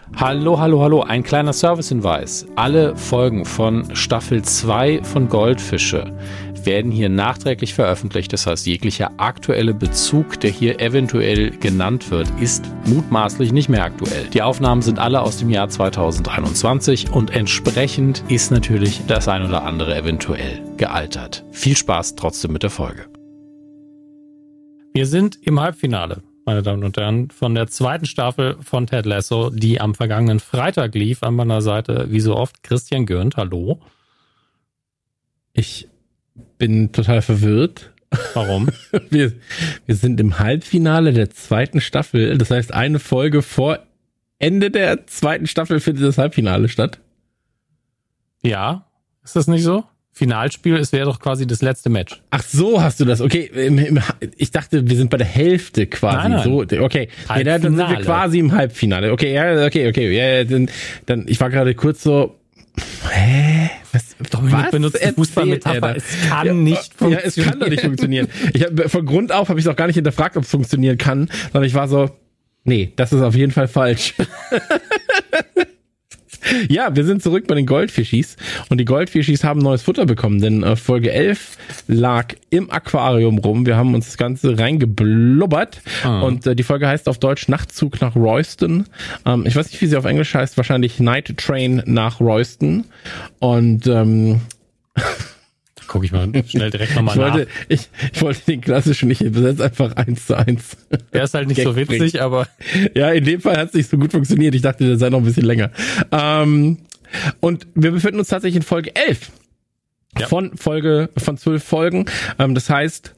Hallo, hallo, hallo, ein kleiner Servicehinweis. Alle Folgen von Staffel 2 von Goldfische werden hier nachträglich veröffentlicht. Das heißt, jeglicher aktuelle Bezug, der hier eventuell genannt wird, ist mutmaßlich nicht mehr aktuell. Die Aufnahmen sind alle aus dem Jahr 2021 und entsprechend ist natürlich das ein oder andere eventuell gealtert. Viel Spaß trotzdem mit der Folge. Wir sind im Halbfinale, meine Damen und Herren, von der zweiten Staffel von Ted Lasso, die am vergangenen Freitag lief. An meiner Seite, wie so oft, Christian Gürnt. Hallo. Ich bin total verwirrt. Warum? Wir sind im Halbfinale der zweiten Staffel. Das heißt, eine Folge vor Ende der zweiten Staffel findet das Halbfinale statt. Ja, ist das nicht so? Finalspiel, es wäre doch quasi das letzte Match. Ach so, hast du das. Okay, ich dachte, wir sind bei der Hälfte quasi. Nein. So, okay, ja, dann sind wir quasi im Halbfinale. Okay, ja, okay. Ja, dann ich war gerade kurz so, Dominik benutzt die Fußballmetapher. Es kann nicht funktionieren. Ja, es kann doch nicht funktionieren. Von Grund auf habe ich es auch gar nicht hinterfragt, ob es funktionieren kann, sondern ich war so, nee, das ist auf jeden Fall falsch. Ja, wir sind zurück bei den Goldfischis und die Goldfischis haben neues Futter bekommen, denn Folge 11 lag im Aquarium rum. Wir haben uns das Ganze reingeblubbert und die Folge heißt auf Deutsch Nachtzug nach Royston. Ich weiß nicht, wie sie auf Englisch heißt, wahrscheinlich Night Train nach Royston und guck ich mal schnell direkt nochmal nach. Ich wollte den klassischen, ich übersetze einfach 1:1. Der ist halt nicht so witzig, aber... Ja, in dem Fall hat es nicht so gut funktioniert. Ich dachte, der sei noch ein bisschen länger. Und wir befinden uns tatsächlich in Folge 11. Ja. Von 12 Folgen. Das heißt,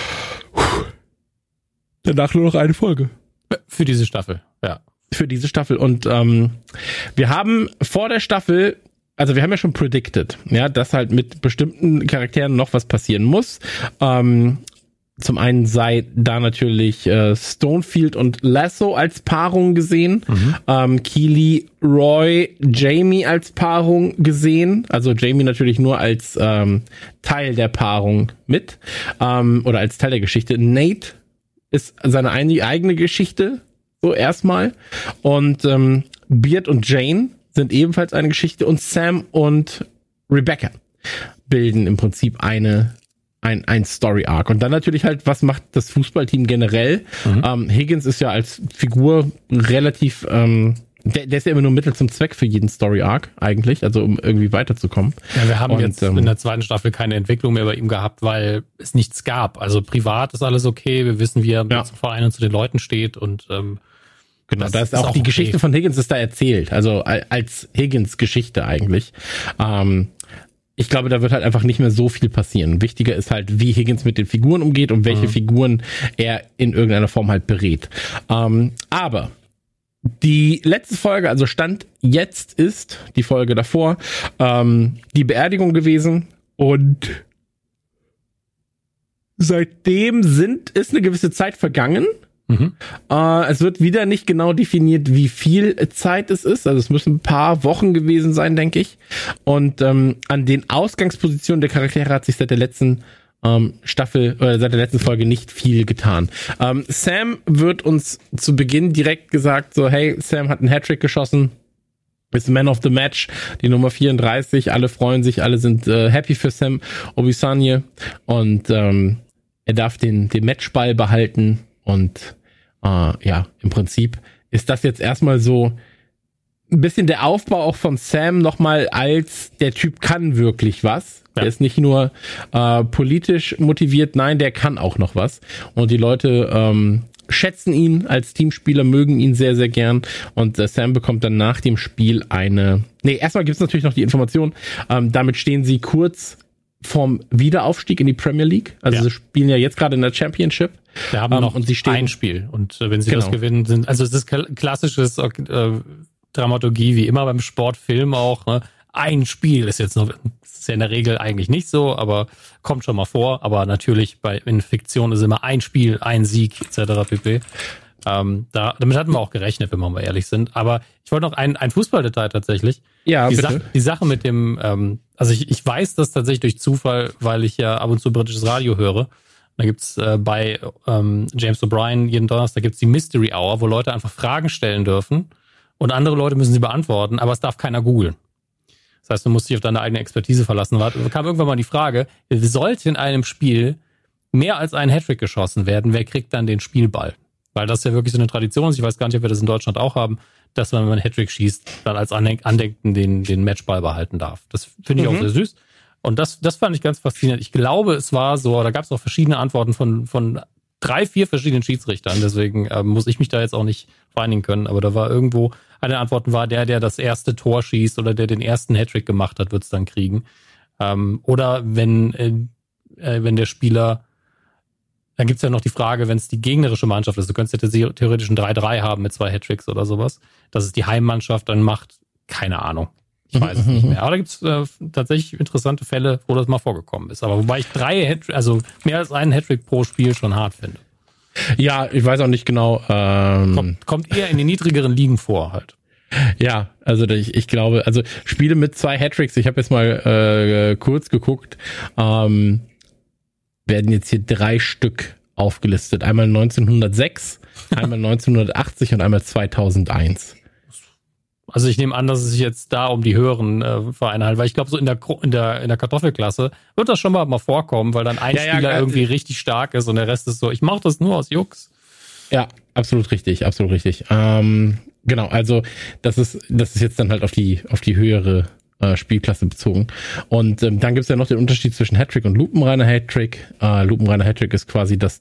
danach nur noch eine Folge. Für diese Staffel, ja. Für diese Staffel. Und wir haben vor der Staffel... Also wir haben ja schon predicted, ja, dass halt mit bestimmten Charakteren noch was passieren muss. Zum einen sei da natürlich Stonefield und Lasso als Paarung gesehen, Keely, Roy, Jamie als Paarung gesehen, also Jamie natürlich nur als Teil der Paarung mit oder als Teil der Geschichte. Nate ist seine eigene Geschichte, so erstmal, und Beard und Jane sind ebenfalls eine Geschichte und Sam und Rebecca bilden im Prinzip ein Story-Arc. Und dann natürlich halt, was macht das Fußballteam generell? Higgins ist ja als Figur relativ, der ist ja immer nur Mittel zum Zweck für jeden Story-Arc eigentlich, also um irgendwie weiterzukommen. Ja, wir haben jetzt in der zweiten Staffel keine Entwicklung mehr bei ihm gehabt, weil es nichts gab. Also privat ist alles okay, wir wissen, wie er zum Verein und zu den Leuten steht und genau, da ist auch die Geschichte von Higgins ist da erzählt, also als Higgins Geschichte eigentlich. Ich glaube, da wird halt einfach nicht mehr so viel passieren. Wichtiger ist halt, wie Higgins mit den Figuren umgeht und welche Figuren er in irgendeiner Form halt berät. Aber die letzte Folge, also Stand jetzt ist die Folge davor, die Beerdigung gewesen und seitdem ist eine gewisse Zeit vergangen. Es wird wieder nicht genau definiert, wie viel Zeit es ist. Also es müssen ein paar Wochen gewesen sein, denke ich. Und an den Ausgangspositionen der Charaktere hat sich seit der letzten Staffel oder seit der letzten Folge nicht viel getan. Sam wird uns zu Beginn direkt gesagt, so hey, Sam hat einen Hattrick geschossen. Ist Man of the Match, die Nummer 34. Alle freuen sich, alle sind happy für Sam Obisanye. Und er darf den Matchball behalten. Und im Prinzip ist das jetzt erstmal so ein bisschen der Aufbau auch von Sam nochmal als der Typ kann wirklich was. Ja. Der ist nicht nur politisch motiviert, nein, der kann auch noch was. Und die Leute schätzen ihn als Teamspieler, mögen ihn sehr, sehr gern. Und Sam bekommt dann nach dem Spiel erstmal gibt's natürlich noch die Information, damit stehen sie kurz vom Wiederaufstieg in die Premier League. Also sie spielen ja jetzt gerade in der Championship. Wir haben noch und sie stehen ein Spiel. Und wenn sie das gewinnen, also es ist klassisches Dramaturgie, wie immer beim Sportfilm auch. Ne? Ein Spiel ist jetzt noch, das ist ja in der Regel eigentlich nicht so, aber kommt schon mal vor. Aber natürlich in Fiktion ist immer ein Spiel, ein Sieg etc. pp. Damit hatten wir auch gerechnet, wenn wir mal ehrlich sind. Aber ich wollte noch ein Fußballdetail tatsächlich. Ja, die Sache mit dem, also ich weiß das tatsächlich durch Zufall, weil ich ja ab und zu britisches Radio höre. Da gibt's bei James O'Brien jeden Donnerstag gibt's die Mystery Hour, wo Leute einfach Fragen stellen dürfen und andere Leute müssen sie beantworten, aber es darf keiner googeln. Das heißt, du musst dich auf deine eigene Expertise verlassen. Da kam irgendwann mal die Frage, sollte in einem Spiel mehr als ein Hattrick geschossen werden, wer kriegt dann den Spielball? Weil das ja wirklich so eine Tradition ist, ich weiß gar nicht, ob wir das in Deutschland auch haben, dass man, wenn man einen Hattrick schießt, dann als Andenken den Matchball behalten darf. Das finde ich auch sehr süß. Und das fand ich ganz faszinierend. Ich glaube, es war so, da gab es auch verschiedene Antworten von 3, 4 verschiedenen Schiedsrichtern. Deswegen muss ich mich da jetzt auch nicht vereinigen können. Aber da war irgendwo, eine der Antworten war, der das erste Tor schießt oder der den ersten Hattrick gemacht hat, wird es dann kriegen. Oder wenn der Spieler, dann gibt's ja noch die Frage, wenn es die gegnerische Mannschaft ist, du könntest ja theoretisch ein 3-3 haben mit 2 Hattricks oder sowas, dass es die Heimmannschaft dann macht, keine Ahnung. Ich weiß es nicht mehr. Aber da gibt's tatsächlich interessante Fälle, wo das mal vorgekommen ist. Aber wobei ich mehr als einen Hattrick pro Spiel schon hart finde. Ja, ich weiß auch nicht genau. Kommt eher in den niedrigeren Ligen vor halt. Ja, also ich glaube, also Spiele mit 2 Hattricks, ich habe jetzt mal kurz geguckt, werden jetzt hier 3 Stück aufgelistet. Einmal 1906, einmal 1980 und einmal 2001. Also ich nehme an, dass es sich jetzt da um die höheren Vereine handelt, weil ich glaube, so in der Kartoffelklasse wird das schon mal vorkommen, weil dann ein Spieler irgendwie richtig stark ist und der Rest ist so, ich mache das nur aus Jux. Ja, absolut richtig, absolut richtig. Genau, also das ist jetzt dann halt auf die höhere Spielklasse bezogen. Und dann gibt's ja noch den Unterschied zwischen Hattrick und lupenreiner Hattrick. Lupenreiner Hattrick ist quasi, dass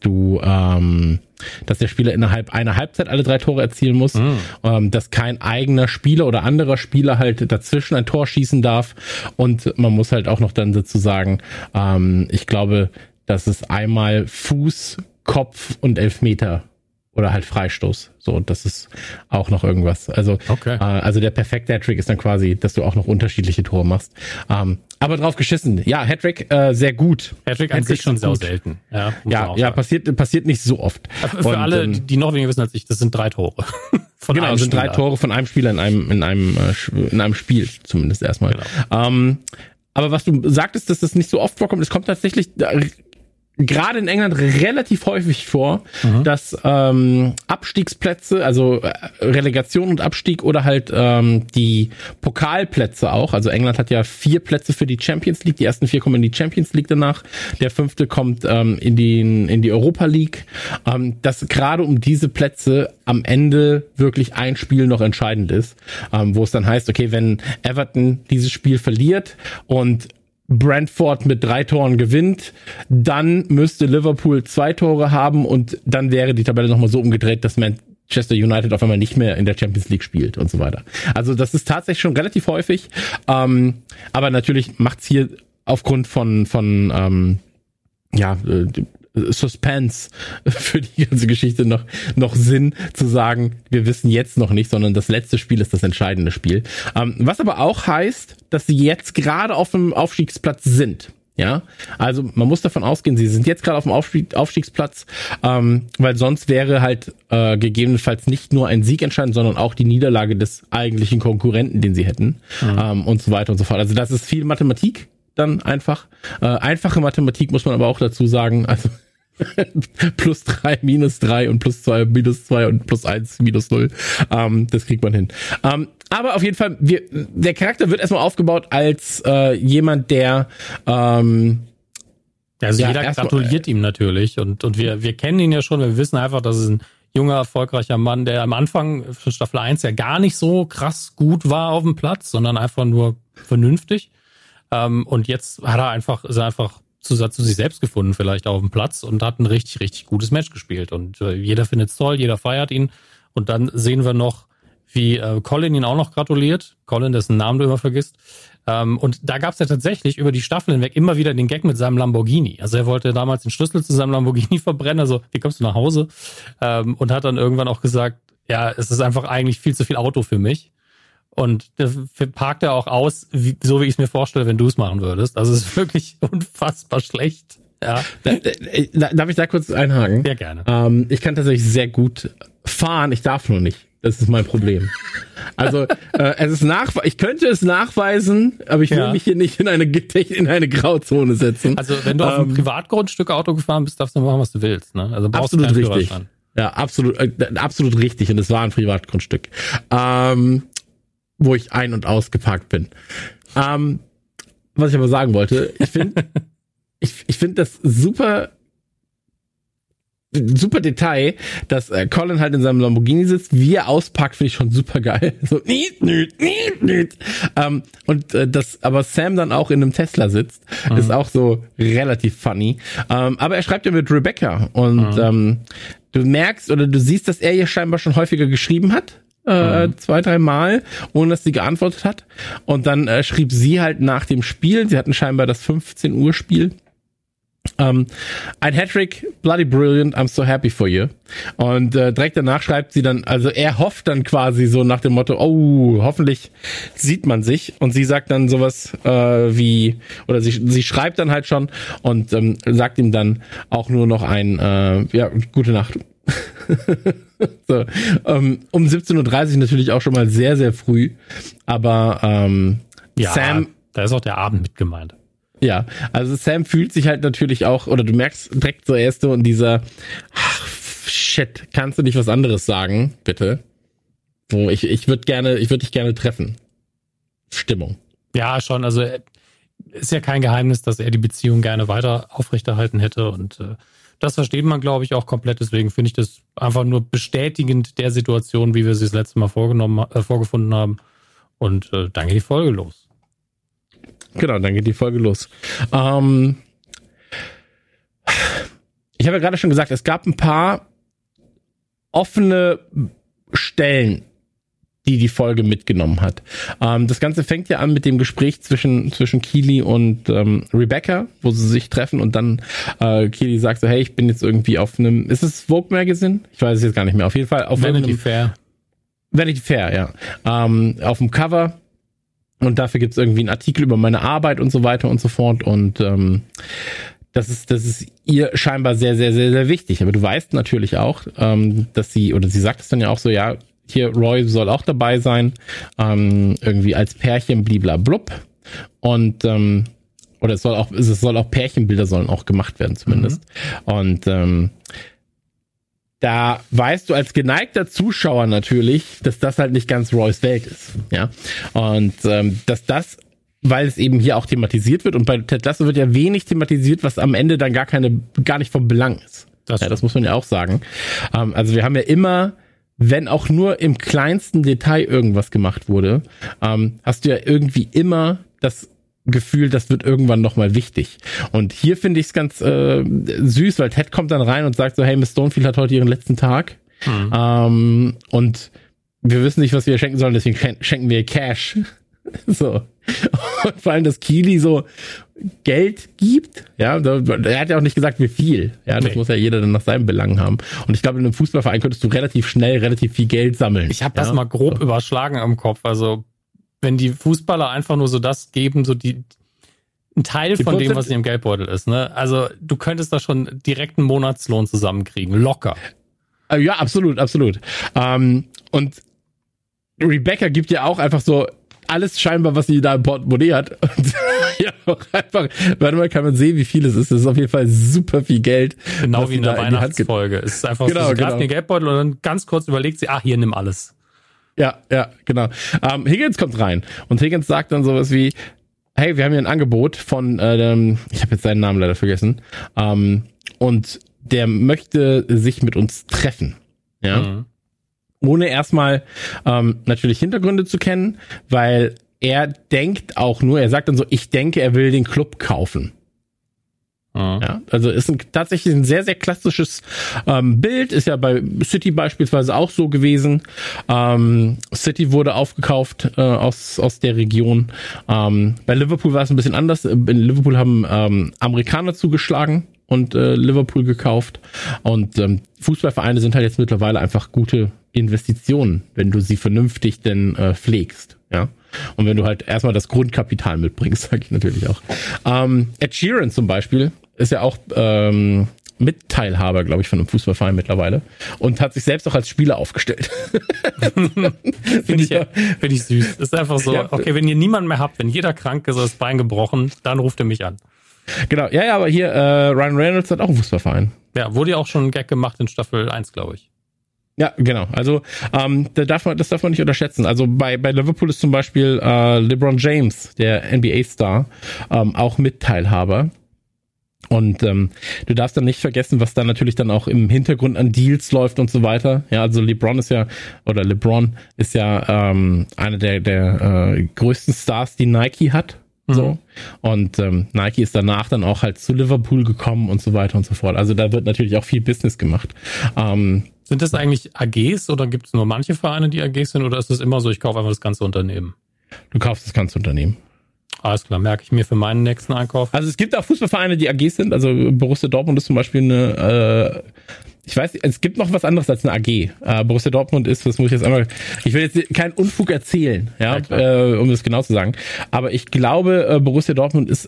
der Spieler innerhalb einer Halbzeit alle 3 Tore erzielen muss, dass kein eigener Spieler oder anderer Spieler halt dazwischen ein Tor schießen darf. Und man muss halt auch noch dann dazu sagen, ich glaube, dass es einmal Fuß, Kopf und Elfmeter oder halt Freistoß. So, das ist auch noch irgendwas. Also, okay. Also der perfekte Hattrick ist dann quasi, dass du auch noch unterschiedliche Tore machst. Aber drauf geschissen. Ja, Hattrick sehr gut. Hattrick an sich schon sehr selten. Ja, passiert nicht so oft. Für alle, die noch weniger wissen als ich, das sind 3 Tore. Genau, sind 3 Tore von einem Spieler in einem Spiel, zumindest erstmal. Genau. Aber was du sagtest, dass das nicht so oft vorkommt, es kommt tatsächlich gerade in England relativ häufig vor, dass Abstiegsplätze, also Relegation und Abstieg oder halt die Pokalplätze auch, also England hat ja 4 Plätze für die Champions League, die ersten 4 kommen in die Champions League danach, der 5. kommt in die Europa League, dass gerade um diese Plätze am Ende wirklich ein Spiel noch entscheidend ist, wo es dann heißt, okay, wenn Everton dieses Spiel verliert und Brentford mit 3 Toren gewinnt, dann müsste Liverpool 2 Tore haben und dann wäre die Tabelle nochmal so umgedreht, dass Manchester United auf einmal nicht mehr in der Champions League spielt und so weiter. Also das ist tatsächlich schon relativ häufig, aber natürlich macht's hier aufgrund von Suspense für die ganze Geschichte noch Sinn zu sagen, wir wissen jetzt noch nicht, sondern das letzte Spiel ist das entscheidende Spiel. Was aber auch heißt, dass sie jetzt gerade auf dem Aufstiegsplatz sind. Ja, also man muss davon ausgehen, sie sind jetzt gerade auf dem Aufstiegsplatz, weil sonst wäre halt gegebenenfalls nicht nur ein Sieg entscheidend, sondern auch die Niederlage des eigentlichen Konkurrenten, den sie hätten, und so weiter und so fort. Also das ist viel Mathematik. Dann einfach. Einfache Mathematik muss man aber auch dazu sagen, also +3, -3 und +2, -2 und +1, -0. Das kriegt man hin. Aber auf jeden Fall, der Charakter wird erstmal aufgebaut als jemand, der also jeder gratuliert ihm natürlich und wir kennen ihn ja schon, wir wissen einfach, dass es ein junger, erfolgreicher Mann, der am Anfang von Staffel 1 ja gar nicht so krass gut war auf dem Platz, sondern einfach nur vernünftig. Und jetzt ist er einfach zu sich selbst gefunden, vielleicht auf dem Platz und hat ein richtig, richtig gutes Match gespielt. Und jeder findet es toll, jeder feiert ihn. Und dann sehen wir noch, wie Colin ihn auch noch gratuliert. Colin, dessen Namen du immer vergisst. Und da gab es ja tatsächlich über die Staffel hinweg immer wieder den Gag mit seinem Lamborghini. Also er wollte damals den Schlüssel zu seinem Lamborghini verbrennen. Also, wie kommst du nach Hause? Und hat dann irgendwann auch gesagt, ja, es ist einfach eigentlich viel zu viel Auto für mich. Und das parkt er auch aus, so wie ich es mir vorstelle, wenn du es machen würdest. Also es ist wirklich unfassbar schlecht. Ja. Darf ich da kurz einhaken? Sehr gerne. Ich kann tatsächlich sehr gut fahren, ich darf nur nicht. Das ist mein Problem. Also ich könnte es nachweisen, aber ich will mich hier nicht in eine Grauzone setzen. Also wenn du auf einem Privatgrundstück Auto gefahren bist, darfst du machen, was du willst. Ne? Also brauchst du keinen Führerschein. Ja, absolut richtig. Und es war ein Privatgrundstück, wo ich ein- und ausgeparkt bin. Was ich aber sagen wollte, ich finde das super Detail, dass Colin halt in seinem Lamborghini sitzt, wie er auspackt, finde ich schon super geil. So, dass aber Sam dann auch in einem Tesla sitzt, ist auch so relativ funny. Aber er schreibt ja mit Rebecca und du merkst oder du siehst, dass er ihr scheinbar schon häufiger geschrieben hat. 2-3 Mal, ohne dass sie geantwortet hat. Und dann schrieb sie halt nach dem Spiel, sie hatten scheinbar das 15 Uhr Spiel. Ein Hattrick, bloody brilliant, I'm so happy for you. Und direkt danach schreibt sie dann, also er hofft dann quasi so nach dem Motto, oh, hoffentlich sieht man sich. Und sie sagt dann sowas wie, oder sie schreibt dann halt schon und sagt ihm dann auch nur noch gute Nacht. So, um 17:30 Uhr natürlich auch schon mal sehr, sehr früh. Aber Sam... Da ist auch der Abend mit gemeint. Ja, also Sam fühlt sich halt natürlich auch, oder du merkst direkt so erst so in dieser shit, kannst du nicht was anderes sagen, bitte? So, ich würde dich gerne treffen. Stimmung. Ja, schon, also ist ja kein Geheimnis, dass er die Beziehung gerne weiter aufrechterhalten hätte und das versteht man, glaube ich, auch komplett. Deswegen finde ich das einfach nur bestätigend der Situation, wie wir sie das letzte Mal vorgefunden haben. Und dann geht die Folge los. Genau, dann geht die Folge los. Ich habe ja gerade schon gesagt, es gab ein paar offene Stellen, die Folge mitgenommen hat. Das Ganze fängt ja an mit dem Gespräch zwischen Keely und Rebecca, wo sie sich treffen und dann Keely sagt so, hey, ich bin jetzt irgendwie auf einem, ist es Vogue Magazine? Ich weiß es jetzt gar nicht mehr. Auf jeden Fall auf Vanity Fair. Vanity Fair, ja. Auf dem Cover und dafür gibt es irgendwie einen Artikel über meine Arbeit und so weiter und so fort und das ist ihr scheinbar sehr, sehr, sehr, sehr wichtig. Aber du weißt natürlich auch, dass sie sagt es dann ja auch so, ja, hier, Roy soll auch dabei sein, irgendwie als Pärchen bliblablub. Und, oder es soll auch Pärchenbilder sollen auch gemacht werden zumindest. Und da weißt du als geneigter Zuschauer natürlich, dass das halt nicht ganz Roys Welt ist. Ja. Und dass das, weil es eben hier auch thematisiert wird und bei Ted Lasso wird ja wenig thematisiert, was am Ende dann gar nicht von Belang ist. Das muss man ja auch sagen. Also wir haben ja immer, wenn auch nur im kleinsten Detail irgendwas gemacht wurde, hast du ja irgendwie immer das Gefühl, das wird irgendwann nochmal wichtig. Und hier finde ich es ganz süß, weil Ted kommt dann rein und sagt so, hey, Miss Stonefield hat heute ihren letzten Tag. Und wir wissen nicht, was wir schenken sollen, deswegen schenken wir Cash. So. Und vor allem, dass Keely so Geld gibt, ja, er hat ja auch nicht gesagt, wie viel, ja, das muss ja jeder dann nach seinem Belang haben. Und ich glaube, in einem Fußballverein könntest du relativ schnell relativ viel Geld sammeln. Ich habe das mal grob überschlagen im Kopf, also wenn die Fußballer einfach nur so das geben, so ein Teil von dem, was in ihrem Geldbeutel ist, ne, also du könntest da schon direkt einen Monatslohn zusammenkriegen, locker. Ja, absolut. Und Rebecca gibt ja auch einfach so alles scheinbar, was sie da im Portemonnaie hat. Und ja, auch einfach, warte mal, kann man sehen, wie viel es ist. Das ist auf jeden Fall super viel Geld. Genau wie in der Weihnachtsfolge. Es ist einfach so, sie greift in den Geldbeutel und dann ganz kurz überlegt sie, hier, nimm alles. Ja, genau. Higgins kommt rein und Higgins sagt dann sowas wie, hey, wir haben hier ein Angebot von, ich habe jetzt seinen Namen leider vergessen, und der möchte sich mit uns treffen. Ja. Ohne erstmal natürlich Hintergründe zu kennen, weil er denkt auch nur, er sagt dann so, ich denke, er will den Club kaufen. Ja, also ist tatsächlich ein sehr, sehr klassisches Bild, ist ja bei City beispielsweise auch so gewesen. City wurde aufgekauft aus der Region. Bei Liverpool war es ein bisschen anders. In Liverpool haben Amerikaner zugeschlagen und Liverpool gekauft. Und Fußballvereine sind halt jetzt mittlerweile einfach gute Investitionen, wenn du sie vernünftig denn pflegst. Ja. Und wenn du halt erstmal das Grundkapital mitbringst, sage ich natürlich auch. Ed Sheeran zum Beispiel ist ja auch Mitteilhaber, glaube ich, von einem Fußballverein mittlerweile und hat sich selbst auch als Spieler aufgestellt. Finde ich süß. Ist einfach so, okay, wenn ihr niemanden mehr habt, wenn jeder krank ist, das Bein gebrochen, dann ruft ihr mich an. Genau, ja, aber hier Ryan Reynolds hat auch einen Fußballverein. Ja, wurde ja auch schon ein Gag gemacht in Staffel 1, glaube ich. Ja, genau. Also das darf man nicht unterschätzen. Also bei Liverpool ist zum Beispiel LeBron James, der NBA-Star, auch Mitteilhaber. Und du darfst dann nicht vergessen, was da natürlich dann auch im Hintergrund an Deals läuft und so weiter. Ja, also LeBron ist ja einer der größten Stars, die Nike hat. So. Und Nike ist danach dann auch halt zu Liverpool gekommen und so weiter und so fort. Also da wird natürlich auch viel Business gemacht. Sind das eigentlich AGs oder gibt es nur manche Vereine, die AGs sind, oder ist es immer so, ich kaufe einfach das ganze Unternehmen? Du kaufst das ganze Unternehmen. Alles klar, merke ich mir für meinen nächsten Einkauf. Also es gibt auch Fußballvereine, die AGs sind. Also Borussia Dortmund ist zum Beispiel ich weiß nicht, es gibt noch was anderes als eine AG. Borussia Dortmund ist, ich will jetzt keinen Unfug erzählen, ja, um das genau zu sagen. Aber ich glaube, Borussia Dortmund ist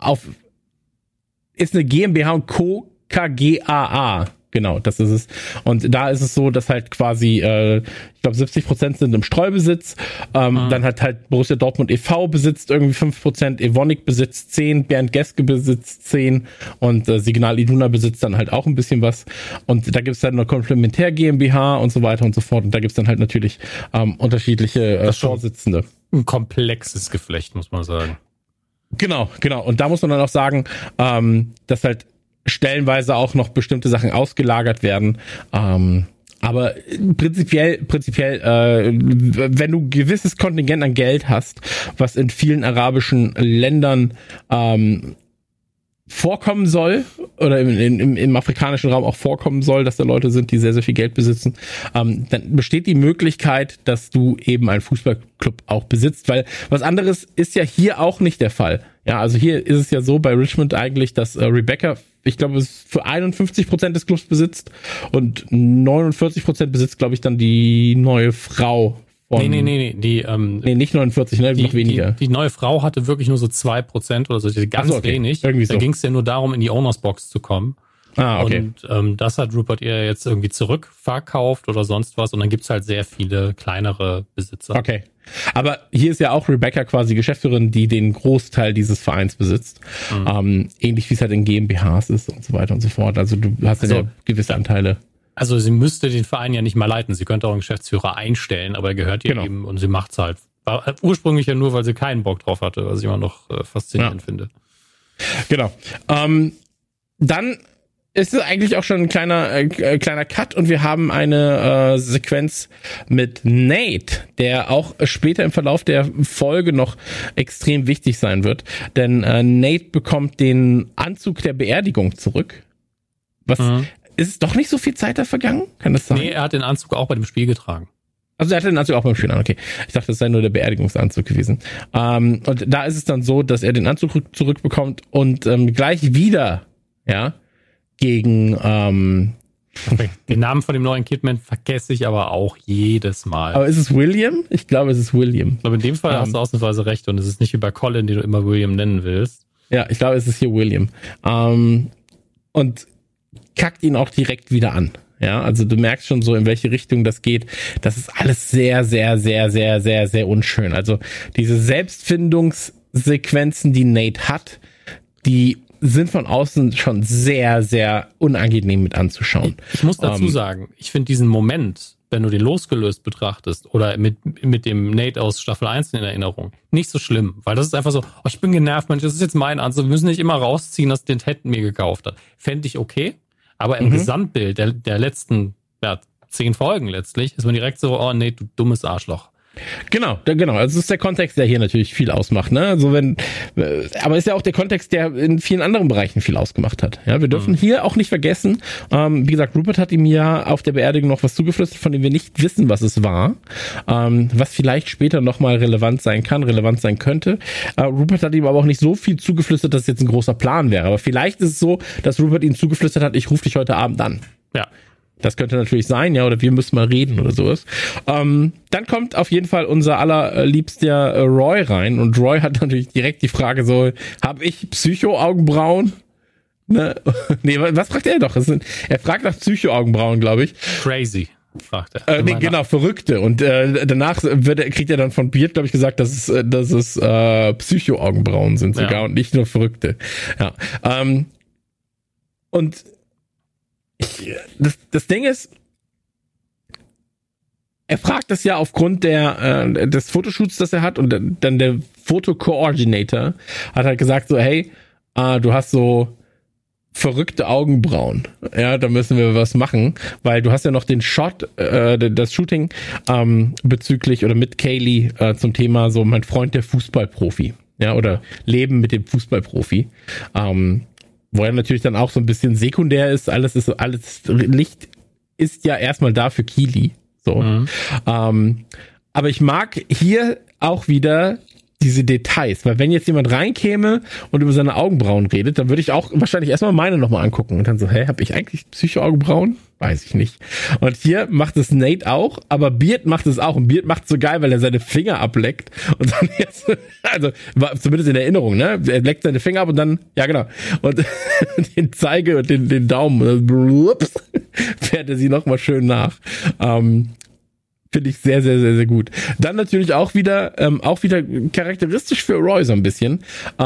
eine GmbH und Co. KGaA. Genau, das ist es. Und da ist es so, dass halt quasi, ich glaube 70% sind im Streubesitz. Dann hat halt Borussia Dortmund e.V. besitzt irgendwie 5%, Evonik besitzt 10%, Bernd Geske besitzt 10% und Signal Iduna besitzt dann halt auch ein bisschen was. Und da gibt es dann eine Komplementär GmbH und so weiter und so fort. Und da gibt es dann halt natürlich unterschiedliche Vorsitzende. Ein komplexes Geflecht, muss man sagen. Genau. Und da muss man dann auch sagen, dass halt stellenweise auch noch bestimmte Sachen ausgelagert werden. Aber prinzipiell, wenn du ein gewisses Kontingent an Geld hast, was in vielen arabischen Ländern vorkommen soll, oder im afrikanischen Raum auch vorkommen soll, dass da Leute sind, die sehr, sehr viel Geld besitzen, dann besteht die Möglichkeit, dass du eben einen Fußballclub auch besitzt, weil was anderes ist ja hier auch nicht der Fall. Ja, also hier ist es ja so bei Richmond eigentlich, dass Rebecca, ich glaube, es für 51% des Clubs besitzt und 49% besitzt, glaube ich, dann die neue Frau. Nee. Nicht 49, ne? Noch weniger. Die neue Frau hatte wirklich nur so 2% oder so, ganz wenig. Irgendwie so. Da ging es ja nur darum, in die Owners Box zu kommen. Okay. Und das hat Rupert ihr jetzt irgendwie zurückverkauft oder sonst was. Und dann gibt's halt sehr viele kleinere Besitzer. Okay. Aber hier ist ja auch Rebecca quasi Geschäftsführerin, die den Großteil dieses Vereins besitzt. Ähnlich wie es halt in GmbHs ist und so weiter und so fort. Also du hast ja gewisse Anteile. Also sie müsste den Verein ja nicht mal leiten. Sie könnte auch einen Geschäftsführer einstellen, aber er gehört ihr eben und sie macht's halt. War ursprünglich ja nur, weil sie keinen Bock drauf hatte, was ich immer noch faszinierend finde. Genau. Dann ist es eigentlich auch schon ein kleiner Cut und wir haben eine Sequenz mit Nate, der auch später im Verlauf der Folge noch extrem wichtig sein wird. Denn Nate bekommt den Anzug der Beerdigung zurück. Ist es doch nicht so viel Zeit da vergangen? Kann das sein? Nee, er hat den Anzug auch bei dem Spiel getragen. Also er hatte den Anzug auch beim Spiel an, okay. Ich dachte, das sei nur der Beerdigungsanzug gewesen. Und da ist es dann so, dass er den Anzug zurückbekommt und gleich wieder, ja, gegen den Namen von dem neuen Kidman vergesse ich aber auch jedes Mal. Aber ist es William? Ich glaube, es ist William. Ich glaube, in dem Fall hast du ausnahmsweise recht und es ist nicht wie bei Colin, den du immer William nennen willst. Ja, ich glaube, es ist hier William. Und kackt ihn auch direkt wieder an. Ja, also du merkst schon so, in welche Richtung das geht. Das ist alles sehr, sehr, sehr, sehr, sehr, sehr unschön. Also diese Selbstfindungssequenzen, die Nate hat, die sind von außen schon sehr, sehr unangenehm mit anzuschauen. Ich muss dazu sagen, ich finde diesen Moment, wenn du den losgelöst betrachtest oder mit dem Nate aus Staffel 1 in Erinnerung, nicht so schlimm, weil das ist einfach so, oh, ich bin genervt, Mensch, das ist jetzt mein Anzug, wir müssen nicht immer rausziehen, dass den Ted mir gekauft hat. Fände ich okay, aber im Gesamtbild der letzten 10 Folgen letztlich ist man direkt so, oh Nate, du dummes Arschloch. Genau. Also das ist der Kontext, der hier natürlich viel ausmacht, ne? Also aber ist ja auch der Kontext, der in vielen anderen Bereichen viel ausgemacht hat. Ja, wir dürfen hier auch nicht vergessen, wie gesagt, Rupert hat ihm ja auf der Beerdigung noch was zugeflüstert, von dem wir nicht wissen, was es war, was vielleicht später nochmal relevant sein könnte. Rupert hat ihm aber auch nicht so viel zugeflüstert, dass es jetzt ein großer Plan wäre. Aber vielleicht ist es so, dass Rupert ihm zugeflüstert hat, ich rufe dich heute Abend an. Ja. Das könnte natürlich sein, ja, oder wir müssen mal reden oder sowas. Dann kommt auf jeden Fall unser allerliebster Roy rein und Roy hat natürlich direkt die Frage so, habe ich Psycho-Augenbrauen? Ne? Nee, was fragt er doch? Er fragt nach Psycho-Augenbrauen, glaube ich. Crazy, fragt er. Nee, genau, Verrückte. Und danach kriegt er dann von Beard, glaube ich, gesagt, dass es Psycho-Augenbrauen sind sogar und nicht nur Verrückte. Ja. Und Das Ding ist, er fragt das ja aufgrund des Fotoshoots, das er hat, und dann der Foto-Coordinator hat halt gesagt so, hey, du hast so verrückte Augenbrauen. Ja, da müssen wir was machen, weil du hast ja noch den Shot, das Shooting bezüglich oder mit Kaylee zum Thema so mein Freund der Fußballprofi. Ja, oder Leben mit dem Fußballprofi. Wo er natürlich dann auch so ein bisschen sekundär ist. Alles Licht ist ja erstmal da für Keely. So. Mhm. Aber ich mag hier auch wieder diese Details, weil wenn jetzt jemand reinkäme und über seine Augenbrauen redet, dann würde ich auch wahrscheinlich erstmal meine nochmal angucken und dann so, hä, habe ich eigentlich Psycho-Augenbrauen? Weiß ich nicht. Und hier macht es Nate auch, aber Beard macht es auch und Beard macht es so geil, weil er seine Finger ableckt und dann jetzt, also zumindest in Erinnerung, ne? Er leckt seine Finger ab und dann, ja genau, und den Zeige und den Daumen, ups, fährt er sie nochmal schön nach. Finde ich sehr, sehr, sehr, sehr gut. Dann natürlich auch wieder charakteristisch für Roy so ein bisschen.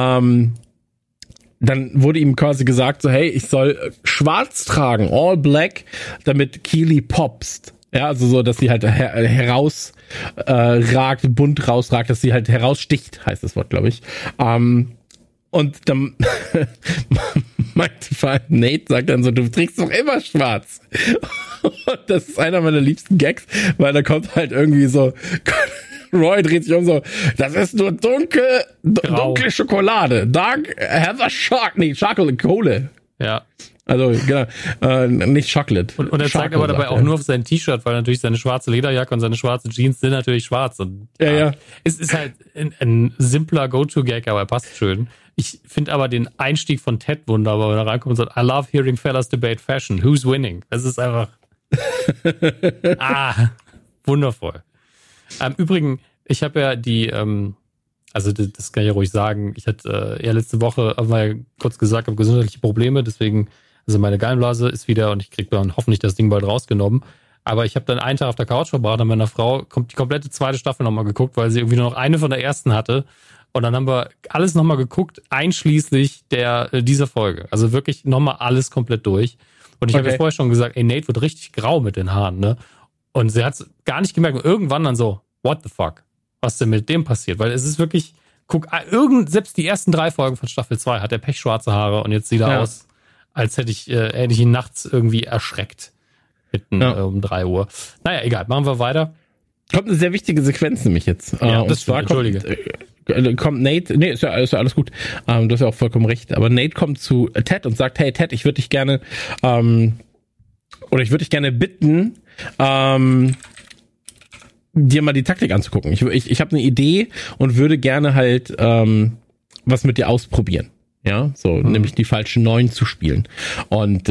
Dann wurde ihm quasi gesagt, so hey, ich soll schwarz tragen, all black, damit Keely popst. Ja, also so, dass sie halt herausragt, bunt rausragt, dass sie halt heraussticht, heißt das Wort, glaube ich. Und dann meinte vor allem Nate, sagt dann so, du trägst doch immer schwarz. Und das ist einer meiner liebsten Gags, weil da kommt halt irgendwie so, Roy dreht sich um so, das ist nur dunkle Schokolade. Dark, have a Chocolate Kohle. Ja. Also, genau, nicht Chocolate. Und er zeigt aber dabei auch nur auf sein T-Shirt, weil natürlich seine schwarze Lederjacke und seine schwarze Jeans sind natürlich schwarz. Und ja. Es ist halt ein simpler Go-To-Gag, aber er passt schön. Ich finde aber den Einstieg von Ted wunderbar, wenn er reinkommt und sagt, I love hearing fellas debate fashion. Who's winning? Das ist einfach wundervoll. Übrigens, ich habe ja die, also das kann ich ja ruhig sagen, ich hatte ja letzte Woche mal kurz gesagt, habe gesundheitliche Probleme, deswegen, also meine Gallenblase ist wieder und ich kriege dann hoffentlich das Ding bald rausgenommen. Aber ich habe dann einen Tag auf der Couch verbracht und meiner Frau kommt die komplette zweite Staffel nochmal geguckt, weil sie irgendwie nur noch eine von der ersten hatte. Und dann haben wir alles nochmal geguckt, einschließlich dieser Folge. Also wirklich nochmal alles komplett durch. Und ich habe ja vorher schon gesagt, ey, Nate wird richtig grau mit den Haaren, ne? Und sie hat es gar nicht gemerkt. Und irgendwann dann so, what the fuck? Was denn mit dem passiert? Weil es ist wirklich, selbst die ersten 3 Folgen von Staffel 2 hat er pechschwarze Haare und jetzt sieht er aus, als hätte ich ihn nachts irgendwie erschreckt. Mitten um 3 Uhr. Naja, egal, machen wir weiter. Kommt eine sehr wichtige Sequenz nämlich jetzt. Ja, das stimmt, entschuldige. Kommt Nate, nee, ist ja alles gut. Du hast ja auch vollkommen recht. Aber Nate kommt zu Ted und sagt, hey Ted, ich würde dich gerne bitten, dir mal die Taktik anzugucken. Ich habe eine Idee und würde gerne halt was mit dir ausprobieren. Ja, so nämlich die falsche 9 zu spielen. Und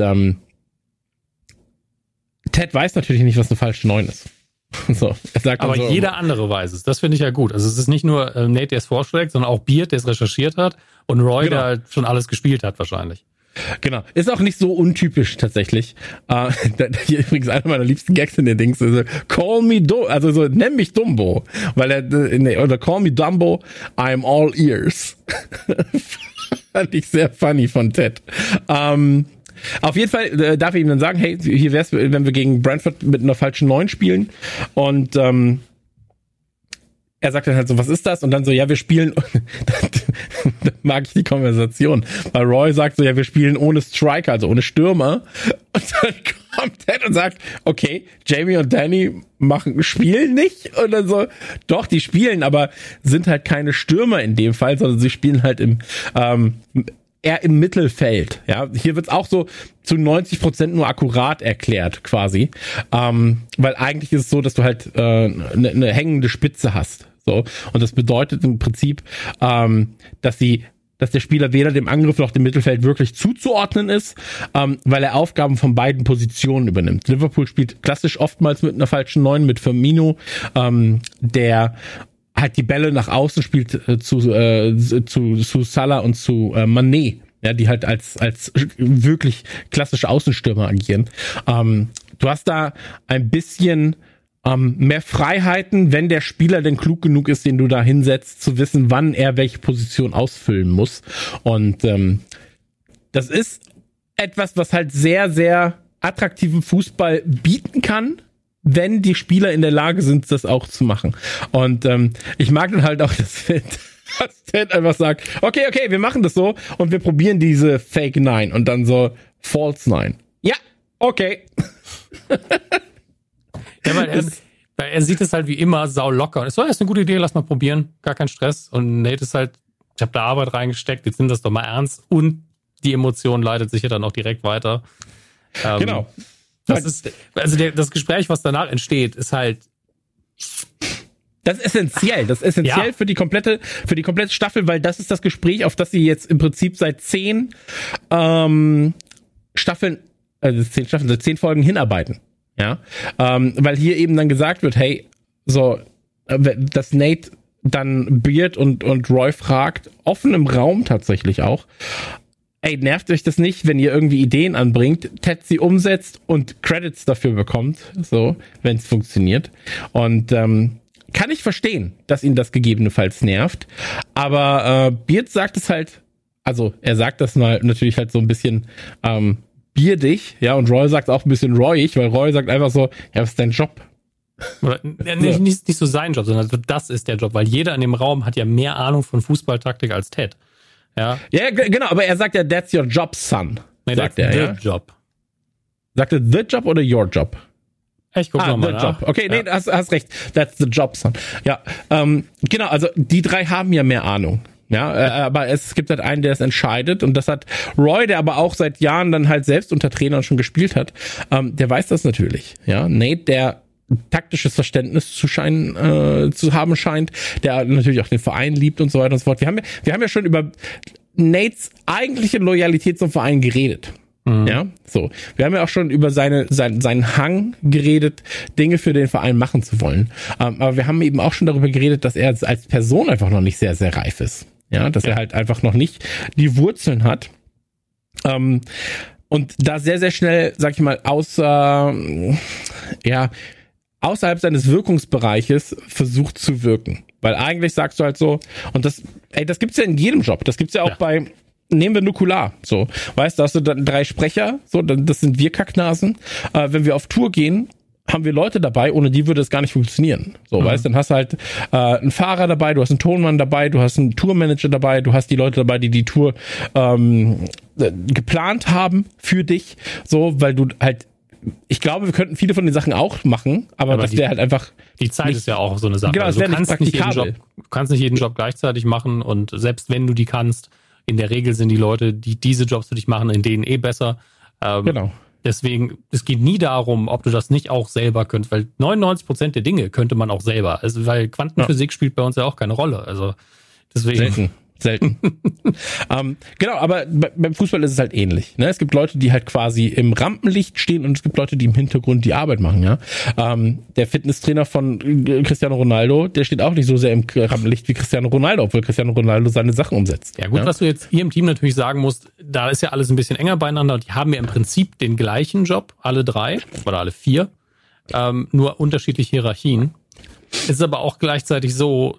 Ted weiß natürlich nicht, was eine falsche 9 ist. So, er sagt aber so, jeder andere weiß es. Das finde ich ja gut. Also es ist nicht nur Nate, der es vorschlägt, sondern auch Beard, der es recherchiert hat und Roy, der halt schon alles gespielt hat wahrscheinlich. Genau. Ist auch nicht so untypisch tatsächlich. Hier übrigens einer meiner liebsten Gags in den Dings. Also, call me also so, nenn mich Dumbo. Oder call me Dumbo, I'm all ears. Fand ich sehr funny von Ted. Auf jeden Fall darf ich ihm dann sagen, hey, hier wär's, wenn wir gegen Brentford mit einer falschen 9 spielen. Und er sagt dann halt so, was ist das? Und dann so, ja, wir spielen, da mag ich die Konversation, weil Roy sagt so, ja, wir spielen ohne Striker, also ohne Stürmer. Und dann kommt Ted und sagt, okay, Jamie und Danny spielen nicht. Und dann so, doch, die spielen, aber sind halt keine Stürmer in dem Fall, sondern sie spielen halt eher im Mittelfeld. Ja, hier wird's auch so zu 90% nur akkurat erklärt, quasi. Weil eigentlich ist es so, dass du halt eine hängende Spitze hast. So. Und das bedeutet im Prinzip, dass der Spieler weder dem Angriff noch dem Mittelfeld wirklich zuzuordnen ist, weil er Aufgaben von beiden Positionen übernimmt. Liverpool spielt klassisch oftmals mit einer falschen 9, mit Firmino, der halt die Bälle nach außen spielt zu Salah und zu Mané, ja, die halt als wirklich klassische Außenstürmer agieren. Du hast da ein bisschen mehr Freiheiten, wenn der Spieler denn klug genug ist, den du da hinsetzt, zu wissen, wann er welche Position ausfüllen muss. Und das ist etwas, was halt sehr, sehr attraktiven Fußball bieten kann, wenn die Spieler in der Lage sind, das auch zu machen. Und ich mag dann halt auch, dass Ted einfach sagt, okay, wir machen das so und wir probieren diese Fake 9 und dann so False 9. Ja, okay. Ja, weil er sieht es halt wie immer sau locker. Und so, ist eine gute Idee, lass mal probieren. Gar kein Stress. Und Nate ist halt, ich habe da Arbeit reingesteckt, jetzt nimm das doch mal ernst. Und die Emotion leitet sich ja dann auch direkt weiter. Genau. Das Gespräch, was danach entsteht, ist halt... Das ist essentiell. Ja. für die komplette Staffel, weil das ist das Gespräch, auf das sie jetzt im Prinzip seit 10 Folgen hinarbeiten. Ja, weil hier eben dann gesagt wird, hey, so, dass Nate dann Beard und Roy fragt, offen im Raum tatsächlich auch, ey, nervt euch das nicht, wenn ihr irgendwie Ideen anbringt, Ted sie umsetzt und Credits dafür bekommt, so, wenn es funktioniert. Und kann ich verstehen, dass ihn das gegebenenfalls nervt, aber Beard sagt es halt, also er sagt das mal natürlich halt so ein bisschen bierdig, ja, und Roy sagt auch ein bisschen royig, weil Roy sagt einfach so, ja, was ist dein Job? Nicht so sein Job, sondern das ist der Job, weil jeder in dem Raum hat ja mehr Ahnung von Fußballtaktik als Ted. Ja, genau, aber er sagt ja, that's your job, son. Nee, sagt er, the job. Sagt er the job oder your job? Ich guck nochmal nach. Job. Okay, ja. Nee, hast recht. That's the job, son. Ja, genau, also die drei haben ja mehr Ahnung. Ja, aber es gibt halt einen, der es entscheidet, und das hat Roy, der aber auch seit Jahren dann halt selbst unter Trainern schon gespielt hat, der weiß das natürlich. Ja, Nate, der taktisches Verständnis zu haben scheint, der natürlich auch den Verein liebt und so weiter und so fort. Wir haben ja schon über Nates eigentliche Loyalität zum Verein geredet. Ja, so. Wir haben ja auch schon über seinen Hang geredet, Dinge für den Verein machen zu wollen. Aber wir haben eben auch schon darüber geredet, dass er als Person einfach noch nicht sehr, sehr reif ist. Ja, dass er halt einfach noch nicht die Wurzeln hat. Und da sehr, sehr schnell, sag ich mal, außerhalb seines Wirkungsbereiches versucht zu wirken. Weil eigentlich sagst du halt so, und das gibt's ja in jedem Job. Das gibt's ja auch nehmen wir Nukular, so. Weißt du, hast du dann 3 Sprecher, so, das sind wir Kacknasen. Wenn wir auf Tour gehen, haben wir Leute dabei, ohne die würde es gar nicht funktionieren. So, weißt du, dann hast du halt einen Fahrer dabei, du hast einen Tonmann dabei, du hast einen Tourmanager dabei, du hast die Leute dabei, die Tour geplant haben für dich, so, weil du halt, ich glaube, wir könnten viele von den Sachen auch machen, aber das wäre halt einfach... Die Zeit ist ja auch so eine Sache. Genau, also du kannst nicht jeden Job gleichzeitig machen, und selbst wenn du die kannst, in der Regel sind die Leute, die diese Jobs für dich machen, in denen besser. Genau. Deswegen, es geht nie darum, ob du das nicht auch selber könntest, weil 99% der Dinge könnte man auch selber. Also, weil Quantenphysik spielt bei uns ja auch keine Rolle. Also deswegen. Selten. Genau, aber beim Fußball ist es halt ähnlich. Ne? Es gibt Leute, die halt quasi im Rampenlicht stehen, und es gibt Leute, die im Hintergrund die Arbeit machen. Ja, der Fitnesstrainer von Cristiano Ronaldo, der steht auch nicht so sehr im Rampenlicht wie Cristiano Ronaldo, obwohl Cristiano Ronaldo seine Sachen umsetzt. Ja gut, was du jetzt hier im Team natürlich sagen musst, da ist ja alles ein bisschen enger beieinander, und die haben ja im Prinzip den gleichen Job, alle 3 oder alle 4, nur unterschiedliche Hierarchien. Es ist aber auch gleichzeitig so,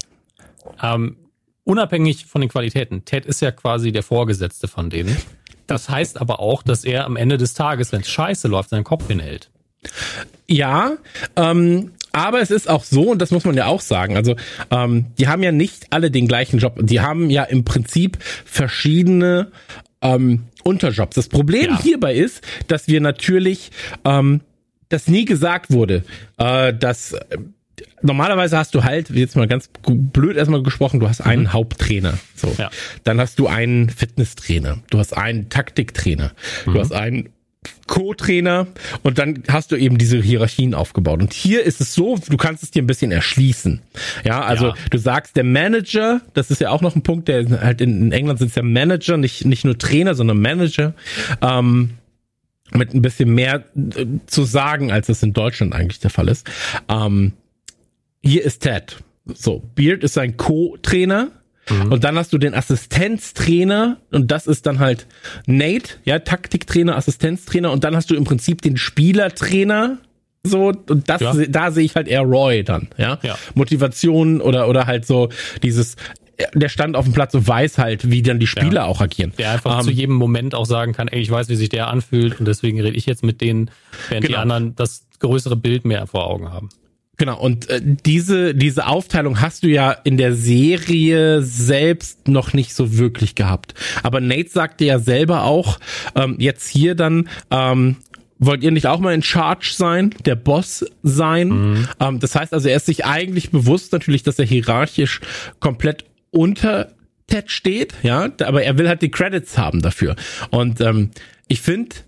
unabhängig von den Qualitäten. Ted ist ja quasi der Vorgesetzte von denen. Das heißt aber auch, dass er am Ende des Tages, wenn es scheiße läuft, seinen Kopf hinhält. Ja, aber es ist auch so, und das muss man ja auch sagen, also die haben ja nicht alle den gleichen Job. Die haben ja im Prinzip verschiedene Unterjobs. Das Problem hierbei ist, dass wir natürlich, dass nie gesagt wurde, dass... Normalerweise hast du halt, jetzt mal ganz blöd erstmal gesprochen, du hast einen Haupttrainer. So. Ja. Dann hast du einen Fitnesstrainer. Du hast einen Taktiktrainer. Du hast einen Co-Trainer. Und dann hast du eben diese Hierarchien aufgebaut. Und hier ist es so, du kannst es dir ein bisschen erschließen. Ja, also du sagst, der Manager, das ist ja auch noch ein Punkt, der halt in England sind es ja Manager, nicht nur Trainer, sondern Manager. Mit ein bisschen mehr zu sagen, als es in Deutschland eigentlich der Fall ist. Hier ist Ted. So, Beard ist sein Co-Trainer. Und dann hast du den Assistenztrainer, und das ist dann halt Nate, ja, Taktiktrainer, Assistenztrainer, und dann hast du im Prinzip den Spielertrainer. So, und da sehe ich halt eher Roy dann, ja. Motivation oder halt so dieses, der stand auf dem Platz und weiß halt, wie dann die Spieler auch agieren. Der einfach zu jedem Moment auch sagen kann, ey, ich weiß, wie sich der anfühlt und deswegen rede ich jetzt mit denen, während die anderen das größere Bild mehr vor Augen haben. Genau, und diese Aufteilung hast du ja in der Serie selbst noch nicht so wirklich gehabt. Aber Nate sagte ja selber auch, jetzt hier dann, wollt ihr nicht auch mal in Charge sein, der Boss sein? Das heißt also, er ist sich eigentlich bewusst natürlich, dass er hierarchisch komplett unter Ted steht, ja, aber er will halt die Credits haben dafür. Und ich finde,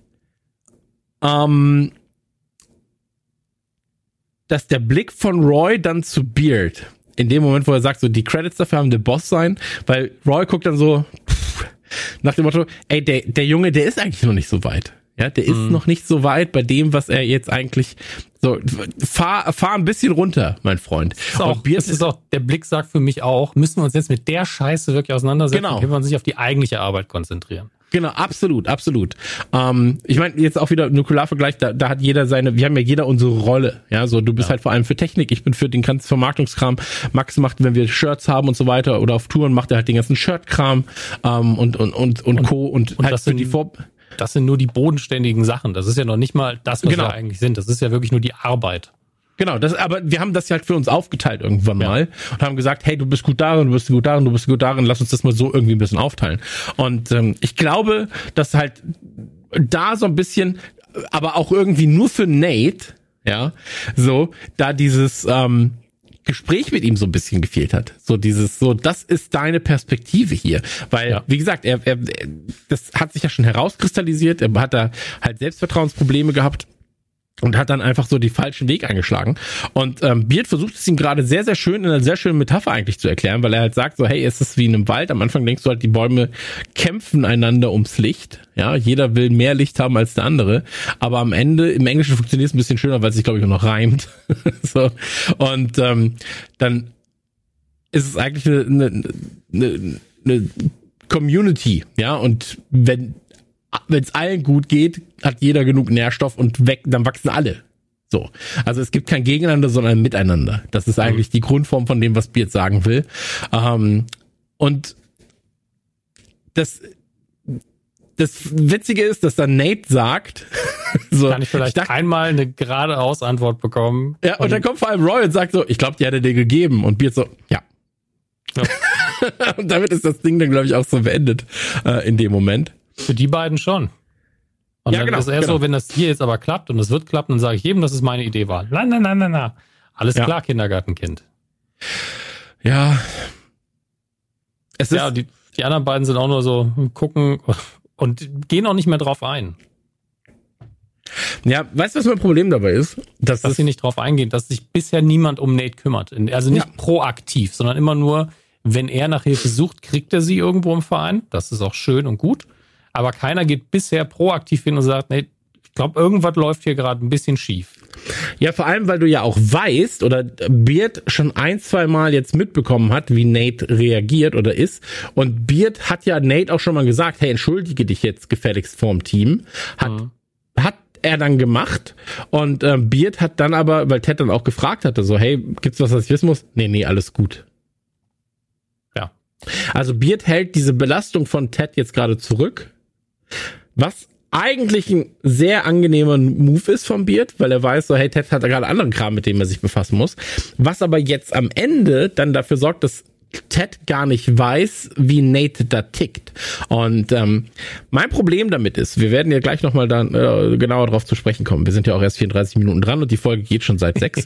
dass der Blick von Roy dann zu Beard, in dem Moment, wo er sagt, so die Credits dafür haben der Boss sein, weil Roy guckt dann so nach dem Motto, ey, der Junge, der ist eigentlich noch nicht so weit. Ja, der ist noch nicht so weit bei dem, was er jetzt eigentlich so, fahr ein bisschen runter, mein Freund. Das ist auch, der Blick sagt für mich auch, müssen wir uns jetzt mit der Scheiße wirklich auseinandersetzen, können wir uns nicht auf die eigentliche Arbeit konzentrieren. Genau, absolut. Ich meine, jetzt auch wieder Nukularvergleich, da hat jeder wir haben ja jeder unsere Rolle. Ja, so du bist halt vor allem für Technik, ich bin für den ganzen Vermarktungskram. Max macht, wenn wir Shirts haben und so weiter oder auf Touren, macht er halt den ganzen Shirtkram und Co. Und halt das das sind nur die bodenständigen Sachen. Das ist ja noch nicht mal das, was wir eigentlich sind. Das ist ja wirklich nur die Arbeit. Genau, aber wir haben das ja halt für uns aufgeteilt irgendwann mal und haben gesagt, hey, du bist gut darin, du bist gut darin, du bist gut darin, lass uns das mal so irgendwie ein bisschen aufteilen. Und ich glaube, dass halt da so ein bisschen, aber auch irgendwie nur für Nate, ja, so, da dieses Gespräch mit ihm so ein bisschen gefehlt hat. So das ist deine Perspektive hier. Weil, wie gesagt, er das hat sich ja schon herauskristallisiert, er hat da halt Selbstvertrauensprobleme gehabt. Und hat dann einfach so die falschen Weg eingeschlagen. Und Beard versucht es ihm gerade sehr, sehr schön, in einer sehr schönen Metapher eigentlich zu erklären, weil er halt sagt so, hey, es ist wie in einem Wald. Am Anfang denkst du halt, die Bäume kämpfen einander ums Licht. Ja, jeder will mehr Licht haben als der andere. Aber am Ende, im Englischen funktioniert es ein bisschen schöner, weil es sich, glaube ich, auch noch reimt. So. Und dann ist es eigentlich eine Community. Ja, und wenn es allen gut geht, hat jeder genug Nährstoff und dann wachsen alle. So. Also es gibt kein Gegeneinander, sondern ein Miteinander. Das ist eigentlich die Grundform von dem, was Beard sagen will. Und das Witzige ist, dass dann Nate sagt, so, kann ich vielleicht einmal eine geradeaus Antwort bekommen? Ja, und dann kommt vor allem Roy und sagt so, ich glaube, die hat er dir gegeben. Und Beard so, ja. Und damit ist das Ding dann, glaube ich, auch so beendet in dem Moment. Für die beiden schon. Und dann ist er so, wenn das hier jetzt aber klappt und es wird klappen, dann sage ich jedem, dass es meine Idee war. Na. Alles klar, Kindergartenkind. Ja. Die anderen beiden sind auch nur so gucken und gehen auch nicht mehr drauf ein. Ja, weißt du, was mein Problem dabei ist? Dass sie nicht drauf eingehen, dass sich bisher niemand um Nate kümmert. Also nicht proaktiv, sondern immer nur, wenn er nach Hilfe sucht, kriegt er sie irgendwo im Verein. Das ist auch schön und gut. Aber keiner geht bisher proaktiv hin und sagt, nee, ich glaube, irgendwas läuft hier gerade ein bisschen schief. Ja, vor allem, weil du ja auch weißt, oder Beard schon 1-2 Mal jetzt mitbekommen hat, wie Nate reagiert oder ist. Und Beard hat ja Nate auch schon mal gesagt, hey, entschuldige dich jetzt gefälligst vorm Team. Hat er dann gemacht. Und Beard hat dann aber, weil Ted dann auch gefragt hatte, so, hey, gibt's was ich wissen muss? Nee, alles gut. Ja. Also Beard hält diese Belastung von Ted jetzt gerade zurück. Was eigentlich ein sehr angenehmer Move ist von Beard, weil er weiß, so, hey, Ted hat da gerade anderen Kram, mit dem er sich befassen muss. Was aber jetzt am Ende dann dafür sorgt, dass Ted gar nicht weiß, wie Nate da tickt. Und mein Problem damit ist, wir werden ja gleich nochmal dann genauer drauf zu sprechen kommen. Wir sind ja auch erst 34 Minuten dran und die Folge geht schon seit 6.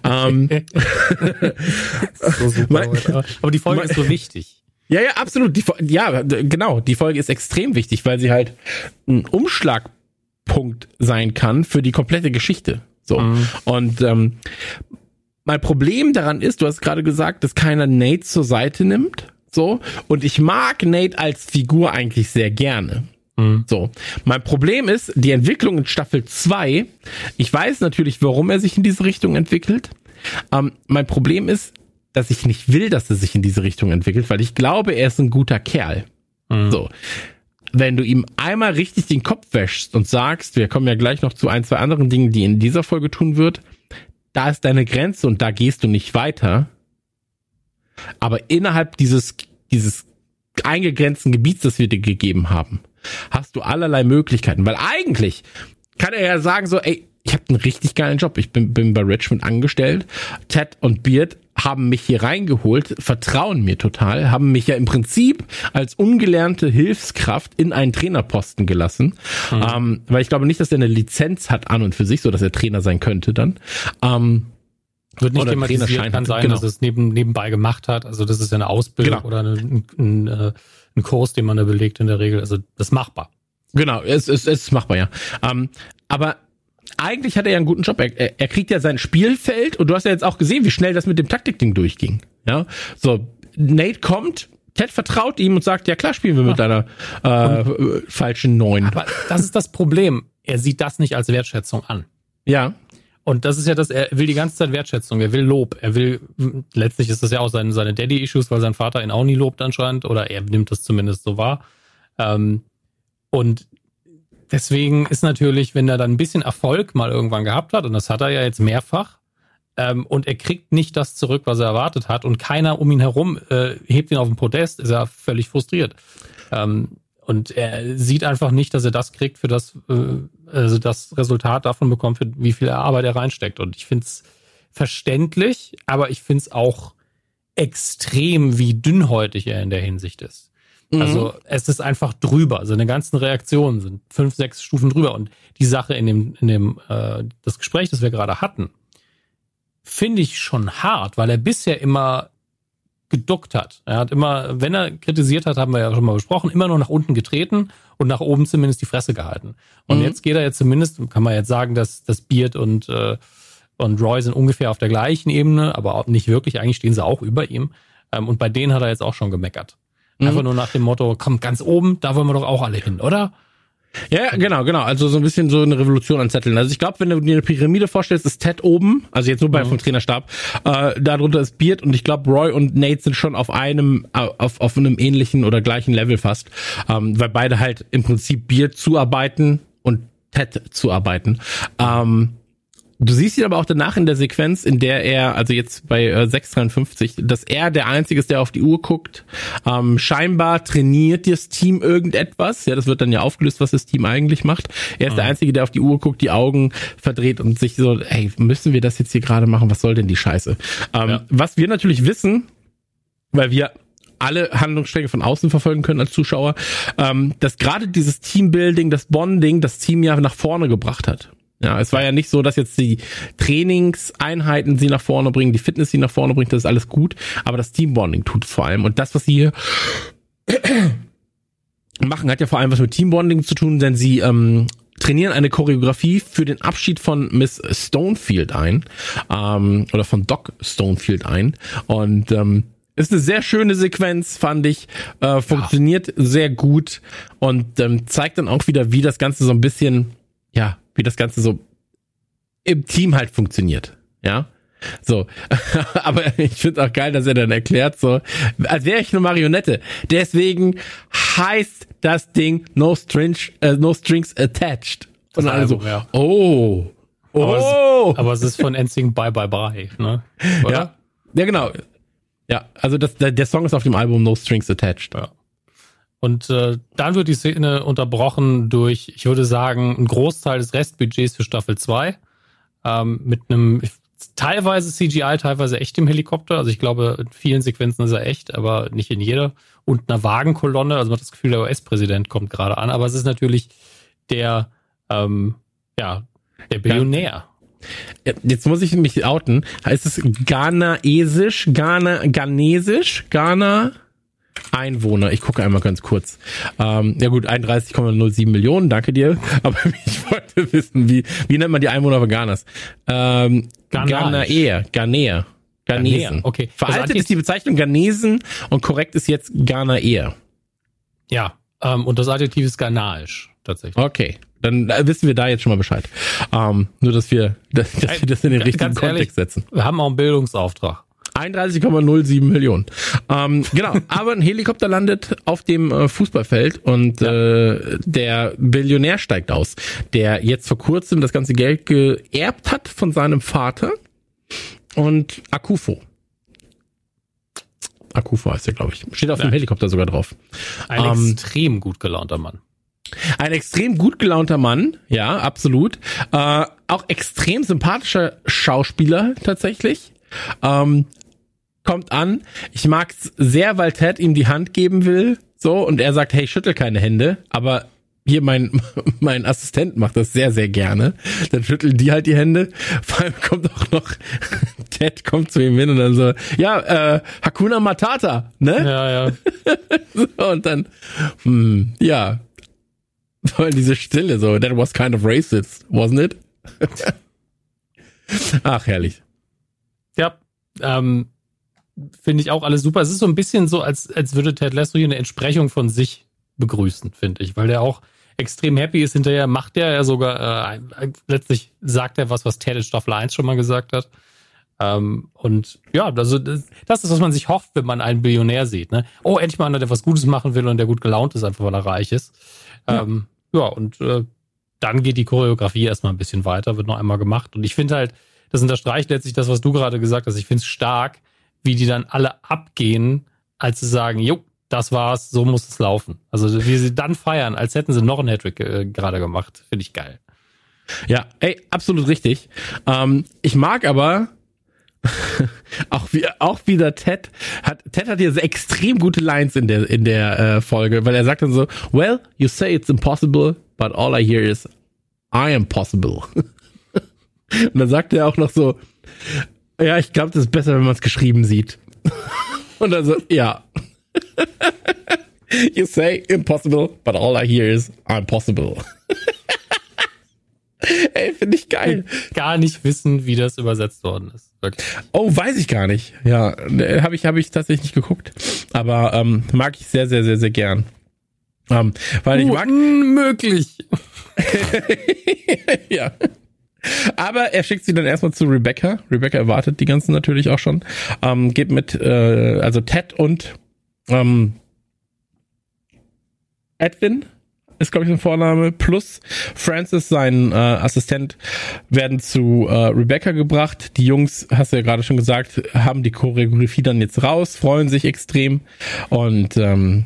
So super, aber die Folge ist so wichtig. Ja, absolut. Die Folge ist extrem wichtig, weil sie halt ein Umschlagpunkt sein kann für die komplette Geschichte. So. Und mein Problem daran ist, du hast gerade gesagt, dass keiner Nate zur Seite nimmt. So. Und ich mag Nate als Figur eigentlich sehr gerne. So. Mein Problem ist, die Entwicklung in Staffel 2, ich weiß natürlich, warum er sich in diese Richtung entwickelt. Mein Problem ist, dass ich nicht will, dass er sich in diese Richtung entwickelt, weil ich glaube, er ist ein guter Kerl. So. Wenn du ihm einmal richtig den Kopf wäschst und sagst, wir kommen ja gleich noch zu 1-2 anderen Dingen, die in dieser Folge tun wird, da ist deine Grenze und da gehst du nicht weiter. Aber innerhalb dieses dieses eingegrenzten Gebiets, das wir dir gegeben haben, hast du allerlei Möglichkeiten. Weil eigentlich kann er ja sagen so, ey, ich habe einen richtig geilen Job. Ich bin bei Richmond angestellt. Ted und Beard haben mich hier reingeholt, vertrauen mir total, haben mich ja im Prinzip als ungelernte Hilfskraft in einen Trainerposten gelassen. Weil ich glaube nicht, dass er eine Lizenz hat an und für sich, so dass er Trainer sein könnte dann. Wird nicht thematisiert, kann sein, dass es nebenbei gemacht hat. Also das ist ja eine Ausbildung oder ein Kurs, den man da belegt in der Regel. Also das ist machbar. Genau, es ist machbar, ja. Aber eigentlich hat er ja einen guten Job. Er kriegt ja sein Spielfeld und du hast ja jetzt auch gesehen, wie schnell das mit dem Taktikding durchging. Ja, so Nate kommt, Ted vertraut ihm und sagt, ja klar, spielen wir mit deiner falschen 9. Aber das ist das Problem. Er sieht das nicht als Wertschätzung an. Ja. Und das ist ja er will die ganze Zeit Wertschätzung, er will Lob, letztlich ist das ja auch seine Daddy-Issues, weil sein Vater ihn auch nie lobt anscheinend, oder er nimmt das zumindest so wahr. Und deswegen ist natürlich, wenn er dann ein bisschen Erfolg mal irgendwann gehabt hat, und das hat er ja jetzt mehrfach, und er kriegt nicht das zurück, was er erwartet hat, und keiner um ihn herum hebt ihn auf den Podest, ist er völlig frustriert. Und er sieht einfach nicht, dass er das kriegt, für das, also das Resultat davon bekommt, für wie viel Arbeit er reinsteckt. Und ich finde es verständlich, aber ich finde es auch extrem, wie dünnhäutig er in der Hinsicht ist. Also es ist einfach drüber. Seine ganzen Reaktionen sind 5, 6 Stufen drüber. Und die Sache in dem das Gespräch, das wir gerade hatten, finde ich schon hart, weil er bisher immer geduckt hat. Er hat immer, wenn er kritisiert hat, haben wir ja schon mal besprochen, immer nur nach unten getreten und nach oben zumindest die Fresse gehalten. Und jetzt geht er jetzt zumindest, kann man jetzt sagen, dass Beard und Roy sind ungefähr auf der gleichen Ebene, aber auch nicht wirklich. Eigentlich stehen sie auch über ihm. Und bei denen hat er jetzt auch schon gemeckert. Einfach nur nach dem Motto, komm, ganz oben, da wollen wir doch auch alle hin, oder? Ja, genau. Also so ein bisschen so eine Revolution anzetteln. Also ich glaube, wenn du dir eine Pyramide vorstellst, ist Ted oben, also jetzt nur vom Trainerstab, darunter ist Beard und ich glaube, Roy und Nate sind schon auf einem ähnlichen oder gleichen Level fast, weil beide halt im Prinzip Beard zuarbeiten und Ted zuarbeiten. Du siehst ihn aber auch danach in der Sequenz, in der er, also jetzt bei 6:53, dass er der Einzige ist, der auf die Uhr guckt. Scheinbar trainiert das Team irgendetwas. Ja, das wird dann ja aufgelöst, was das Team eigentlich macht. Er ist der Einzige, der auf die Uhr guckt, die Augen verdreht und sich so, hey, müssen wir das jetzt hier gerade machen? Was soll denn die Scheiße? Was wir natürlich wissen, weil wir alle Handlungsstränge von außen verfolgen können als Zuschauer, dass gerade dieses Teambuilding, das Bonding, das Team ja nach vorne gebracht hat. Ja, es war ja nicht so, dass jetzt die Trainingseinheiten sie nach vorne bringen, die Fitness sie nach vorne bringt, das ist alles gut, aber das Teambonding tut es vor allem. Und das, was sie hier machen, hat ja vor allem was mit Teambonding zu tun, denn sie trainieren eine Choreografie für den Abschied von Miss Stonefield ein, oder von Doc Stonefield ein. Und ist eine sehr schöne Sequenz, fand ich, funktioniert sehr gut und zeigt dann auch wieder, wie das Ganze so ein bisschen, ja, wie das Ganze so im Team halt funktioniert, ja, so, aber ich finde auch geil, dass er dann erklärt, so, als wäre ich eine Marionette, deswegen heißt das Ding No Strings Attached. Und alle so, ja. Aber es ist von NSYNC Bye Bye Bye, ne? Oder? Ja, genau. Ja, also der Song ist auf dem Album No Strings Attached. Ja. Und dann wird die Szene unterbrochen durch, ich würde sagen, einen Großteil des Restbudgets für Staffel 2 mit einem teilweise CGI, teilweise echtem Helikopter. Also ich glaube, in vielen Sequenzen ist er echt, aber nicht in jeder. Und einer Wagenkolonne, also man hat das Gefühl, der US-Präsident kommt gerade an. Aber es ist natürlich der Billionär. Jetzt muss ich mich outen. Heißt es Ghanesisch? Ghana? Einwohner. Ich gucke einmal ganz kurz. Ja gut, 31,07 Millionen, danke dir. Aber ich wollte wissen, wie nennt man die Einwohner von Ghanas? Ghanäer. Ghanesen. Okay. Veraltet ist die Bezeichnung Ghanesen und korrekt ist jetzt Ghanäer. Ja, und das Adjektiv ist ghanaisch, tatsächlich. Okay, dann wissen wir da jetzt schon mal Bescheid. Nur, dass wir das in den richtigen Kontext setzen. Wir haben auch einen Bildungsauftrag. 31,07 Millionen. Genau, aber ein Helikopter landet auf dem Fußballfeld und der Billionär steigt aus, der jetzt vor kurzem das ganze Geld geerbt hat von seinem Vater und Akufo. Akufa heißt der, glaube ich. Steht auf dem Helikopter sogar drauf. Ein extrem gut gelaunter Mann. Ein extrem gut gelaunter Mann, ja, absolut. Auch extrem sympathischer Schauspieler tatsächlich. Kommt an. Ich mag's sehr, weil Ted ihm die Hand geben will, so, und er sagt, hey, schüttel keine Hände, aber hier mein Assistent macht das sehr, sehr gerne. Dann schütteln die halt die Hände. Vor allem kommt auch noch, Ted kommt zu ihm hin und dann so, ja, Hakuna Matata, ne? Ja. So, und dann, ja, voll diese Stille, so, that was kind of racist, wasn't it? Ach, herrlich. Ja, finde ich auch alles super. Es ist so ein bisschen so, als würde Ted Lasso hier eine Entsprechung von sich begrüßen, finde ich, weil der auch extrem happy ist. Hinterher macht der ja sogar, letztlich sagt er was Ted in Staffel 1 schon mal gesagt hat. Und ja, also das ist, was man sich hofft, wenn man einen Billionär sieht. Ne? Oh, endlich mal einer, der was Gutes machen will und der gut gelaunt ist, einfach weil er reich ist. Und dann geht die Choreografie erstmal ein bisschen weiter, wird noch einmal gemacht. Und ich finde halt, das unterstreicht letztlich das, was du gerade gesagt hast. Ich finde es stark, wie die dann alle abgehen, als sie sagen, jo, das war's, so muss es laufen. Also wie sie dann feiern, als hätten sie noch einen Hattrick gerade gemacht, finde ich geil. Ja, ey, absolut richtig. Ich mag aber auch wieder Ted hat hier so extrem gute Lines in der Folge, weil er sagt dann so, well, you say it's impossible, but all I hear is I am possible. Und dann sagt er auch noch so, ja, ich glaube, das ist besser, wenn man es geschrieben sieht. Und dann so, ja. You say impossible, but all I hear is I'm possible. Ey, finde ich geil. Gar nicht wissen, wie das übersetzt worden ist. Wirklich. Oh, weiß ich gar nicht. Ja, habe ich tatsächlich nicht geguckt. Aber mag ich sehr, sehr, sehr, sehr gern. Weil ich mag... Unmöglich. Ja. Aber er schickt sie dann erstmal zu Rebecca. Rebecca erwartet die ganzen natürlich auch schon. Geht mit, also Ted und Edwin ist, glaube ich, sein Vorname, plus Francis, sein Assistent, werden zu Rebecca gebracht. Die Jungs, hast du ja gerade schon gesagt, haben die Choreografie dann jetzt raus, freuen sich extrem. Und dann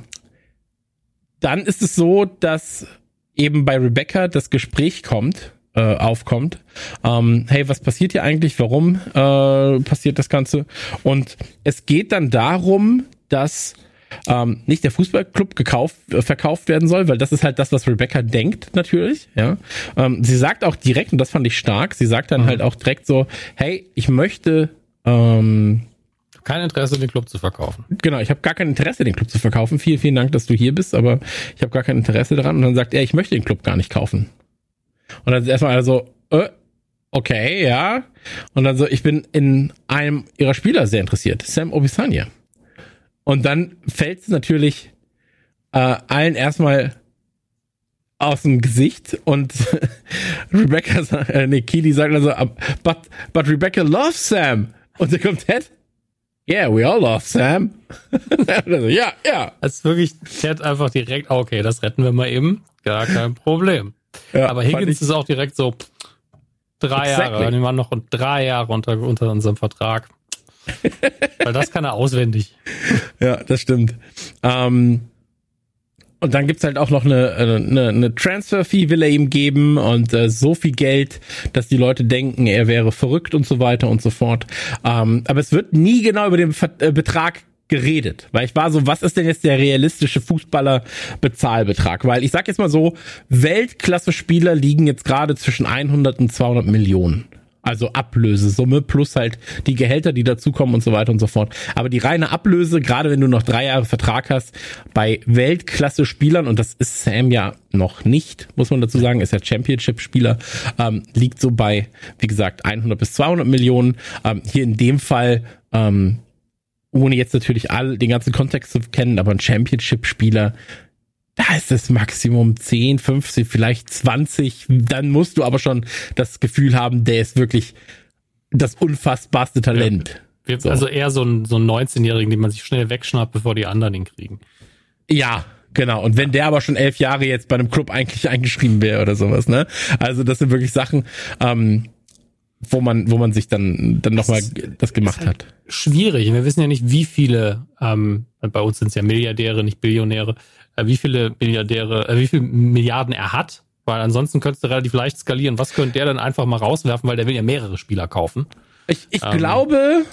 ist es so, dass eben bei Rebecca das Gespräch aufkommt. Hey, was passiert hier eigentlich? Warum passiert das Ganze? Und es geht dann darum, dass nicht der Fußballclub verkauft werden soll, weil das ist halt das, was Rebecca denkt, natürlich. Ja, sie sagt auch direkt, und das fand ich stark, sie sagt dann halt auch direkt so, hey, ich möchte kein Interesse, den Club zu verkaufen. Genau, ich habe gar kein Interesse, den Club zu verkaufen. Vielen, vielen Dank, dass du hier bist, aber ich habe gar kein Interesse daran. Und dann sagt er, ich möchte den Club gar nicht kaufen. Und dann ist erstmal so, okay, ja. Und dann so, ich bin in einem ihrer Spieler sehr interessiert, Sam Obisanya. Und dann fällt es natürlich allen erstmal aus dem Gesicht und Rebecca sagt, Keely sagt also, but Rebecca loves Sam. Und dann kommt Ted, yeah, we all love Sam. Also, ja. Es ist wirklich Ted einfach direkt, okay, das retten wir mal eben, gar kein Problem. Ja, aber Higgins ist auch direkt so 3 Jahre. Die waren noch 3 Jahre unter unserem Vertrag. Weil das kann er auswendig. Ja, das stimmt. Und dann gibt's halt auch noch eine Transfer-Fee will er ihm geben und so viel Geld, dass die Leute denken, er wäre verrückt und so weiter und so fort. Aber es wird nie genau über den Betrag geredet, weil ich war so, was ist denn jetzt der realistische Fußballer-Bezahlbetrag? Weil ich sag jetzt mal so, Weltklasse-Spieler liegen jetzt gerade zwischen 100 und 200 Millionen. Also Ablösesumme plus halt die Gehälter, die dazukommen und so weiter und so fort. Aber die reine Ablöse, gerade wenn du noch 3 Jahre Vertrag hast, bei Weltklasse-Spielern, und das ist Sam ja noch nicht, muss man dazu sagen, ist ja Championship-Spieler, liegt so bei, wie gesagt, 100 bis 200 Millionen. Hier in dem Fall, ohne jetzt natürlich den ganzen Kontext zu kennen, aber ein Championship-Spieler, da ist das Maximum 10, 15, vielleicht 20. Dann musst du aber schon das Gefühl haben, der ist wirklich das unfassbarste Talent. Ja. So. Also eher so ein 19-Jährigen, den man sich schnell wegschnappt, bevor die anderen ihn kriegen. Ja, genau. Und wenn der aber schon 11 Jahre jetzt bei einem Club eigentlich eingeschrieben wäre oder sowas, ne? Also das sind wirklich Sachen, wo man sich dann nochmal das gemacht halt hat. Schwierig. Wir wissen ja nicht, wie viele, bei uns sind es ja Milliardäre, nicht Billionäre, wie viele Milliarden er hat, weil ansonsten könntest du relativ leicht skalieren. Was könnte der dann einfach mal rauswerfen, weil der will ja mehrere Spieler kaufen. Ich glaube,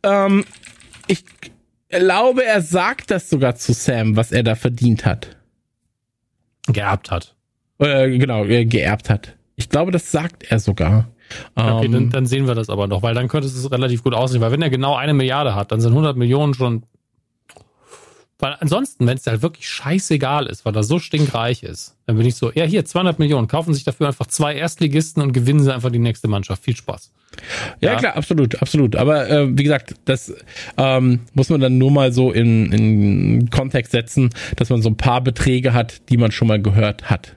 er sagt das sogar zu Sam, was er da verdient hat. Geerbt hat. Geerbt hat. Ich glaube, das sagt er sogar. Okay, dann sehen wir das aber noch, weil dann könnte es relativ gut aussehen, weil wenn er genau 1 Milliarde hat, dann sind 100 Millionen schon, weil ansonsten, wenn es halt wirklich scheißegal ist, weil er so stinkreich ist, dann bin ich so, ja hier, 200 Millionen, kaufen sich dafür einfach 2 Erstligisten und gewinnen sie einfach die nächste Mannschaft. Viel Spaß. Ja, klar, absolut. Aber wie gesagt, das muss man dann nur mal so in Kontext setzen, dass man so ein paar Beträge hat, die man schon mal gehört hat.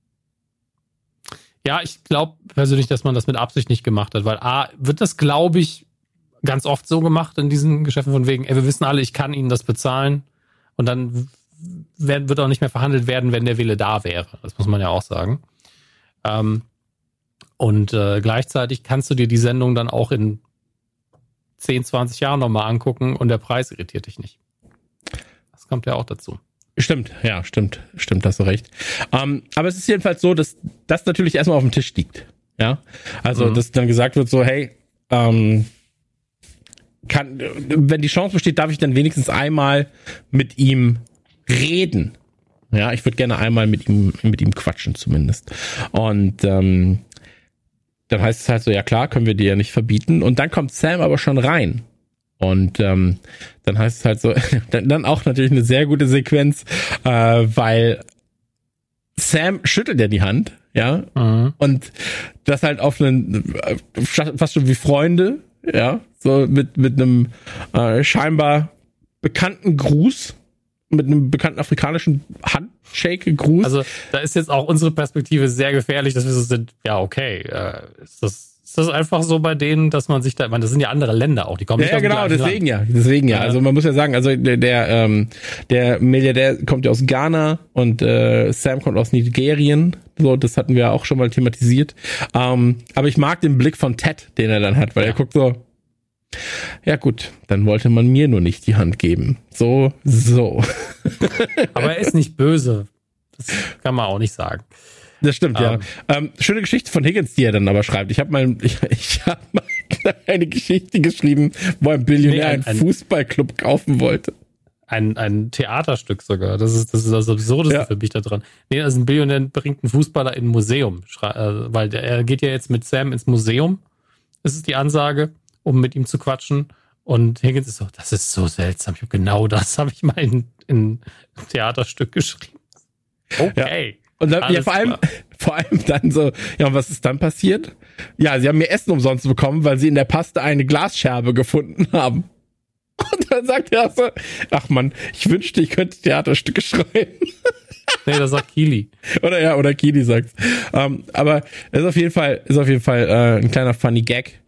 Ja, ich glaube persönlich, dass man das mit Absicht nicht gemacht hat, weil wird das, glaube ich, ganz oft so gemacht in diesen Geschäften von wegen, wir wissen alle, ich kann Ihnen das bezahlen und dann wird auch nicht mehr verhandelt werden, wenn der Wille da wäre. Das muss man ja auch sagen. Und gleichzeitig kannst du dir die Sendung dann auch in 10, 20 Jahren nochmal angucken und der Preis irritiert dich nicht. Das kommt ja auch dazu. Stimmt, hast du recht. Aber es ist jedenfalls so, dass das natürlich erstmal auf dem Tisch liegt. Ja, also dass dann gesagt wird so, hey, wenn die Chance besteht, darf ich dann wenigstens einmal mit ihm reden. Ja, ich würde gerne einmal mit ihm quatschen zumindest. Und dann heißt es halt so, ja klar, können wir dir ja nicht verbieten. Und dann kommt Sam aber schon rein. Und dann heißt es halt so, dann auch natürlich eine sehr gute Sequenz, weil Sam schüttelt ja die Hand, ja, und das halt auf einen, fast schon wie Freunde, ja, so mit einem scheinbar bekannten Gruß, mit einem bekannten afrikanischen Handshake-Gruß. Also da ist jetzt auch unsere Perspektive sehr gefährlich, dass wir so sind, ja okay, ist das einfach so bei denen, dass man sich da, ich meine, das sind ja andere Länder auch, die kommen nicht aus dem gleichen Land. Deswegen ja. Also man muss ja sagen, also der Milliardär kommt ja aus Ghana und Sam kommt aus Nigerien. So, das hatten wir auch schon mal thematisiert. Aber ich mag den Blick von Ted, den er dann hat, weil er guckt so, ja gut, dann wollte man mir nur nicht die Hand geben. So. Aber er ist nicht böse. Das kann man auch nicht sagen. Das stimmt, ja. Schöne Geschichte von Higgins, die er dann aber schreibt. Ich hab mal eine Geschichte geschrieben, wo ein Billionär einen Fußballclub kaufen wollte. Ein Theaterstück sogar. Das ist das Absurdeste für mich da dran. Nee, also ein Billionär bringt einen Fußballer in ein Museum. Weil er geht ja jetzt mit Sam ins Museum. Das ist die Ansage, um mit ihm zu quatschen. Und Higgins ist so, das ist so seltsam. Genau das habe ich mal in ein Theaterstück geschrieben. Okay. Ja. Und dann, vor allem dann so, ja, und was ist dann passiert? Ja, sie haben mir Essen umsonst bekommen, weil sie in der Paste eine Glasscherbe gefunden haben. Und dann sagt er so, ach man, ich wünschte, ich könnte Theaterstücke schreiben. Nee, das sagt Keely. Oder Keely sagt's. Aber es ist auf jeden Fall ein kleiner funny Gag.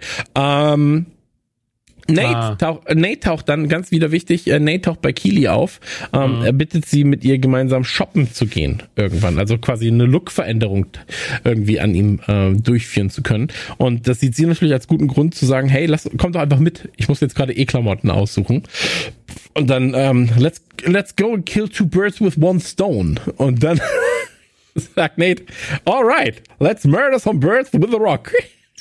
Nate taucht dann, ganz wieder wichtig, Nate taucht bei Keely auf. Er bittet sie, mit ihr gemeinsam shoppen zu gehen irgendwann. Also quasi eine Look-Veränderung irgendwie an ihm durchführen zu können. Und das sieht sie natürlich als guten Grund zu sagen, hey, komm doch einfach mit. Ich muss jetzt gerade Klamotten aussuchen. Und dann, let's go and kill 2 birds with 1 stone. Und dann sagt Nate, alright, let's murder some birds with a rock.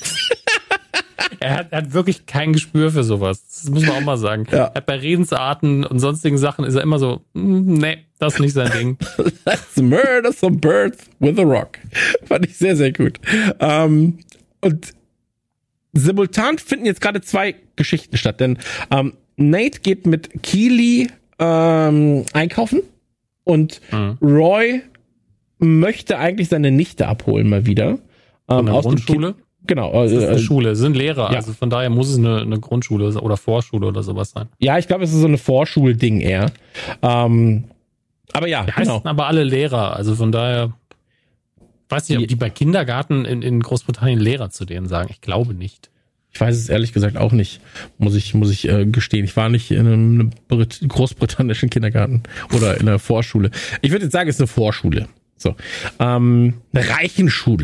Er hat wirklich kein Gespür für sowas. Das muss man auch mal sagen. Ja. Er hat bei Redensarten und sonstigen Sachen ist er immer so, nee, das ist nicht sein Ding. Let's murder some birds with a rock. Fand ich sehr, sehr gut. Und simultan finden jetzt gerade 2 Geschichten statt, denn Nate geht mit Keely einkaufen und Roy möchte eigentlich seine Nichte abholen mal wieder. Von der Grundschule? Genau. Das ist eine Schule, sind Lehrer, also von daher muss es eine Grundschule oder Vorschule oder sowas sein. Ja, ich glaube, es ist so eine Vorschulding eher. Aber ja, die heißen aber alle Lehrer, also von daher, weiß nicht, ob die bei Kindergarten in Großbritannien Lehrer zu denen sagen. Ich glaube nicht. Ich weiß es ehrlich gesagt auch nicht, muss ich gestehen. Ich war nicht in einem großbritannischen Kindergarten oder in einer Vorschule. Ich würde jetzt sagen, es ist eine Vorschule. So, eine Reichenschule.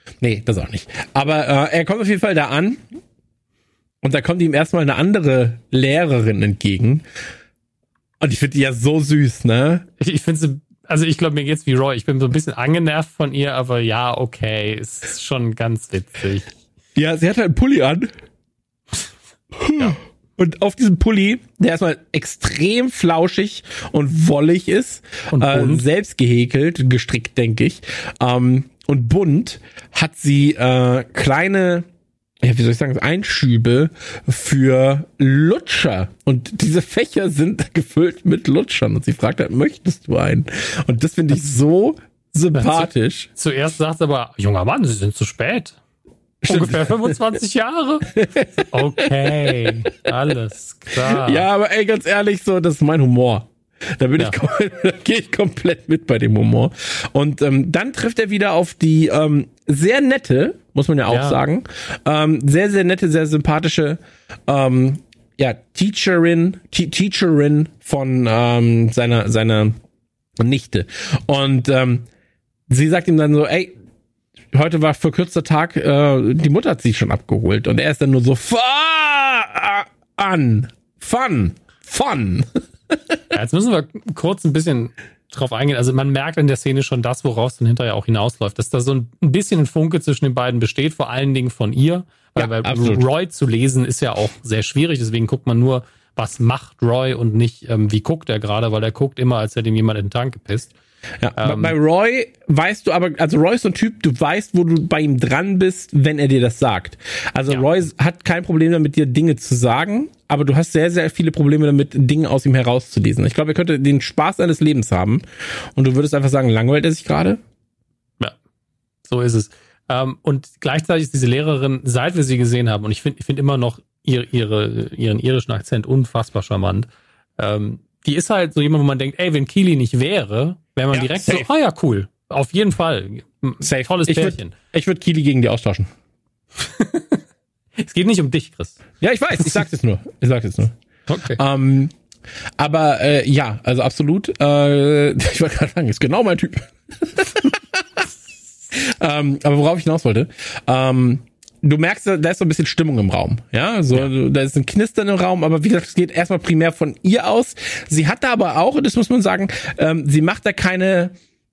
Nee, das auch nicht. Aber er kommt auf jeden Fall da an und da kommt ihm erstmal eine andere Lehrerin entgegen. Und ich finde die ja so süß, ne? Ich finde sie, also ich glaube, mir geht's wie Roy. Ich bin so ein bisschen angenervt von ihr, aber ja, okay, ist schon ganz witzig. Ja, sie hat halt einen Pulli an. Ja. Und auf diesem Pulli, der erstmal extrem flauschig und wollig ist, und selbst gehäkelt, gestrickt, denke ich, und bunt, hat sie kleine, ja, wie soll ich sagen, Einschübe für Lutscher. Und diese Fächer sind gefüllt mit Lutschern. Und sie fragt halt, möchtest du einen? Und das finde ich so sympathisch. Zuerst sagt sie aber, junger Mann, Sie sind zu spät. Stimmt. Ungefähr 25 Jahre. Okay, alles klar. Ja, aber ey, ganz ehrlich, so, das ist mein Humor. Da bin da gehe ich komplett mit bei dem Humor. Und dann trifft er wieder auf die sehr nette, muss man ja auch sagen, sehr, sehr nette, sehr sympathische Teacherin von seiner Nichte. Und sie sagt ihm dann so, ey, heute war verkürzter Tag, die Mutter hat sie schon abgeholt. Und er ist dann nur so, Fun. Ja, jetzt müssen wir kurz ein bisschen drauf eingehen. Also man merkt in der Szene schon das, woraus dann hinterher auch hinausläuft, dass da so ein bisschen ein Funke zwischen den beiden besteht, vor allen Dingen von ihr. Weil Roy zu lesen ist ja auch sehr schwierig, deswegen guckt man nur, was macht Roy und nicht, wie guckt er gerade, weil er guckt immer, als hätte ihm jemand in den Tank gepisst. Ja, bei Roy weißt du aber, also Roy ist so ein Typ, du weißt, wo du bei ihm dran bist, wenn er dir das sagt. Also Roy hat kein Problem damit, dir Dinge zu sagen, aber du hast sehr, sehr viele Probleme damit, Dinge aus ihm herauszulesen. Ich glaube, er könnte den Spaß seines Lebens haben und du würdest einfach sagen, langweilt er sich gerade? Ja, so ist es. Und gleichzeitig ist diese Lehrerin, seit wir sie gesehen haben, und ich finde immer noch ihren irischen Akzent unfassbar charmant, die ist halt so jemand, wo man denkt, ey, wenn Keely nicht wäre, wäre man direkt safe. So, ja, cool. Auf jeden Fall. Safe. Tolles Pärchen. Ich würde Keely gegen die austauschen. Es geht nicht um dich, Chris. Ja, ich weiß. Ich sag's jetzt nur. Okay. Aber also absolut. Ich wollte gerade sagen, ist genau mein Typ. Aber worauf ich hinaus wollte, du merkst, da ist so ein bisschen Stimmung im Raum. Ja, so, da ist ein Knistern im Raum, aber wie gesagt, es geht erstmal primär von ihr aus. Sie hat da aber auch, das muss man sagen, sie macht da keine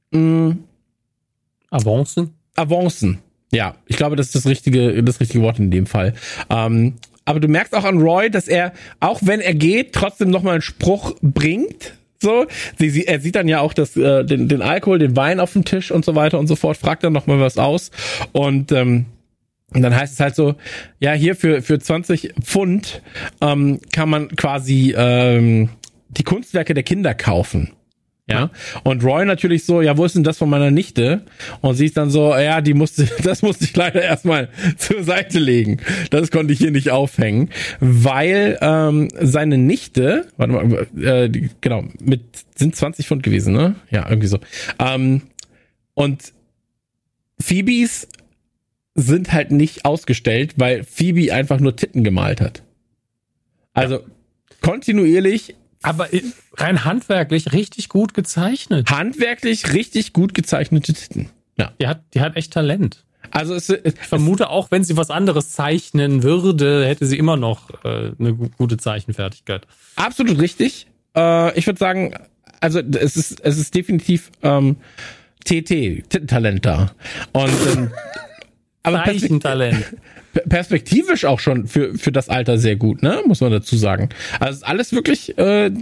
Avancen. Ja, ich glaube, das ist das richtige Wort in dem Fall. Aber du merkst auch an Roy, dass er, auch wenn er geht, trotzdem nochmal einen Spruch bringt. So, er sieht dann ja auch den Alkohol, den Wein auf dem Tisch und so weiter und so fort, fragt dann nochmal was aus und dann heißt es halt so, ja, hier für 20 Pfund kann man quasi die Kunstwerke der Kinder kaufen. Ja. Und Roy natürlich so, ja, wo ist denn das von meiner Nichte? Und sie ist dann so, ja, das musste ich leider erstmal zur Seite legen. Das konnte ich hier nicht aufhängen, weil seine Nichte, warte mal, sind 20 Pfund gewesen, ne? Ja, irgendwie so. Und Phoebes sind halt nicht ausgestellt, weil Phoebe einfach nur Titten gemalt hat. Also kontinuierlich. Aber rein handwerklich richtig gut gezeichnet. Handwerklich richtig gut gezeichnete Titten. Ja. Die hat echt Talent. Also ich vermute auch, wenn sie was anderes zeichnen würde, hätte sie immer noch eine gute Zeichenfertigkeit. Absolut richtig. Ich würde sagen, also es ist definitiv Tittentalent da. Und aber Zeichentalent. Perspektivisch auch schon für das Alter sehr gut, ne? Muss man dazu sagen. Also ist alles wirklich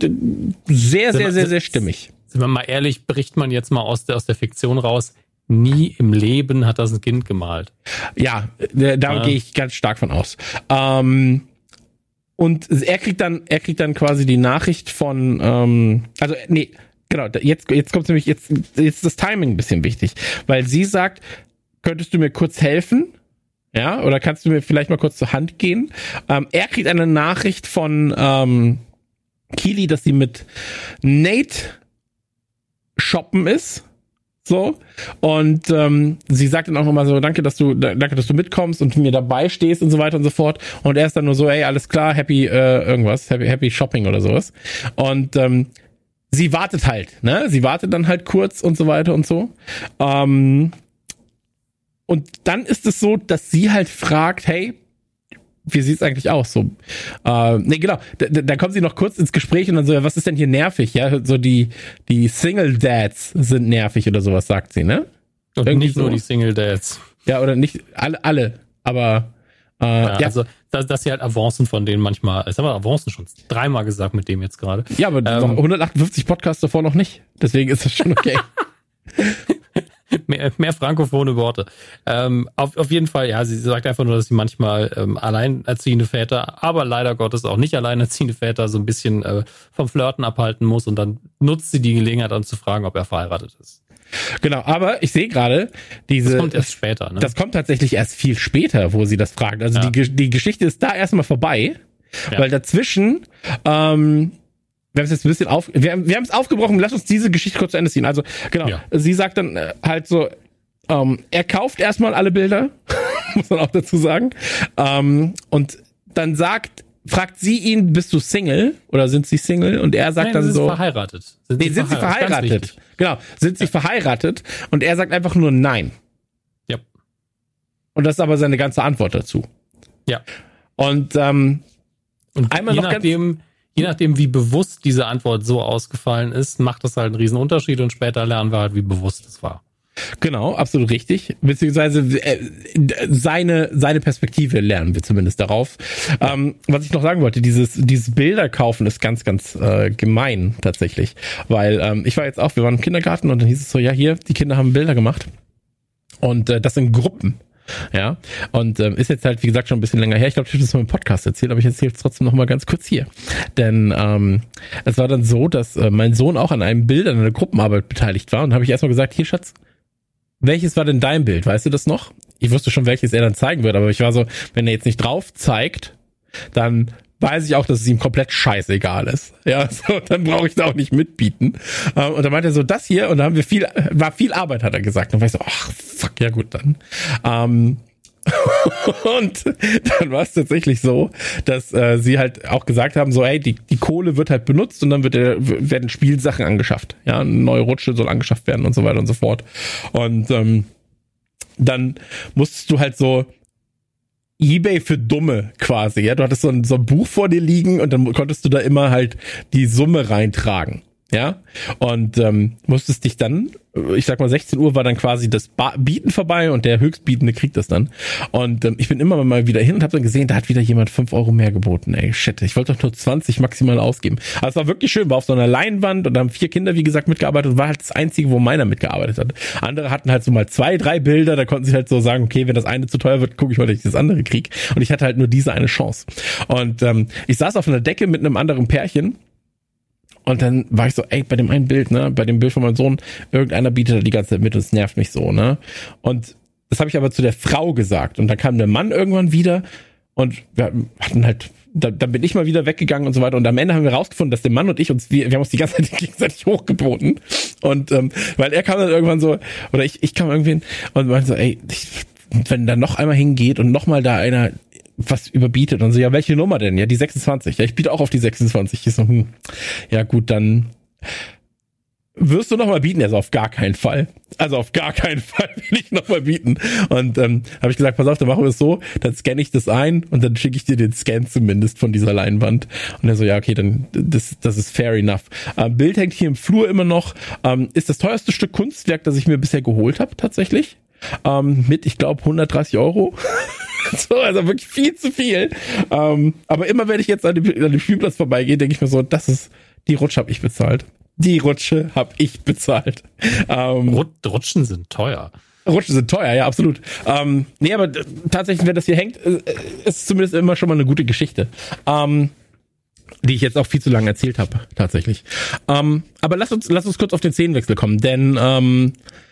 sehr stimmig. Sind wir mal ehrlich, bricht man jetzt mal aus der Fiktion raus. Nie im Leben hat das ein Kind gemalt. Ja, da gehe ich ganz stark von aus. Und er kriegt dann quasi die Nachricht von, jetzt kommt nämlich, jetzt ist das Timing ein bisschen wichtig, weil sie sagt, könntest du mir kurz helfen? Ja, oder kannst du mir vielleicht mal kurz zur Hand gehen? Er kriegt eine Nachricht von Keely, dass sie mit Nate shoppen ist. So. Und sie sagt dann auch nochmal so, danke, dass du mitkommst und mir dabei stehst und so weiter und so fort. Und er ist dann nur so, ey, alles klar, happy happy Shopping oder sowas. Und sie wartet halt, ne? Sie wartet dann halt kurz und so weiter und so. Und dann ist es so, dass sie halt fragt, hey, wie sieht's eigentlich aus? So, nee, genau. Da kommen sie noch kurz ins Gespräch und dann so, ja, was ist denn hier nervig? Ja, so die Single Dads sind nervig oder sowas, sagt sie, ne? Und irgendwie nicht so. nur die Single Dads. Ja, oder nicht alle, aber ja. Also, dass sie halt Avancen von denen manchmal, das haben wir Avancen schon 3-mal gesagt mit dem jetzt gerade. Ja, aber 158 Podcasts davor noch nicht. Deswegen ist das schon okay. Mehr frankophone Worte. Auf jeden Fall, ja, sie sagt einfach nur, dass sie manchmal alleinerziehende Väter, aber leider Gottes auch nicht alleinerziehende Väter so ein bisschen vom Flirten abhalten muss und dann nutzt sie die Gelegenheit an zu fragen, ob er verheiratet ist. Genau, aber ich sehe gerade, das kommt erst später, ne? Das kommt tatsächlich erst viel später, wo sie das fragt. Also die Geschichte ist da erstmal vorbei, weil dazwischen, wir haben es jetzt ein bisschen wir haben es aufgebrochen, lass uns diese Geschichte kurz zu Ende ziehen. Also, genau, sie sagt dann halt so, er kauft erstmal alle Bilder, muss man auch dazu sagen, und dann fragt sie ihn, bist du Single oder sind sie Single? Und er sagt dann so, verheiratet. Sind sie verheiratet? Genau, sind sie verheiratet? Und er sagt einfach nur nein. Ja. Und das ist aber seine ganze Antwort dazu. Ja. Und einmal je noch je nachdem, wie bewusst diese Antwort so ausgefallen ist, macht das halt einen riesen Unterschied und später lernen wir halt, wie bewusst es war. Genau, absolut richtig. Beziehungsweise seine Perspektive lernen wir zumindest darauf. Was ich noch sagen wollte, dieses Bilder kaufen ist ganz, ganz gemein tatsächlich. Weil wir waren im Kindergarten und dann hieß es so, ja hier, die Kinder haben Bilder gemacht. Und das in Gruppen. Ja, und ist jetzt halt, wie gesagt, schon ein bisschen länger her. Ich glaube, ich habe das mal im Podcast erzählt, aber ich erzähle es trotzdem noch mal ganz kurz hier. Denn es war dann so, dass mein Sohn auch an einem Bild, an einer Gruppenarbeit beteiligt war. Und habe ich erstmal gesagt, hier Schatz, welches war denn dein Bild? Weißt du das noch? Ich wusste schon, welches er dann zeigen wird, aber ich war so, wenn er jetzt nicht drauf zeigt, dann weiß ich auch, dass es ihm komplett scheißegal ist. Ja, so, dann brauche ich da auch nicht mitbieten. Und dann meinte er so, das hier, und da haben wir war viel Arbeit, hat er gesagt. Und dann war ich so, ach, fuck, ja gut, dann. Und dann war es tatsächlich so, dass sie halt auch gesagt haben, so, ey, die Kohle wird halt benutzt und dann werden Spielsachen angeschafft. Ja, eine neue Rutsche soll angeschafft werden und so weiter und so fort. Und dann musstest du halt so eBay für Dumme quasi, ja. Du hattest so ein Buch vor dir liegen und dann konntest du da immer halt die Summe reintragen. Ja, und musstest dich dann, ich sag mal 16 Uhr war dann quasi das Bieten vorbei und der Höchstbietende kriegt das dann. Und ich bin immer mal wieder hin und habe dann gesehen, da hat wieder jemand 5 Euro mehr geboten. Ey, shit, ich wollte doch nur 20 maximal ausgeben. Aber es war wirklich schön, war auf so einer Leinwand und da haben 4 Kinder, wie gesagt, mitgearbeitet und war halt das Einzige, wo meiner mitgearbeitet hat. Andere hatten halt so mal 2, 3 Bilder, da konnten sie halt so sagen, okay, wenn das eine zu teuer wird, gucke ich mal, dass ich das andere krieg. Und ich hatte halt nur diese eine Chance. Und ich saß auf einer Decke mit einem anderen Pärchen. Und dann war ich so, ey, bei dem einen Bild, ne, bei dem Bild von meinem Sohn, irgendeiner bietet da die ganze Zeit mit und es nervt mich so, ne. Und das habe ich aber zu der Frau gesagt. Und dann kam der Mann irgendwann wieder und wir hatten halt, dann bin ich mal wieder weggegangen und so weiter. Und am Ende haben wir rausgefunden, dass der Mann und ich wir haben uns die ganze Zeit gegenseitig hochgeboten. Und weil er kam dann irgendwann so, oder ich kam irgendwie hin und meinte so, ey, wenn da noch einmal hingeht und noch mal da einer was überbietet und so, ja, welche Nummer denn? Ja, die 26. Ja, ich biete auch auf die 26. Ich so, ja gut, dann wirst du nochmal bieten? Also auf gar keinen Fall. Also auf gar keinen Fall will ich nochmal bieten. Und habe ich gesagt, pass auf, dann machen wir es so, dann scanne ich das ein und dann schicke ich dir den Scan zumindest von dieser Leinwand. Und er so, ja, okay, dann das ist fair enough. Bild hängt hier im Flur immer noch. Ist das teuerste Stück Kunstwerk, das ich mir bisher geholt habe, tatsächlich. Mit, ich glaube, 130 Euro. So, also wirklich viel zu viel. Aber immer wenn ich jetzt an dem Spielplatz vorbeigehe, denke ich mir so, die Rutsche habe ich bezahlt. Die Rutsche habe ich bezahlt. Rutschen sind teuer. Rutschen sind teuer, ja, absolut. Nee, aber tatsächlich, wenn das hier hängt, ist zumindest immer schon mal eine gute Geschichte. Die ich jetzt auch viel zu lange erzählt habe, tatsächlich. Aber lass uns kurz auf den Szenenwechsel kommen, denn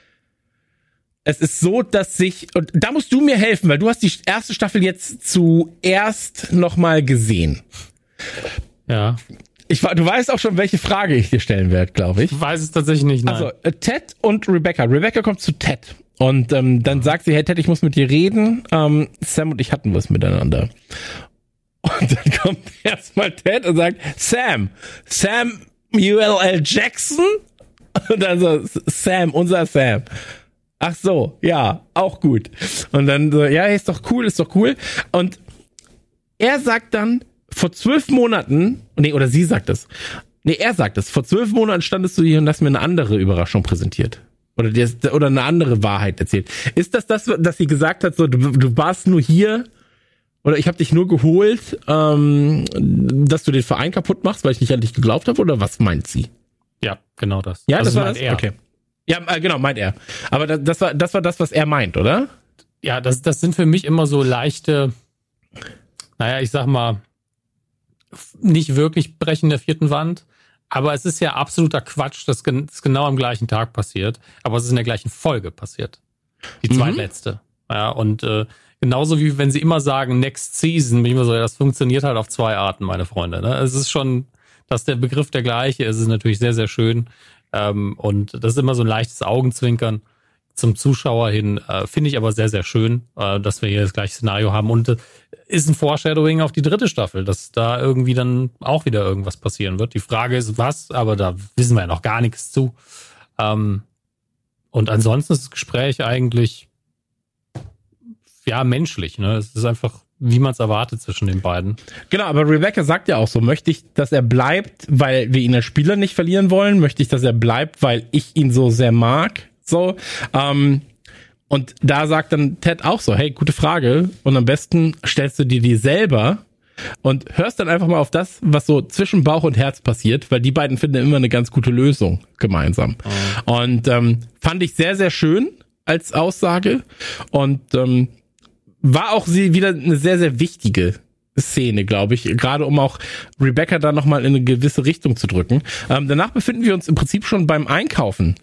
es ist so, dass und da musst du mir helfen, weil du hast die erste Staffel jetzt zuerst nochmal gesehen. Ja. Du weißt auch schon, welche Frage ich dir stellen werde, glaube ich. Ich weiß es tatsächlich nicht, nein. Also, Ted und Rebecca. Rebecca kommt zu Ted. Und dann sagt sie, hey Ted, ich muss mit dir reden. Sam und ich hatten was miteinander. Und dann kommt erstmal Ted und sagt, Samuel L. Jackson? Und dann so, Sam, unser Sam. Ach so, ja, auch gut. Und dann so, ja, ist doch cool. Und er sagt dann, vor 12 Monaten, oder sie sagt es. Er sagt es, vor 12 Monaten standest du hier und hast mir eine andere Überraschung präsentiert. Oder eine andere Wahrheit erzählt. Ist das, dass sie gesagt hat, so, du warst nur hier, oder ich habe dich nur geholt, dass du den Verein kaputt machst, weil ich nicht an dich geglaubt habe, oder was meint sie? Ja, genau das. Ja, also das war das? Er. Okay. Ja, genau, meint er. Aber das war das, was er meint, oder? Ja, das sind für mich immer so leichte, naja, ich sag mal, nicht wirklich Brechen der vierten Wand, aber es ist ja absoluter Quatsch, dass es genau am gleichen Tag passiert, aber es ist in der gleichen Folge passiert. Die zweitletzte. Ja, und genauso wie wenn sie immer sagen, next season, bin ich immer so, ja, das funktioniert halt auf 2 Arten, meine Freunde. Ne? Es ist schon, dass der Begriff der gleiche ist, ist natürlich sehr, sehr schön. Und das ist immer so ein leichtes Augenzwinkern zum Zuschauer hin, finde ich aber sehr, sehr schön, dass wir hier das gleiche Szenario haben. Und ist ein Foreshadowing auf die 3. Staffel, dass da irgendwie dann auch wieder irgendwas passieren wird. Die Frage ist, was, aber da wissen wir ja noch gar nichts zu. Und ansonsten ist das Gespräch eigentlich ja menschlich. Ne? Es ist einfach, wie man es erwartet zwischen den beiden. Genau, aber Rebecca sagt ja auch so, möchte ich, dass er bleibt, weil wir ihn als Spieler nicht verlieren wollen? Möchte ich, dass er bleibt, weil ich ihn so sehr mag? So, und da sagt dann Ted auch so, hey, gute Frage, und am besten stellst du dir die selber und hörst dann einfach mal auf das, was so zwischen Bauch und Herz passiert, weil die beiden finden immer eine ganz gute Lösung gemeinsam. Und fand ich sehr, sehr schön als Aussage und war auch sie wieder eine sehr, sehr wichtige Szene, glaube ich, gerade um auch Rebecca da nochmal in eine gewisse Richtung zu drücken. Danach befinden wir uns im Prinzip schon beim Einkaufen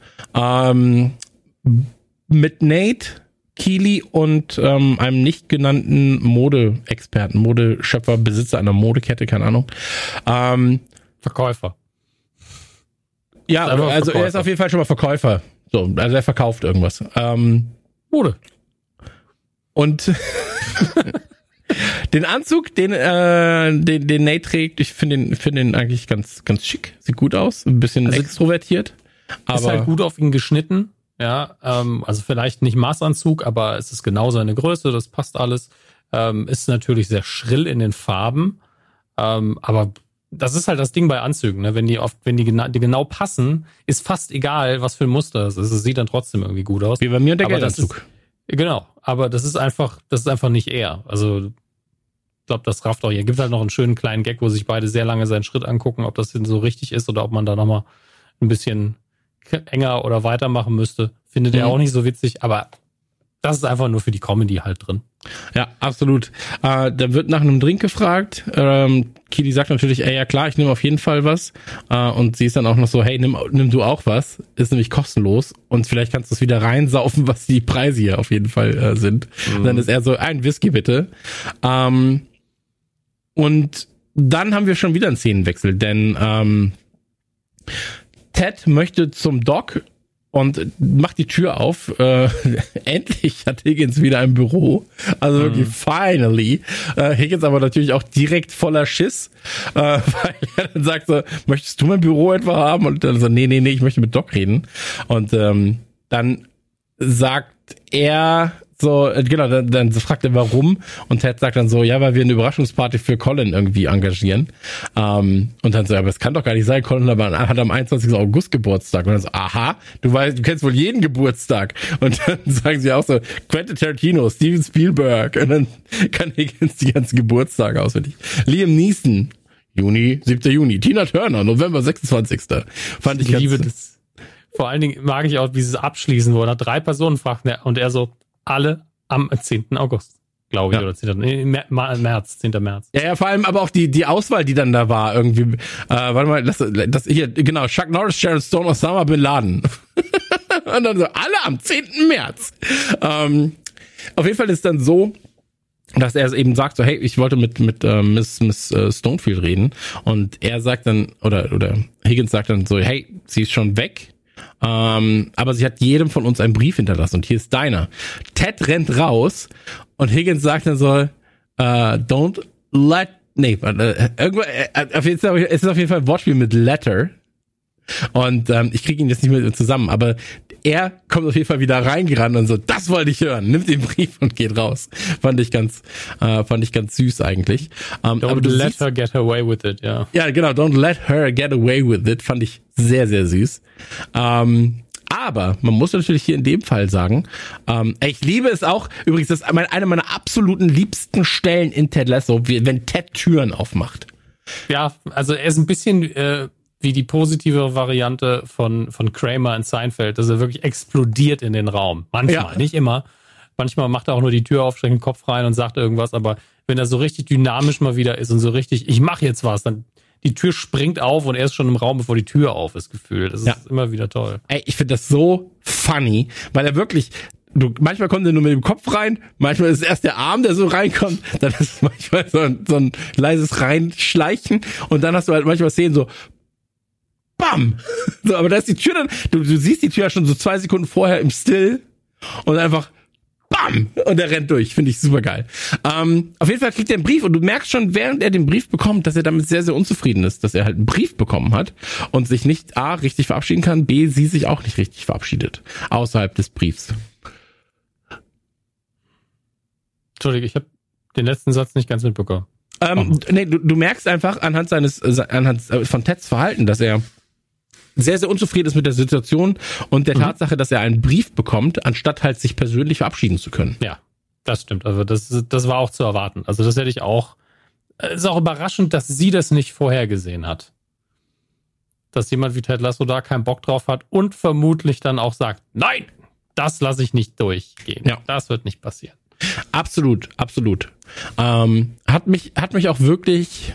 mit Nate, Keely und einem nicht genannten Modeexperten, Modeschöpfer, Besitzer einer Modekette, keine Ahnung. Verkäufer. Ja, also er ist auf jeden Fall schon mal Verkäufer. So, also er verkauft irgendwas. Mode. Und den Anzug, den Nate trägt, ich finde den eigentlich ganz, ganz schick. Sieht gut aus, ein bisschen also extrovertiert. Aber ist halt gut auf ihn geschnitten. Ja, also vielleicht nicht Maßanzug, aber es ist genau seine Größe, das passt alles. Ist natürlich sehr schrill in den Farben. Aber das ist halt das Ding bei Anzügen, ne? Wenn die genau passen, ist fast egal, was für ein Muster es ist. Es sieht dann trotzdem irgendwie gut aus. Wie bei mir und der Geldanzug. Genau, aber das ist einfach nicht er. Also ich glaube, das rafft auch hier. Gibt halt noch einen schönen kleinen Gag, wo sich beide sehr lange seinen Schritt angucken, ob das denn so richtig ist oder ob man da nochmal ein bisschen enger oder weitermachen müsste. Findet er auch nicht so witzig, aber das ist einfach nur für die Comedy halt drin. Ja, absolut. Da wird nach einem Drink gefragt. Keely sagt natürlich, ey, ja klar, ich nehme auf jeden Fall was. Und sie ist dann auch noch so, hey, nimm du auch was. Ist nämlich kostenlos. Und vielleicht kannst du es wieder reinsaufen, was die Preise hier auf jeden Fall sind. Und dann ist er so, ein Whisky bitte. Und dann haben wir schon wieder einen Szenenwechsel, denn Ted möchte zum Doc und macht die Tür auf. Endlich hat Higgins wieder ein Büro. Also wirklich, finally. Higgins aber natürlich auch direkt voller Schiss, weil er dann sagt so, möchtest du mein Büro etwa haben? Und dann so, nee, ich möchte mit Doc reden. Und dann sagt er so, genau, dann fragt er warum und Ted sagt dann so, ja, weil wir eine Überraschungsparty für Colin irgendwie engagieren. Und dann so, aber es kann doch gar nicht sein, Colin hat am 21. August Geburtstag. Und dann so, aha, du kennst wohl jeden Geburtstag. Und dann sagen sie auch so, Quentin Tarantino, Steven Spielberg. Und dann kann Higgins die ganzen Geburtstage auswendig. Liam Neeson, 7. Juni. Tina Turner, November 26. Fand ich liebe das. Vor allen Dingen mag ich auch dieses Abschließen, wo er 3 Personen fragt und er so, alle am 10. August, glaube ich, oder 10. März, 10. März. Ja, vor allem aber auch die Auswahl, die dann da war, irgendwie, warte mal, das hier, genau, Chuck Norris, Sharon Stone, Osama Bin Laden. Und dann so, alle am 10. März. Auf jeden Fall ist dann so, dass er eben sagt so, hey, ich wollte mit Miss Stonefield reden. Und er sagt dann, oder Higgins sagt dann so, hey, sie ist schon weg. Aber sie hat jedem von uns einen Brief hinterlassen und hier ist deiner. Ted rennt raus und Higgins sagt dann so, don't let, es ist auf jeden Fall ein Wortspiel mit letter. Und ich kriege ihn jetzt nicht mehr zusammen, aber er kommt auf jeden Fall wieder reingerannt und so, das wollte ich hören, nimmt den Brief und geht raus. Fand ich ganz süß eigentlich. Don't let her get away with it, ja. Ja, genau, don't let her get away with it, fand ich sehr, sehr süß. Aber man muss natürlich hier in dem Fall sagen, ich liebe es auch, übrigens, das ist eine meiner absoluten liebsten Stellen in Ted Lasso, wenn Ted Türen aufmacht. Ja, also er ist ein bisschen wie die positive Variante von Kramer in Seinfeld, dass er wirklich explodiert in den Raum. Manchmal, nicht immer. Manchmal macht er auch nur die Tür auf, streckt den Kopf rein und sagt irgendwas, aber wenn er so richtig dynamisch mal wieder ist und so richtig, ich mache jetzt was, dann die Tür springt auf und er ist schon im Raum, bevor die Tür auf ist, gefühlt. Das ist immer wieder toll. Ey, ich finde das so funny, weil er wirklich, manchmal kommt er nur mit dem Kopf rein, manchmal ist es erst der Arm, der so reinkommt, dann ist es manchmal so ein leises Reinschleichen und dann hast du halt manchmal Szenen so, bam! So, aber da ist die Tür dann, du siehst die Tür ja schon so 2 Sekunden vorher im Still und einfach bam! Und er rennt durch. Finde ich super geil. Auf jeden Fall kriegt er einen Brief und du merkst schon, während er den Brief bekommt, dass er damit sehr, sehr unzufrieden ist, dass er halt einen Brief bekommen hat und sich nicht A, richtig verabschieden kann, B, sie sich auch nicht richtig verabschiedet. Außerhalb des Briefs. Entschuldige, ich habe den letzten Satz nicht ganz mitbekommen. Nee, du merkst einfach anhand von Teds Verhalten, dass er sehr, sehr unzufrieden ist mit der Situation und der Tatsache, dass er einen Brief bekommt, anstatt halt sich persönlich verabschieden zu können. Ja, das stimmt. Also das war auch zu erwarten. Also das hätte ich auch. Es ist auch überraschend, dass sie das nicht vorhergesehen hat. Dass jemand wie Ted Lasso da keinen Bock drauf hat und vermutlich dann auch sagt, nein, das lasse ich nicht durchgehen. Ja. Das wird nicht passieren. Absolut, absolut. Hat mich auch wirklich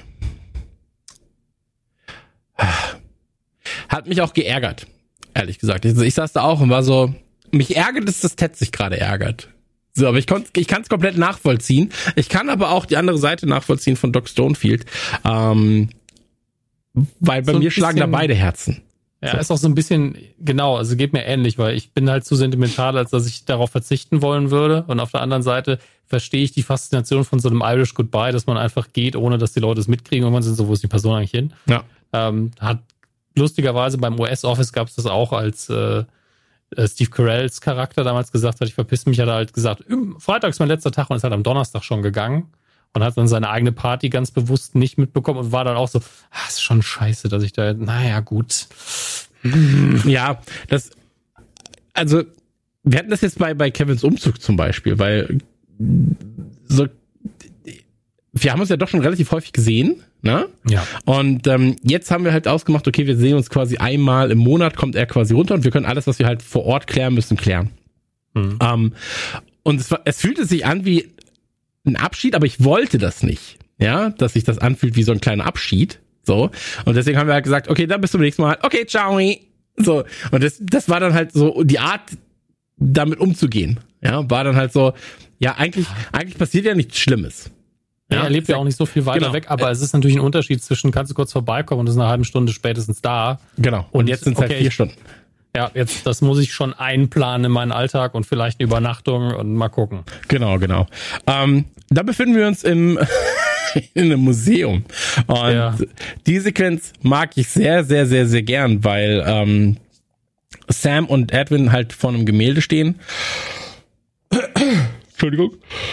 hat mich auch geärgert, ehrlich gesagt. Ich saß da auch und war so, mich ärgert es, dass Ted sich gerade ärgert. So, aber ich kann es komplett nachvollziehen. Ich kann aber auch die andere Seite nachvollziehen von Doc Stonefield, weil bei so mir schlagen da beide Herzen. Ja, so. Ist auch so ein bisschen, genau, also geht mir ähnlich, weil ich bin halt zu sentimental, als dass ich darauf verzichten wollen würde. Und auf der anderen Seite verstehe ich die Faszination von so einem Irish Goodbye, dass man einfach geht, ohne dass die Leute es mitkriegen. Und man sind so, wo ist die Person eigentlich hin? Ja. Hat lustigerweise beim US-Office gab es das auch, als Steve Carells Charakter damals gesagt hat, ich verpiss mich, hat er halt gesagt, Freitag ist mein letzter Tag und ist halt am Donnerstag schon gegangen. Und hat dann seine eigene Party ganz bewusst nicht mitbekommen und war dann auch so, ist schon scheiße, dass ich da, naja, gut. Ja, also, wir hatten das jetzt bei Kevins Umzug zum Beispiel, weil so, wir haben uns ja doch schon relativ häufig gesehen, ne? Ja. Und jetzt haben wir halt ausgemacht, okay, wir sehen uns quasi einmal im Monat, kommt er quasi runter und wir können alles, was wir halt vor Ort klären müssen, klären. Und es fühlte sich an wie ein Abschied, aber ich wollte das nicht, ja, dass sich das anfühlt wie so ein kleiner Abschied, so, und deswegen haben wir halt gesagt, okay, dann bis zum nächsten Mal, okay, ciao, so, und das war dann halt so die Art, damit umzugehen, ja, war dann halt so, ja, eigentlich passiert ja nichts Schlimmes. Ja, er lebt ja auch nicht so viel weiter weg, aber es ist natürlich ein Unterschied zwischen, kannst du kurz vorbeikommen und ist eine halbe Stunde spätestens da. Genau, und jetzt sind es halt 4 Stunden. Ja, das muss ich schon einplanen in meinen Alltag und vielleicht eine Übernachtung und mal gucken. Genau. Da befinden wir uns in einem Museum. Und die Sequenz mag ich sehr, sehr, sehr, sehr gern, weil Sam und Edwin halt vor einem Gemälde stehen. Entschuldigung.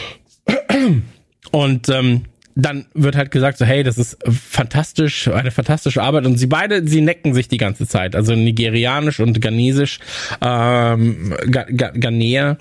Und dann wird halt gesagt so, hey, das ist fantastisch, eine fantastische Arbeit. Und sie necken sich die ganze Zeit. Also nigerianisch und ghanesisch, Ghanäer,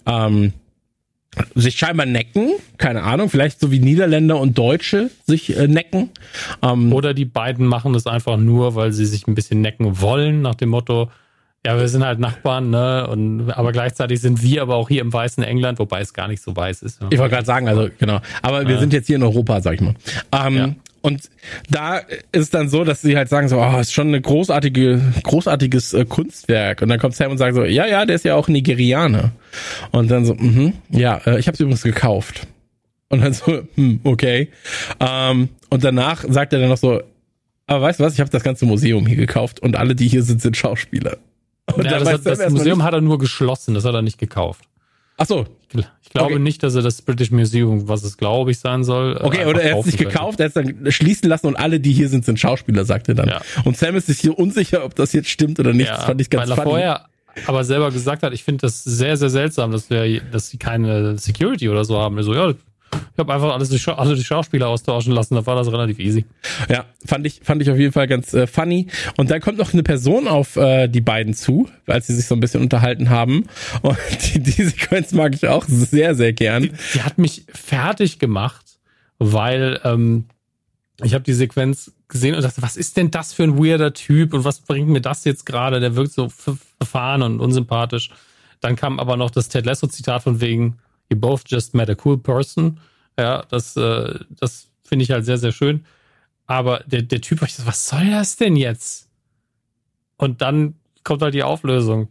sich scheinbar necken. Keine Ahnung, vielleicht so wie Niederländer und Deutsche sich necken. Oder die beiden machen das einfach nur, weil sie sich ein bisschen necken wollen, nach dem Motto, ja, wir sind halt Nachbarn, ne? Aber gleichzeitig sind wir aber auch hier im weißen England, wobei es gar nicht so weiß ist. Ne? Ich wollte gerade sagen, also genau. Aber wir sind jetzt hier in Europa, sag ich mal. Und da ist es dann so, dass sie halt sagen so, ist schon eine großartiges Kunstwerk. Und dann kommt Sam und sagt so, ja, der ist ja auch Nigerianer. Und dann so, ich habe es übrigens gekauft. Und dann so, okay. Und danach sagt er dann noch so, aber weißt du was, ich habe das ganze Museum hier gekauft und alle, die hier sind Schauspieler. Und das Museum hat er nur geschlossen, das hat er nicht gekauft. Ach so. Ich glaube nicht, dass er das British Museum, was es glaube ich sein soll. Okay, oder er hat es nicht gekauft, er hat es dann schließen lassen und alle, die hier sind Schauspieler, sagt er dann. Ja. Und Sam ist sich hier unsicher, ob das jetzt stimmt oder nicht. Ja, das fand ich ganz funny. Weil er vorher aber selber gesagt hat, ich finde das sehr, sehr seltsam, dass sie keine Security oder so haben. Also ja, ich habe einfach alle die Schauspieler austauschen lassen, da war das relativ easy. Ja, fand ich auf jeden Fall ganz funny. Und dann kommt noch eine Person auf die beiden zu, als sie sich so ein bisschen unterhalten haben. Und die Sequenz mag ich auch sehr, sehr gern. Die hat mich fertig gemacht, weil ich habe die Sequenz gesehen und dachte, was ist denn das für ein weirder Typ und was bringt mir das jetzt gerade? Der wirkt so verfahren und unsympathisch. Dann kam aber noch das Ted Lasso-Zitat von wegen You both just met a cool person. Ja, das finde ich halt sehr, sehr schön. Aber der Typ, ich dachte, was soll das denn jetzt? Und dann kommt halt die Auflösung.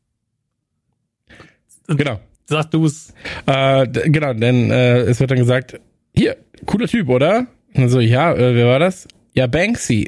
Genau. Sag du es. Genau, denn es wird dann gesagt, hier, cooler Typ, oder? Und so, ja, wer war das? Ja, Banksy.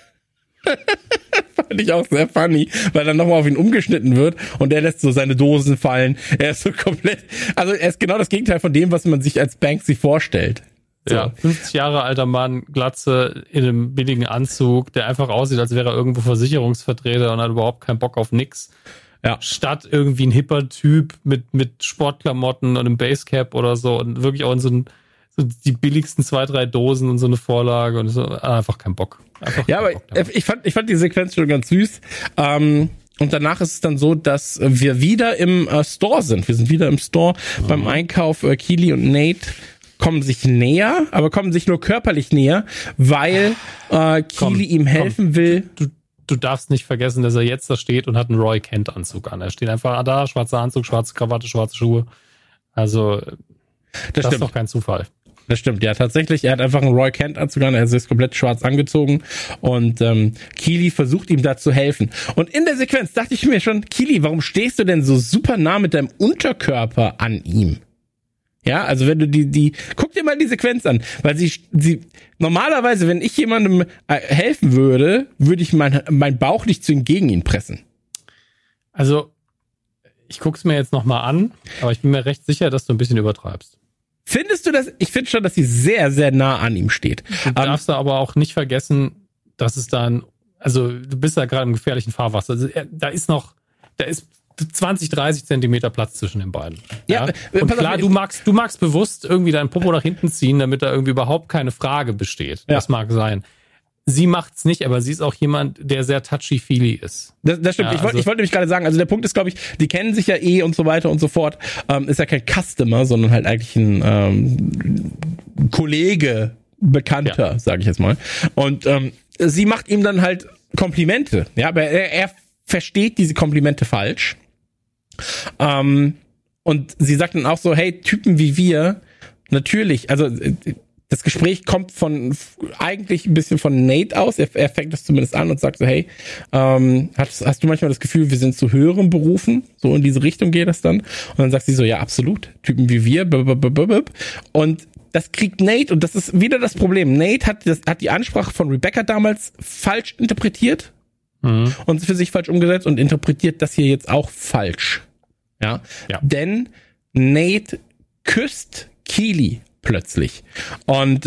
Fand ich auch sehr funny, weil dann nochmal auf ihn umgeschnitten wird und der lässt so seine Dosen fallen. Er ist so komplett, also er ist genau das Gegenteil von dem, was man sich als Banksy vorstellt. So. Ja, 50 Jahre alter Mann, Glatze, in einem billigen Anzug, der einfach aussieht, als wäre er irgendwo Versicherungsvertreter und hat überhaupt keinen Bock auf nix. Ja. Statt irgendwie ein hipper Typ mit Sportklamotten und einem Basecap oder so und wirklich auch in so die billigsten 2-3 Dosen und so eine Vorlage und so, einfach kein Bock. Ja, aber ich fand die Sequenz schon ganz süß. Und danach ist es dann so, dass wir wieder im Store sind. Wir sind wieder im Store beim Einkauf. Keely und Nate kommen sich näher, aber kommen sich nur körperlich näher, weil Keely ihm helfen will. Du darfst nicht vergessen, dass er jetzt da steht und hat einen Roy Kent-Anzug an. Er steht einfach da, schwarzer Anzug, schwarze Krawatte, schwarze Schuhe. Also, das ist doch kein Zufall. Das stimmt, ja, tatsächlich. Er hat einfach einen Roy Kent-Anzug an, er ist komplett schwarz angezogen und Keely versucht ihm da zu helfen. Und in der Sequenz dachte ich mir schon, Keely, warum stehst du denn so super nah mit deinem Unterkörper an ihm? Ja, also wenn du guck dir mal die Sequenz an, weil sie normalerweise, wenn ich jemandem helfen würde ich mein Bauch nicht gegen ihn pressen. Also, ich guck's mir jetzt nochmal an, aber ich bin mir recht sicher, dass du ein bisschen übertreibst. Findest du das? Ich finde schon, dass sie sehr, sehr nah an ihm steht. Du darfst da aber auch nicht vergessen, dass es dann, also du bist da gerade im gefährlichen Fahrwasser. Also, da ist 20, 30 Zentimeter Platz zwischen den beiden. Ja. Und klar, du magst bewusst irgendwie deinen Popo nach hinten ziehen, damit da irgendwie überhaupt keine Frage besteht. Ja. Das mag sein. Sie macht's nicht, aber sie ist auch jemand, der sehr touchy-feely ist. Das stimmt. Ja, ich wollte nämlich gerade sagen, also der Punkt ist, glaube ich, die kennen sich ja und so weiter und so fort. Ist ja kein Customer, sondern halt eigentlich ein Kollege, Bekannter, sage ich jetzt mal. Und sie macht ihm dann halt Komplimente. Ja, aber er versteht diese Komplimente falsch. Und sie sagt dann auch so, hey, Typen wie wir, natürlich, also das Gespräch kommt eigentlich ein bisschen von Nate aus. Er fängt das zumindest an und sagt so, hey, hast du manchmal das Gefühl, wir sind zu höheren Berufen? So in diese Richtung geht das dann. Und dann sagt sie so, ja, absolut. Typen wie wir. Und das kriegt Nate, und das ist wieder das Problem. Nate hat die Ansprache von Rebecca damals falsch interpretiert und für sich falsch umgesetzt und interpretiert das hier jetzt auch falsch. Ja. Denn Nate küsst Keely plötzlich. Und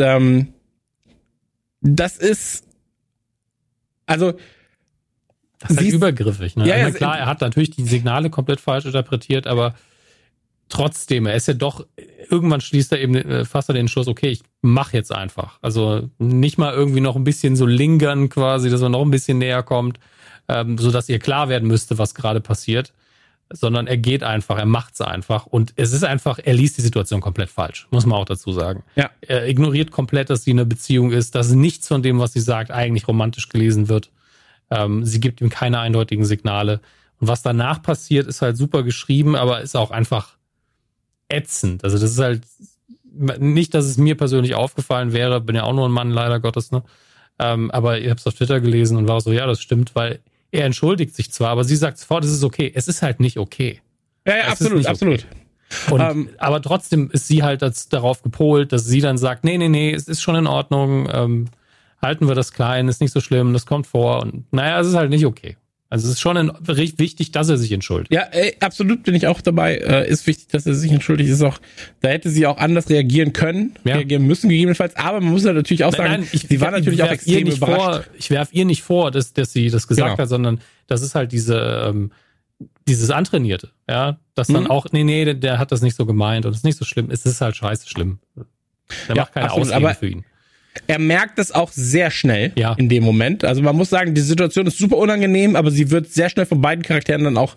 das ist also das ist halt übergriffig. Ne? Ja, klar, er hat natürlich die Signale komplett falsch interpretiert, aber trotzdem, er ist ja doch, irgendwann fasst er den Entschluss, okay, ich mache jetzt einfach. Also nicht mal irgendwie noch ein bisschen so lingern quasi, dass man noch ein bisschen näher kommt, sodass ihr klar werden müsste, was gerade passiert. Sondern er geht einfach, er macht's einfach und es ist einfach, er liest die Situation komplett falsch, muss man auch dazu sagen. Ja. Er ignoriert komplett, dass sie in einer Beziehung ist, dass nichts von dem, was sie sagt, eigentlich romantisch gelesen wird. Sie gibt ihm keine eindeutigen Signale. Und was danach passiert, ist halt super geschrieben, aber ist auch einfach ätzend. Also das ist halt nicht, dass es mir persönlich aufgefallen wäre, bin ja auch nur ein Mann, leider Gottes, ne? Aber ich habe es auf Twitter gelesen und war so, ja, das stimmt, weil er entschuldigt sich zwar, aber sie sagt sofort, es ist okay. Es ist halt nicht okay. Ja, absolut, absolut. Und, aber trotzdem ist sie halt darauf gepolt, dass sie dann sagt, nee, es ist schon in Ordnung, halten wir das klein, ist nicht so schlimm, das kommt vor. Und naja, es ist halt nicht okay. Also es ist schon wichtig, dass er sich entschuldigt. Ja, absolut bin ich auch dabei. Ist wichtig, dass er sich entschuldigt. Ist auch, da hätte sie auch anders reagieren können, reagieren müssen gegebenenfalls. Aber man muss ja natürlich auch sagen, sie war natürlich auch extrem überrascht. Ich werf ihr nicht vor, dass sie das gesagt hat, sondern das ist halt dieses Antrainierte, ja, dass dann auch, nee, der hat das nicht so gemeint und es ist nicht so schlimm. Es ist halt scheiße schlimm. Der macht keine Ausrede für ihn. Er merkt es auch sehr schnell in dem Moment. Also man muss sagen, die Situation ist super unangenehm, aber sie wird sehr schnell von beiden Charakteren dann auch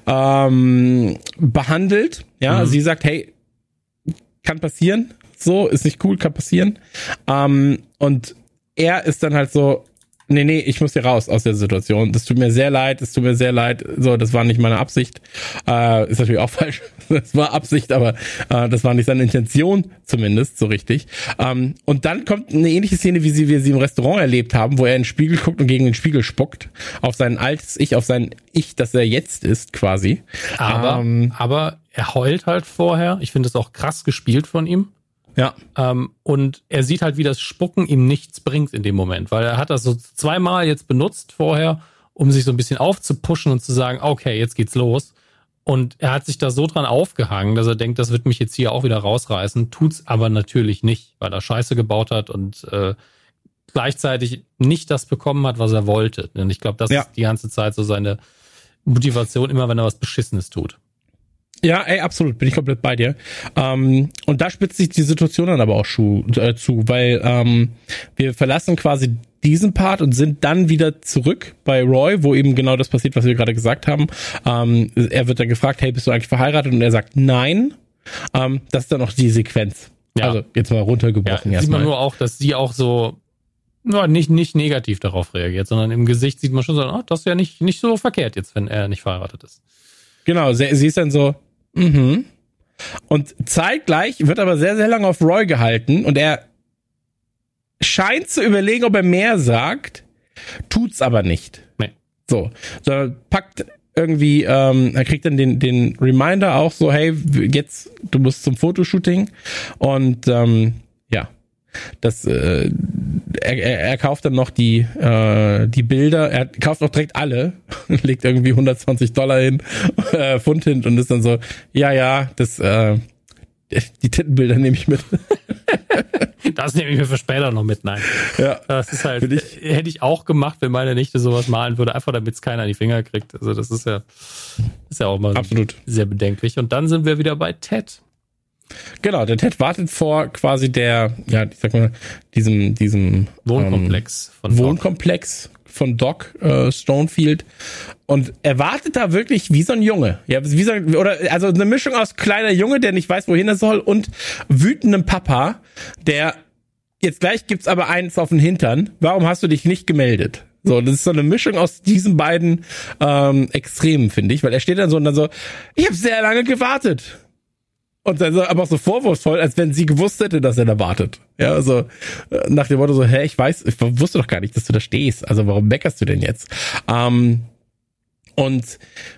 behandelt. Ja, sie sagt, hey, kann passieren. So, ist nicht cool, kann passieren. Und er ist dann halt so, nee, ich muss hier raus aus der Situation. Das tut mir sehr leid. So, das war nicht meine Absicht. Ist natürlich auch falsch. Das war Absicht, aber das war nicht seine Intention, zumindest, so richtig. Und dann kommt eine ähnliche Szene, wie wir sie im Restaurant erlebt haben, wo er in den Spiegel guckt und gegen den Spiegel spuckt. Auf sein altes Ich, auf sein Ich, das er jetzt ist, quasi. Aber er heult halt vorher. Ich finde es auch krass gespielt von ihm. Ja. Und er sieht halt, wie das Spucken ihm nichts bringt in dem Moment, weil er hat das so 2-mal jetzt benutzt vorher, um sich so ein bisschen aufzupushen und zu sagen, okay, jetzt geht's los. Und er hat sich da so dran aufgehangen, dass er denkt, das wird mich jetzt hier auch wieder rausreißen, tut's aber natürlich nicht, weil er Scheiße gebaut hat und gleichzeitig nicht das bekommen hat, was er wollte. Und ich glaube, das ist die ganze Zeit so seine Motivation, immer wenn er was Beschissenes tut. Ja, absolut, bin ich komplett bei dir. Und da spitzt sich die Situation dann aber auch zu, weil wir verlassen quasi diesen Part und sind dann wieder zurück bei Roy, wo eben genau das passiert, was wir gerade gesagt haben. Er wird dann gefragt, hey, bist du eigentlich verheiratet? Und er sagt, nein. Das ist dann auch die Sequenz. Ja. Also jetzt mal runtergebrochen. Ja, sieht man nur auch, dass sie auch so nicht negativ darauf reagiert, sondern im Gesicht sieht man schon so, das ist ja nicht so verkehrt jetzt, wenn er nicht verheiratet ist. Genau, sie ist dann so, Und zeitgleich wird aber sehr, sehr lange auf Roy gehalten und er scheint zu überlegen, ob er mehr sagt, tut's aber nicht. Nee. So, packt irgendwie, er kriegt dann den Reminder auch so, hey, jetzt, du musst zum Fotoshooting und das er kauft dann noch die Bilder, er kauft auch direkt alle, legt irgendwie $120 hin, Pfund hin und ist dann so, das die Tittenbilder nehme ich mit. Das nehme ich mir für später noch mit, nein. Ja. Das ist halt, hätte ich auch gemacht, wenn meine Nichte sowas malen würde, einfach damit es keiner in die Finger kriegt. Also das ist ja auch mal absolut sehr bedenklich. Und dann sind wir wieder bei Ted. Genau, der Ted wartet vor quasi diesem Wohnkomplex von Doc Stonefield und er wartet da wirklich wie so ein Junge. Ja, also eine Mischung aus kleiner Junge, der nicht weiß, wohin er soll und wütendem Papa, der jetzt gleich gibt's aber eins auf den Hintern. Warum hast du dich nicht gemeldet? So, das ist so eine Mischung aus diesen beiden Extremen, finde ich, weil er steht dann so und dann so, ich habe sehr lange gewartet. Und dann so, aber auch so vorwurfsvoll, als wenn sie gewusst hätte, dass er da wartet. Ja, also nach dem Motto so, ich wusste doch gar nicht, dass du da stehst. Also warum meckerst du denn jetzt? Und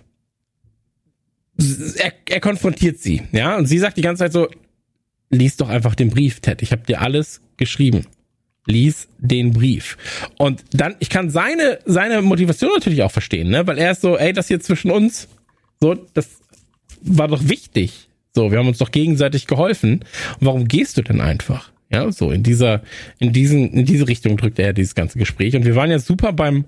er konfrontiert sie, ja, und sie sagt die ganze Zeit so, lies doch einfach den Brief, Ted. Ich habe dir alles geschrieben. Lies den Brief. Und dann, ich kann seine Motivation natürlich auch verstehen, ne, weil er ist so, das hier zwischen uns, so, das war doch wichtig. So, wir haben uns doch gegenseitig geholfen. Und warum gehst du denn einfach? Ja, so in diese Richtung drückt er dieses ganze Gespräch. Und wir waren ja super beim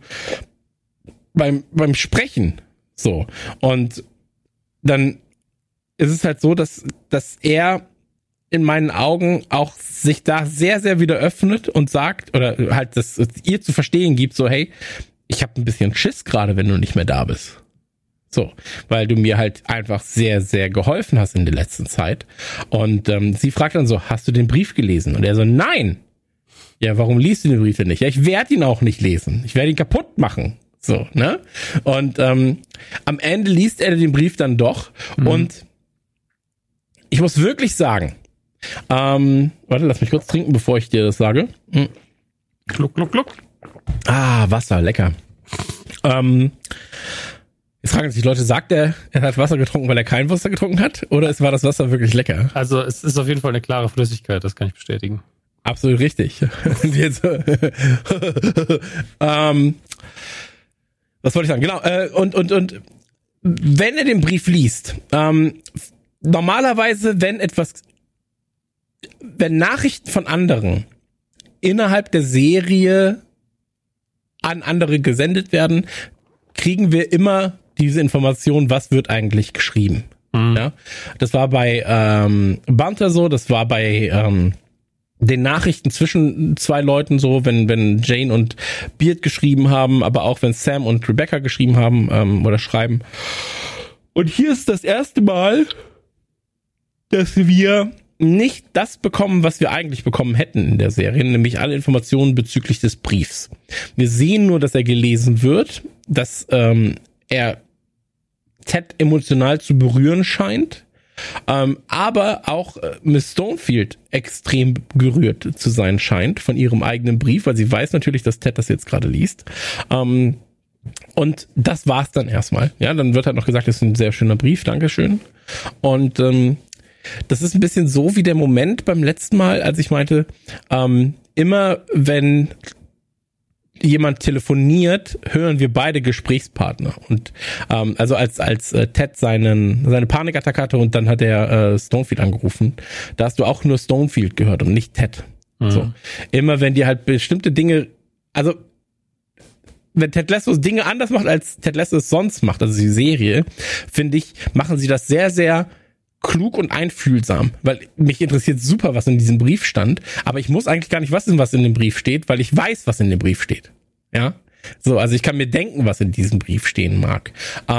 Sprechen. So. Und dann ist es halt so, dass er in meinen Augen auch sich da sehr, sehr wieder öffnet und sagt, oder halt das ihr zu verstehen gibt, so, hey, ich habe ein bisschen Schiss gerade, wenn du nicht mehr da bist. So, weil du mir halt einfach sehr, sehr geholfen hast in der letzten Zeit. Und sie fragt dann so, hast du den Brief gelesen? Und er so, nein. Ja, warum liest du den Brief denn nicht? Ja, ich werde ihn auch nicht lesen. Ich werde ihn kaputt machen. So, ne? Und am Ende liest er den Brief dann doch. Und ich muss wirklich sagen, warte, lass mich kurz trinken, bevor ich dir das sage. Gluck, gluck, gluck. Wasser, lecker. Jetzt fragen sich die Leute, sagt er hat Wasser getrunken, weil er kein Wasser getrunken hat? Oder war das Wasser wirklich lecker? Also es ist auf jeden Fall eine klare Flüssigkeit, das kann ich bestätigen. Absolut richtig. Und jetzt, Was wollte ich sagen? Genau. Und wenn er den Brief liest, normalerweise, wenn Nachrichten von anderen innerhalb der Serie an andere gesendet werden, kriegen wir immer diese Information, was wird eigentlich geschrieben. Ja, das war bei Bunter so, das war bei den Nachrichten zwischen zwei Leuten so, wenn Jane und Beard geschrieben haben, aber auch wenn Sam und Rebecca geschrieben haben oder schreiben. Und hier ist das erste Mal, dass wir nicht das bekommen, was wir eigentlich bekommen hätten in der Serie, nämlich alle Informationen bezüglich des Briefs. Wir sehen nur, dass er gelesen wird, dass er Ted emotional zu berühren scheint, aber auch Miss Stonefield extrem gerührt zu sein scheint von ihrem eigenen Brief, weil sie weiß natürlich, dass Ted das jetzt gerade liest. Und das war's dann erstmal. Ja, dann wird halt noch gesagt, das ist ein sehr schöner Brief, Dankeschön. Und das ist ein bisschen so wie der Moment beim letzten Mal, als ich meinte, immer wenn jemand telefoniert, hören wir beide Gesprächspartner. Und also als Ted seine Panikattacke hatte und dann hat er Stonefield angerufen, da hast du auch nur Stonefield gehört und nicht Ted. So. Immer wenn dir halt bestimmte Dinge, also wenn Ted Lasso Dinge anders macht, als Ted Lasso es sonst macht, also die Serie, finde ich, machen sie das sehr, sehr klug und einfühlsam, weil mich interessiert super, was in diesem Brief stand, aber ich muss eigentlich gar nicht wissen, was in dem Brief steht, weil ich weiß, was in dem Brief steht. Ja? So, also ich kann mir denken, was in diesem Brief stehen mag.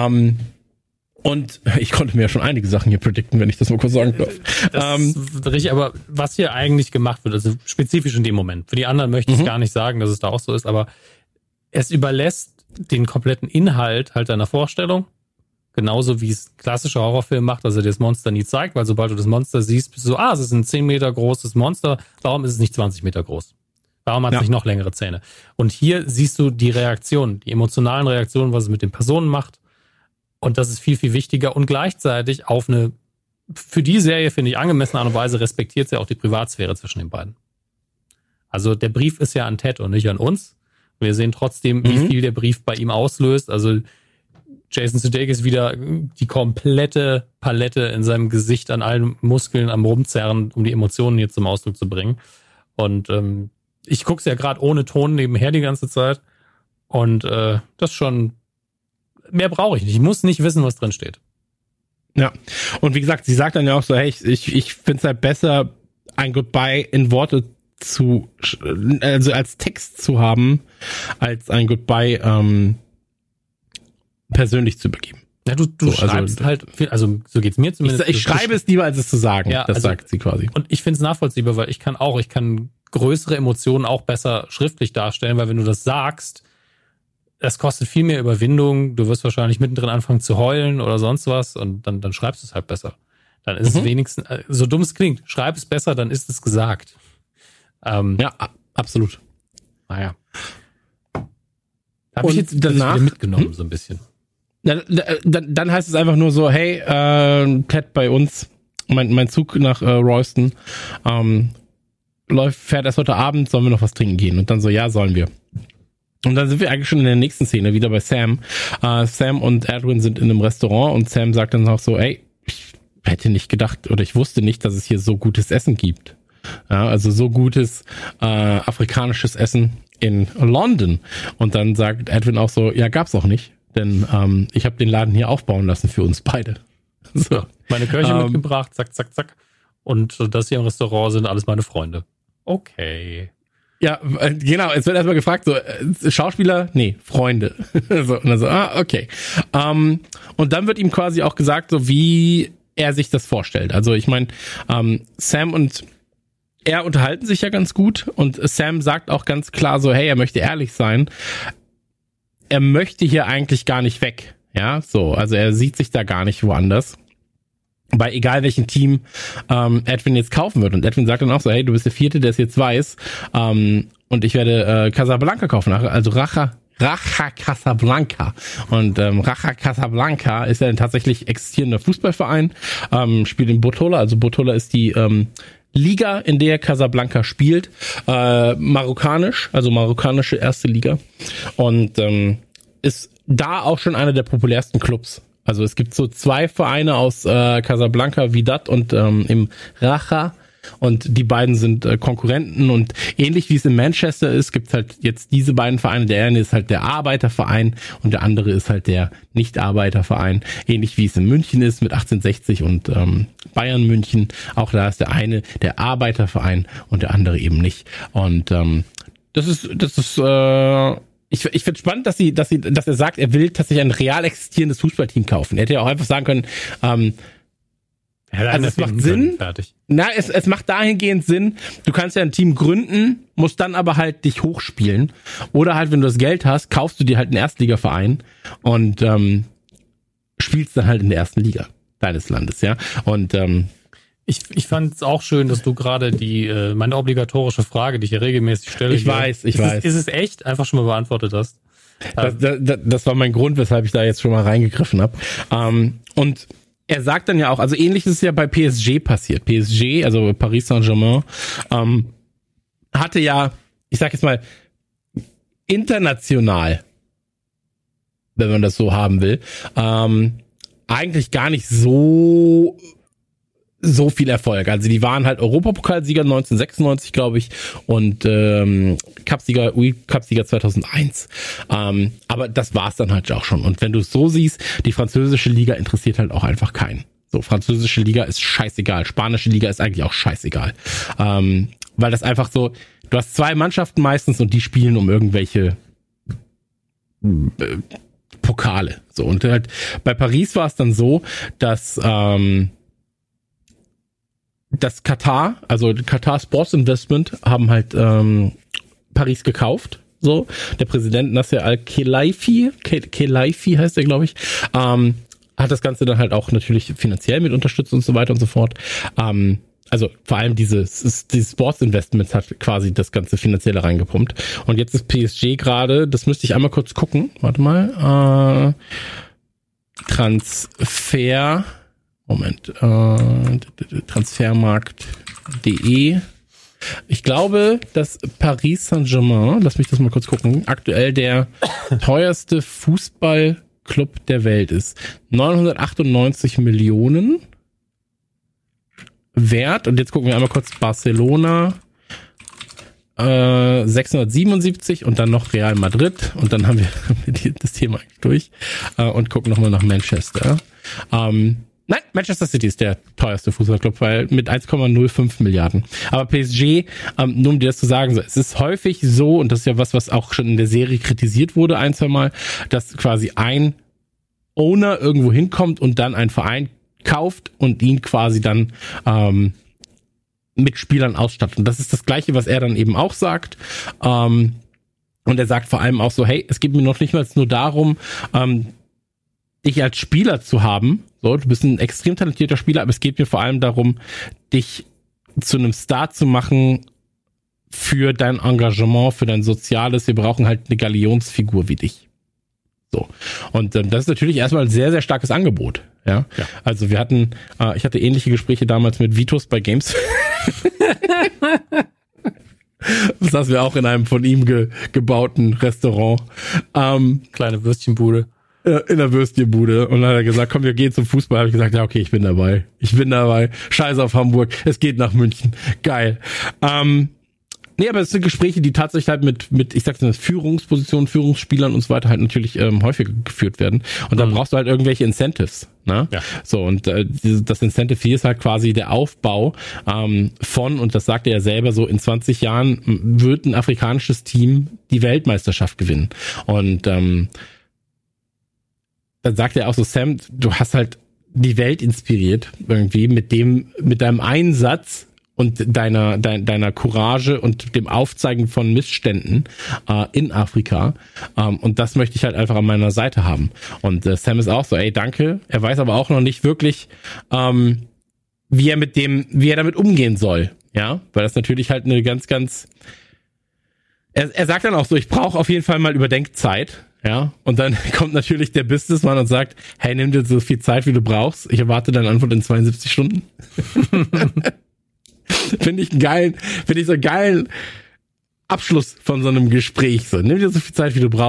Und ich konnte mir ja schon einige Sachen hier predikten, wenn ich das mal kurz sagen darf. Das ist richtig, aber was hier eigentlich gemacht wird, also spezifisch in dem Moment, für die anderen möchte ich gar nicht sagen, dass es da auch so ist, aber es überlässt den kompletten Inhalt halt deiner Vorstellung, genauso wie es klassischer Horrorfilm macht, dass er dir das Monster nie zeigt, weil sobald du das Monster siehst, bist du so, es ist ein 10 Meter großes Monster, warum ist es nicht 20 Meter groß? Warum hat es nicht noch längere Zähne? Und hier siehst du die Reaktionen, die emotionalen Reaktionen, was es mit den Personen macht. Und das ist viel, viel wichtiger und gleichzeitig auf eine, für die Serie, finde ich, angemessene Art und Weise respektiert sie auch die Privatsphäre zwischen den beiden. Also der Brief ist ja an Ted und nicht an uns. Wir sehen trotzdem, wie viel der Brief bei ihm auslöst. Also Jason Sudeikis wieder die komplette Palette in seinem Gesicht an allen Muskeln am Rumzerren, um die Emotionen hier zum Ausdruck zu bringen. Und ich gucke es ja gerade ohne Ton nebenher die ganze Zeit. Und das schon, mehr brauche ich nicht. Ich muss nicht wissen, was drin steht. Ja, und wie gesagt, sie sagt dann ja auch so, hey, ich finde es halt besser, ein Goodbye in Worte also als Text zu haben, als ein Goodbye persönlich zu begeben. Ja, du so, schreibst halt, also so geht's mir zumindest. Ich schreibe es lieber, als es zu sagen. Ja, das also, sagt sie quasi. Und ich finde es nachvollziehbar, weil ich kann größere Emotionen auch besser schriftlich darstellen, weil wenn du das sagst, das kostet viel mehr Überwindung, du wirst wahrscheinlich mittendrin anfangen zu heulen oder sonst was und dann schreibst du es halt besser. Dann ist es wenigstens, so dumm es klingt, schreib es besser, dann ist es gesagt. Ja, absolut. Naja. Habe ich jetzt danach mitgenommen, so ein bisschen. Dann heißt es einfach nur so, hey, Ted bei uns, mein Zug nach Royston fährt erst heute Abend, sollen wir noch was trinken gehen? Und dann so, ja, sollen wir. Und dann sind wir eigentlich schon in der nächsten Szene, wieder bei Sam. Sam und Edwin sind in einem Restaurant und Sam sagt dann auch so, ey, ich hätte nicht gedacht oder ich wusste nicht, dass es hier so gutes Essen gibt. Ja, also so gutes afrikanisches Essen in London. Und dann sagt Edwin auch so, ja, gab's auch nicht, denn ich habe den Laden hier aufbauen lassen für uns beide. So. Ja, meine Köche mitgebracht, zack, zack, zack. Und das hier im Restaurant sind alles meine Freunde. Okay. Ja, genau, es wird erstmal gefragt, so, Schauspieler? Nee, Freunde. So, und dann so, okay. Und dann wird ihm quasi auch gesagt, so wie er sich das vorstellt. Also ich meine, Sam und er unterhalten sich ja ganz gut und Sam sagt auch ganz klar so, hey, er möchte ehrlich sein. Er möchte hier eigentlich gar nicht weg. Ja, so, also er sieht sich da gar nicht woanders. Bei egal welchem Team Edwin jetzt kaufen wird. Und Edwin sagt dann auch so, hey, du bist der Vierte, der es jetzt weiß. Und ich werde Casablanca kaufen. Also Racha Casablanca. Und Racha Casablanca ist ja ein tatsächlich existierender Fußballverein. Spielt in Botola. Also Botola ist die Liga, in der Casablanca spielt. Marokkanische erste Liga. Und ist da auch schon einer der populärsten Clubs. Also es gibt so 2 Vereine aus Casablanca, Wydad und im Raja. Und die beiden sind Konkurrenten und ähnlich wie es in Manchester ist, gibt's halt jetzt diese beiden Vereine. Der eine ist halt der Arbeiterverein und der andere ist halt der Nicht-Arbeiterverein. Ähnlich wie es in München ist mit 1860 und Bayern München. Auch da ist der eine der Arbeiterverein und der andere eben nicht. Und das ist ich finde spannend, dass er sagt, er will tatsächlich ein real existierendes Fußballteam kaufen. Er hätte ja auch einfach sagen können, also es macht Sinn. Es macht dahingehend Sinn, du kannst ja ein Team gründen, musst dann aber halt dich hochspielen. Oder halt, wenn du das Geld hast, kaufst du dir halt einen Erstligaverein und spielst dann halt in der ersten Liga deines Landes, ja. Und ich fand es auch schön, dass du gerade meine obligatorische Frage, die ich ja regelmäßig stelle. Ich weiß. Ist es echt? Einfach schon mal beantwortet hast. Das war mein Grund, weshalb ich da jetzt schon mal reingegriffen habe. Und er sagt dann ja auch, also ähnliches ist ja bei PSG passiert. PSG, also Paris Saint-Germain, hatte ja, ich sag jetzt mal, international, wenn man das so haben will, eigentlich gar nicht so viel Erfolg. Also die waren halt Europapokalsieger 1996, glaube ich, und Cupsieger 2001. Aber das war's dann halt auch schon. Und wenn du es so siehst, die französische Liga interessiert halt auch einfach keinen. So, französische Liga ist scheißegal. Spanische Liga ist eigentlich auch scheißegal. Weil das einfach so, du hast 2 Mannschaften meistens und die spielen um irgendwelche Pokale. So, und halt bei Paris war es dann so, dass das Katar, also Katar Sports Investment, haben halt Paris gekauft. So, der Präsident Nasser Al-Khelaifi heißt er, glaube ich, hat das Ganze dann halt auch natürlich finanziell mit unterstützt und so weiter und so fort. Also vor allem dieses Sports Investments hat quasi das ganze Finanzielle reingepumpt. Und jetzt ist PSG gerade, das müsste ich einmal kurz gucken. Warte mal. Transfermarkt.de. Ich glaube, dass Paris Saint-Germain, lass mich das mal kurz gucken, aktuell der teuerste Fußballclub der Welt ist. 998 Millionen wert. Und jetzt gucken wir einmal kurz Barcelona. 677 und dann noch Real Madrid. Und dann haben wir das Thema eigentlich durch. Und gucken nochmal nach Manchester. Nein, Manchester City ist der teuerste Fußballclub, weil mit 1,05 Milliarden. Aber PSG, nur um dir das zu sagen, so, es ist häufig so, und das ist ja was auch schon in der Serie kritisiert wurde 1-2 Mal, dass quasi ein Owner irgendwo hinkommt und dann einen Verein kauft und ihn quasi dann mit Spielern ausstattet. Und das ist das Gleiche, was er dann eben auch sagt. Und er sagt vor allem auch so, hey, es geht mir noch nicht mal nur darum, dich als Spieler zu haben. So, du bist ein extrem talentierter Spieler, aber es geht mir vor allem darum, dich zu einem Star zu machen für dein Engagement, für dein Soziales. Wir brauchen halt eine Galionsfigur wie dich. So. Und das ist natürlich erstmal ein sehr, sehr starkes Angebot. Ja. Also ich hatte ähnliche Gespräche damals mit Vitus bei Games. Das saßen wir auch in einem von ihm gebauten Restaurant. Kleine Würstchenbude. In der Würstchenbude. Und dann hat er gesagt, komm, wir gehen zum Fußball. Habe ich gesagt, ja, okay, ich bin dabei. Scheiß auf Hamburg. Es geht nach München. Geil. Nee, aber es sind Gespräche, die tatsächlich halt mit ich sag's mal, Führungspositionen, Führungsspielern und so weiter halt natürlich häufiger geführt werden. Und dann brauchst du halt irgendwelche Incentives. Ne? Ja. So, und das Incentive hier ist halt quasi der Aufbau und das sagt er ja selber, so in 20 Jahren wird ein afrikanisches Team die Weltmeisterschaft gewinnen. Und dann sagt er auch so, Sam, du hast halt die Welt inspiriert irgendwie mit deinem Einsatz und deiner Courage und dem Aufzeigen von Missständen in Afrika. Und das möchte ich halt einfach an meiner Seite haben. Und Sam ist auch so, ey, danke. Er weiß aber auch noch nicht wirklich, wie er damit umgehen soll. Ja, weil das natürlich halt eine ganz, ganz... Er sagt dann auch so, ich brauche auf jeden Fall mal Überdenkzeit. Ja, und dann kommt natürlich der Businessman und sagt, hey, nimm dir so viel Zeit, wie du brauchst. Ich erwarte deine Antwort in 72 Stunden. Finde ich so einen geilen Abschluss von so einem Gespräch. So, nimm dir so viel Zeit, wie du brauchst.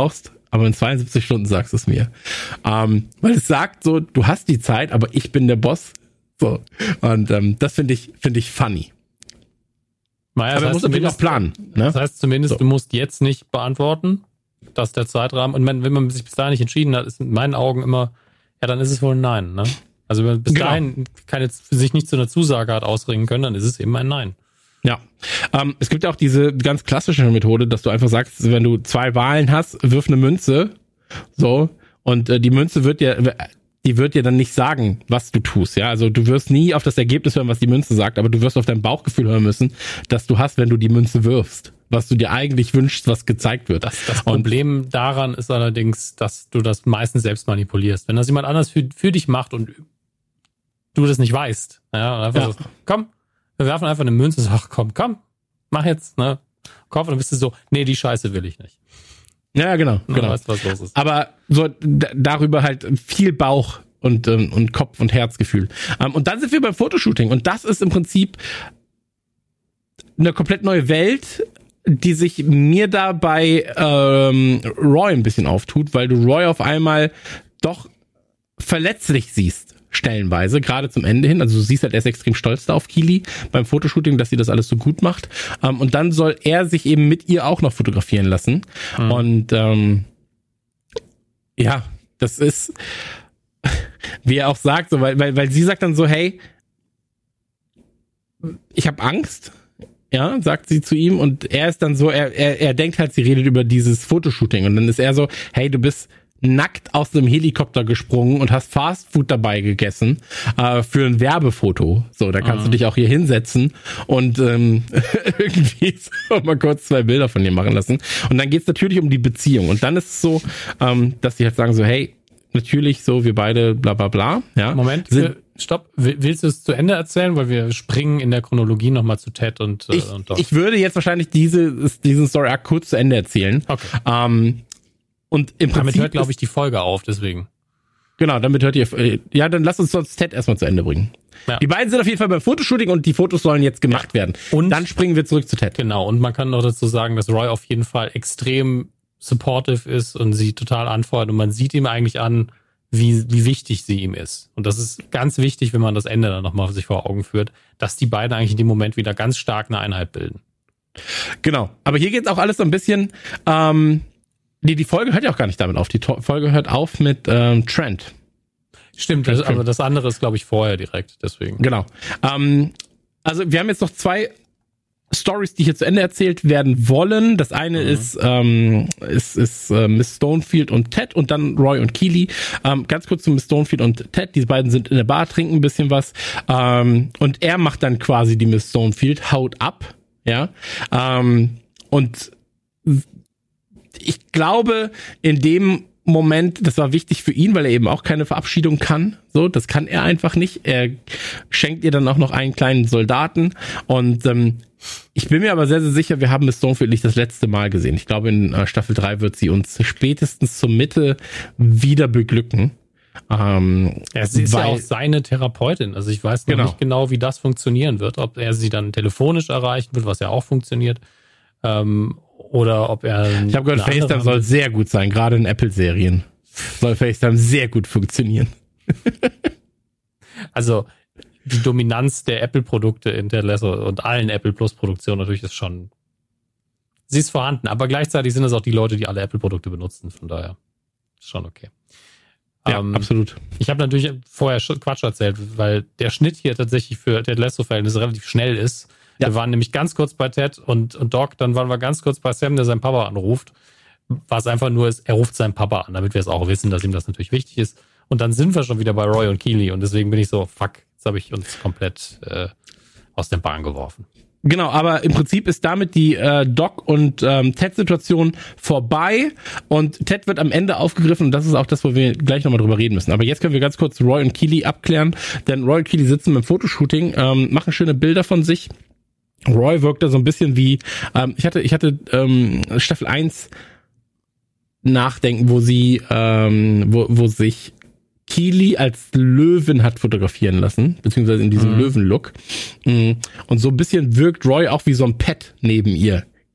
aber in 72 Stunden sagst du es mir. Weil es sagt so, du hast die Zeit, aber ich bin der Boss. So. Und das finde ich funny. Naja, aber man muss natürlich auch planen. Ne? Das heißt zumindest, du musst jetzt nicht beantworten, dass der Zeitrahmen, und wenn man sich bis dahin nicht entschieden hat, ist in meinen Augen immer, ja, dann ist es wohl ein Nein. Ne? Also wenn man bis dahin für sich nicht zu einer Zusage hat ausringen können, dann ist es eben ein Nein. Ja, es gibt ja auch diese ganz klassische Methode, dass du einfach sagst, wenn du 2 Wahlen hast, wirf eine Münze, so, und die Münze wird dir dann nicht sagen, was du tust, ja, also du wirst nie auf das Ergebnis hören, was die Münze sagt, aber du wirst auf dein Bauchgefühl hören müssen, dass du hast, wenn du die Münze wirfst, was du dir eigentlich wünschst, was gezeigt wird. Das Problem daran ist allerdings, dass du das meistens selbst manipulierst. Wenn das jemand anders für dich macht und du das nicht weißt, ja, und einfach so, komm, wir werfen einfach eine Münze und sagen, komm, mach jetzt, ne? Kopf, und dann bist du so, nee, die Scheiße will ich nicht. Ja, genau. Weißt, was los ist. Aber so darüber halt viel Bauch und Kopf- und Herzgefühl. Und dann sind wir beim Fotoshooting. Und das ist im Prinzip eine komplett neue Welt, die sich mir da bei Roy ein bisschen auftut, weil du Roy auf einmal doch verletzlich siehst. Stellenweise, gerade zum Ende hin. Also du siehst halt, er ist extrem stolz da auf Keely beim Fotoshooting, dass sie das alles so gut macht. Und dann soll er sich eben mit ihr auch noch fotografieren lassen. Und ja, das ist, wie er auch sagt, so, weil sie sagt dann so, hey, ich habe Angst. Ja, sagt sie zu ihm, und er ist dann so, er denkt halt, sie redet über dieses Fotoshooting, und dann ist er so, hey, du bist nackt aus einem Helikopter gesprungen und hast Fastfood dabei gegessen für ein Werbefoto. So, da kannst du dich auch hier hinsetzen und irgendwie so mal kurz 2 Bilder von dir machen lassen. Und dann geht's natürlich um die Beziehung. Und dann ist es so, dass sie halt sagen so, hey, natürlich so, wir beide bla bla bla. Ja. Moment, stopp. Willst du es zu Ende erzählen? Weil wir springen in der Chronologie nochmal zu Ted und Doc. Ich würde jetzt wahrscheinlich diesen Story-Arc kurz zu Ende erzählen. Okay. Und im Prinzip damit hört, glaube ich, die Folge auf, deswegen. Genau, damit hört ihr. Ja, dann lass uns sonst Ted erstmal zu Ende bringen. Ja. Die beiden sind auf jeden Fall beim Fotoshooting und die Fotos sollen jetzt gemacht werden. Und dann springen wir zurück zu Ted. Genau, und man kann noch dazu sagen, dass Roy auf jeden Fall extrem supportive ist und sie total anfeuert, und man sieht ihm eigentlich an, wie wichtig sie ihm ist. Und das ist ganz wichtig, wenn man das Ende dann nochmal sich vor Augen führt, dass die beiden eigentlich in dem Moment wieder ganz stark eine Einheit bilden. Genau, aber hier geht's auch alles so ein bisschen die Folge hört ja auch gar nicht damit auf. Die Folge hört auf mit Trent. Stimmt, aber das andere ist, glaube ich, vorher direkt, deswegen. Genau. Also wir haben jetzt noch 2 Stories, die hier zu Ende erzählt werden wollen. Das eine ist Miss Stonefield und Ted, und dann Roy und Keely. Ganz kurz zu Miss Stonefield und Ted. Die beiden sind in der Bar, trinken ein bisschen was. Und er macht dann quasi die Miss Stonefield, haut ab. Ja. Und ich glaube, in dem Moment, das war wichtig für ihn, weil er eben auch keine Verabschiedung kann. So, das kann er einfach nicht. Er schenkt ihr dann auch noch einen kleinen Soldaten. Und ich bin mir aber sehr, sehr sicher, wir haben Miss Stonefield nicht das letzte Mal gesehen. Ich glaube, in Staffel 3 wird sie uns spätestens zur Mitte wieder beglücken. Sie ist ja auch seine Therapeutin. Also ich weiß noch nicht genau, wie das funktionieren wird. Ob er sie dann telefonisch erreichen wird, was ja auch funktioniert. Oder ob er... Ich habe gehört, FaceTime soll sehr gut sein, gerade in Apple-Serien. Soll FaceTime sehr gut funktionieren. Also die Dominanz der Apple-Produkte in Ted Lasso und allen Apple Plus-Produktionen natürlich ist schon... Sie ist vorhanden, aber gleichzeitig sind es auch die Leute, die alle Apple-Produkte benutzen. Von daher ist schon okay. Ja, absolut. Ich habe natürlich vorher Quatsch erzählt, weil der Schnitt hier tatsächlich für Ted Lasso-Verhältnisse relativ schnell ist. Ja. Wir waren nämlich ganz kurz bei Ted und Doc, dann waren wir ganz kurz bei Sam, der seinen Papa anruft. Was einfach nur ist, er ruft seinen Papa an, damit wir es auch wissen, dass ihm das natürlich wichtig ist. Und dann sind wir schon wieder bei Roy und Keely, und deswegen bin ich so, fuck, jetzt habe ich uns komplett aus der Bahn geworfen. Genau, aber im Prinzip ist damit die Doc und Ted-Situation vorbei, und Ted wird am Ende aufgegriffen, und das ist auch das, wo wir gleich nochmal drüber reden müssen. Aber jetzt können wir ganz kurz Roy und Keely abklären, denn Roy und Keely sitzen beim Fotoshooting, machen schöne Bilder von sich. Roy wirkt da so ein bisschen wie, ich hatte Staffel 1 Nachdenken, wo sie, wo sich Keely als Löwin hat fotografieren lassen, beziehungsweise in diesem Löwenlook. Und so ein bisschen wirkt Roy auch wie so ein Pet neben ihr.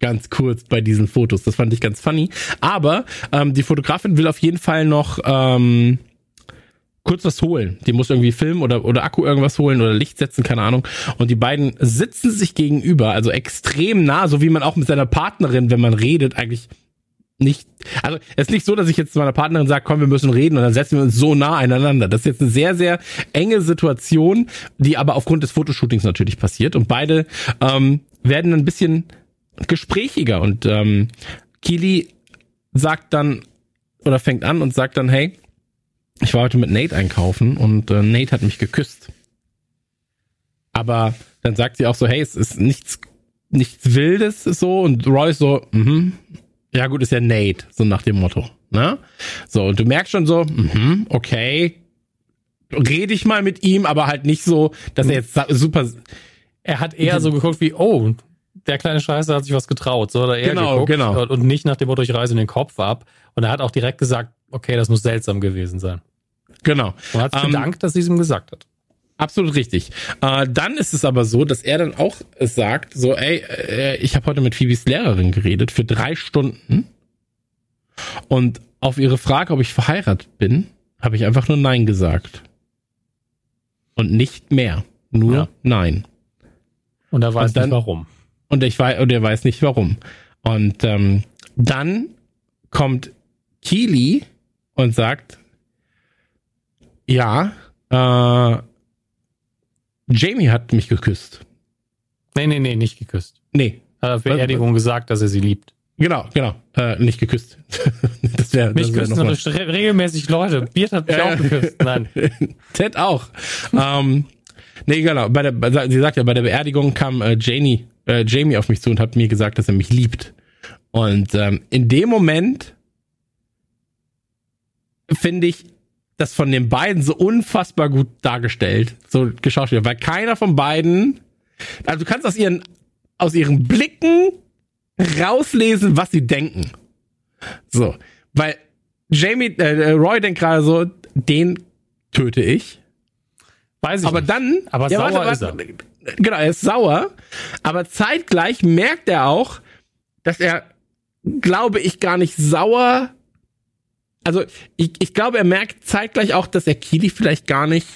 ganz kurz bei diesen Fotos. Das fand ich ganz funny. Aber die Fotografin will auf jeden Fall noch kurz was holen. Die muss irgendwie Film oder Akku irgendwas holen oder Licht setzen, keine Ahnung. Und die beiden sitzen sich gegenüber, also extrem nah, so wie man auch mit seiner Partnerin, wenn man redet, eigentlich nicht, also es ist nicht so, dass ich jetzt zu meiner Partnerin sage, komm, wir müssen reden und dann setzen wir uns so nah aneinander. Das ist jetzt eine sehr, sehr enge Situation, die aber aufgrund des Fotoshootings natürlich passiert und beide werden ein bisschen gesprächiger und Keely sagt dann oder fängt an und sagt dann, hey, ich war heute mit Nate einkaufen und Nate hat mich geküsst. Aber dann sagt sie auch so, hey, es ist nichts Wildes so und Roy ist so, ja gut, ist ja Nate, so nach dem Motto, ne? So, und du merkst schon so, okay, rede ich mal mit ihm, aber halt nicht so, dass er jetzt super... Er hat eher so geguckt wie, oh, der kleine Scheiße hat sich was getraut, so, oder er geguckt und nicht nach dem Motto, ich reiße den Kopf ab. Und er hat auch direkt gesagt, okay, das muss seltsam gewesen sein. Genau. Und hat sich bedankt, dass sie es ihm gesagt hat. Absolut richtig. Dann ist es aber so, dass er dann auch sagt, so, ey, ich habe heute mit Phoebes Lehrerin geredet für 3 Stunden und auf ihre Frage, ob ich verheiratet bin, habe ich einfach nur Nein gesagt. Und nicht mehr. Nur Nein. Und er weiß nicht warum. Und er weiß nicht warum. Und dann kommt Keely und sagt, ja, Jamie hat mich geküsst. Nee, nicht geküsst. Nee. Hat auf Beerdigung gesagt, dass er sie liebt. Genau. Nicht geküsst. Mich küssen regelmäßig Leute. Beard hat mich auch geküsst. Nein. Ted auch. Nee, genau. Sie sagt ja, bei der Beerdigung kam Jamie auf mich zu und hat mir gesagt, dass er mich liebt. Und in dem Moment finde ich das von den beiden so unfassbar gut dargestellt, so geschauspielert, weil keiner von beiden, also du kannst aus ihren Blicken rauslesen, was sie denken. So, weil Roy denkt gerade so, den töte ich. Weiß ich aber nicht. Dann, aber ja, sauer ist er. Genau, er ist sauer, aber zeitgleich merkt er auch, dass er, glaube ich, gar nicht sauer. Also ich glaube, er merkt zeitgleich auch, dass er Keely vielleicht gar nicht,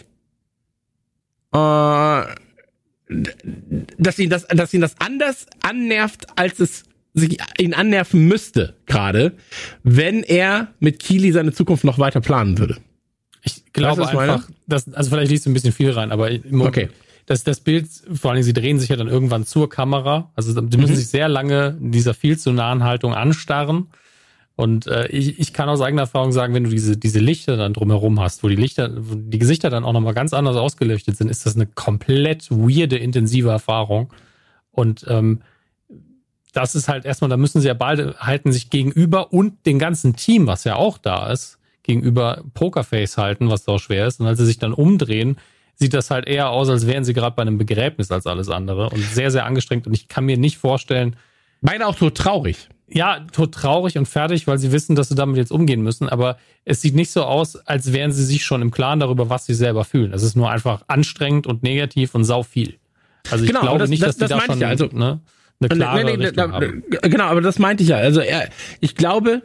dass ihn das anders annervt, als es ihn annerven müsste gerade, wenn er mit Keely seine Zukunft noch weiter planen würde. Ich glaube einfach, also vielleicht liest du ein bisschen viel rein, aber okay. Das Bild, vor allem sie drehen sich ja dann irgendwann zur Kamera, also die müssen sich sehr lange in dieser viel zu nahen Haltung anstarren. Und ich kann aus eigener Erfahrung sagen, wenn du diese Lichter dann drumherum hast, wo die Gesichter dann auch nochmal ganz anders ausgeleuchtet sind, ist das eine komplett weirde, intensive Erfahrung. Und das ist halt erstmal, da müssen sie ja beide halten sich gegenüber und dem ganzen Team, was ja auch da ist, gegenüber Pokerface halten, was auch schwer ist. Und als sie sich dann umdrehen, sieht das halt eher aus, als wären sie gerade bei einem Begräbnis als alles andere. Und sehr, sehr angestrengt. Und ich kann mir nicht vorstellen... Beide auch tot traurig. Ja, tot traurig und fertig, weil sie wissen, dass sie damit jetzt umgehen müssen. Aber es sieht nicht so aus, als wären sie sich schon im Klaren darüber, was sie selber fühlen. Es ist nur einfach anstrengend und negativ und sau viel. Also ich glaube nicht, dass die da schon eine klare Richtung haben. Genau, aber das meinte ich ja. Also ich glaube,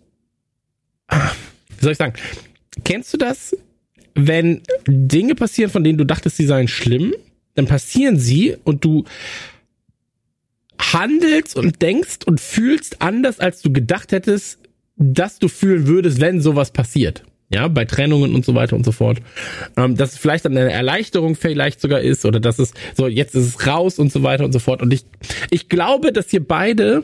wie soll ich sagen, kennst du das, wenn Dinge passieren, von denen du dachtest, sie seien schlimm, dann passieren sie und du handelst und denkst und fühlst anders, als du gedacht hättest, dass du fühlen würdest, wenn sowas passiert. Ja, bei Trennungen und so weiter und so fort. Dass es vielleicht eine Erleichterung vielleicht sogar ist oder dass es so, jetzt ist es raus und so weiter und so fort. Und ich glaube, dass hier beide,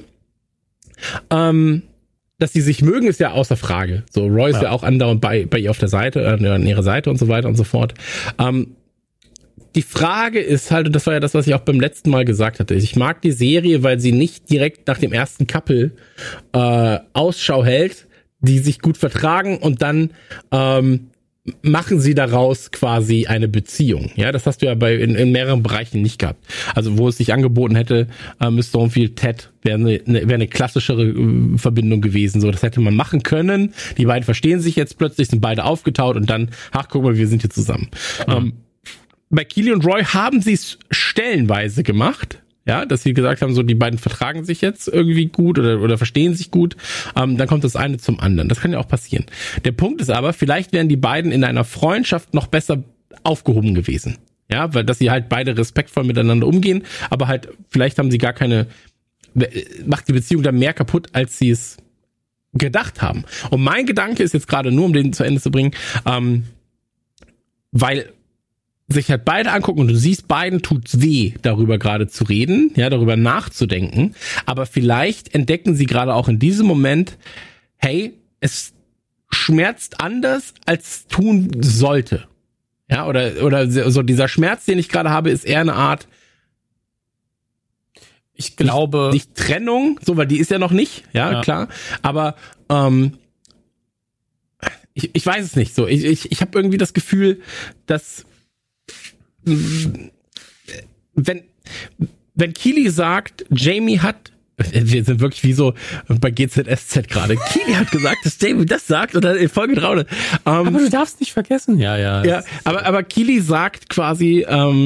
dass sie sich mögen, ist ja außer Frage. So, Roy ist ja auch andauernd bei ihr auf der Seite, an ihrer Seite und so weiter und so fort. Die Frage ist halt, und das war ja das, was ich auch beim letzten Mal gesagt hatte, ich mag die Serie, weil sie nicht direkt nach dem ersten Couple Ausschau hält, die sich gut vertragen und dann machen sie daraus quasi eine Beziehung. Ja, das hast du ja in mehreren Bereichen nicht gehabt. Also wo es sich angeboten hätte, Miss Stormfield, Ted, wäre eine klassischere Verbindung gewesen. So, das hätte man machen können. Die beiden verstehen sich jetzt plötzlich, sind beide aufgetaut und dann, ach guck mal, wir sind hier zusammen. Bei Keely und Roy haben sie es stellenweise gemacht. ja, dass sie gesagt haben, so die beiden vertragen sich jetzt irgendwie gut oder verstehen sich gut, dann kommt das eine zum anderen. Das kann ja auch passieren. Der Punkt ist aber, vielleicht wären die beiden in einer Freundschaft noch besser aufgehoben gewesen. Ja, weil dass sie halt beide respektvoll miteinander umgehen, aber halt vielleicht haben sie gar keine, macht die Beziehung dann mehr kaputt, als sie es gedacht haben. Und mein Gedanke ist jetzt gerade nur, um den zu Ende zu bringen, weil sich halt beide angucken und du siehst, beiden tut's weh, darüber gerade zu reden, ja, darüber nachzudenken, aber vielleicht entdecken sie gerade auch in diesem Moment, hey, es schmerzt anders, als tun sollte. Ja, oder so dieser Schmerz, den ich gerade habe, ist eher eine Art, ich glaube, nicht Trennung, so, weil die ist ja noch nicht, ja. Klar, aber ich weiß es nicht so. Ich habe irgendwie das Gefühl, dass wenn Keely sagt, Jamie hat, wir sind wirklich wie so bei GZSZ gerade. Keely hat gesagt, dass Jamie das sagt oder in Folge 300. Aber du darfst nicht vergessen. Ja. Aber Keely sagt quasi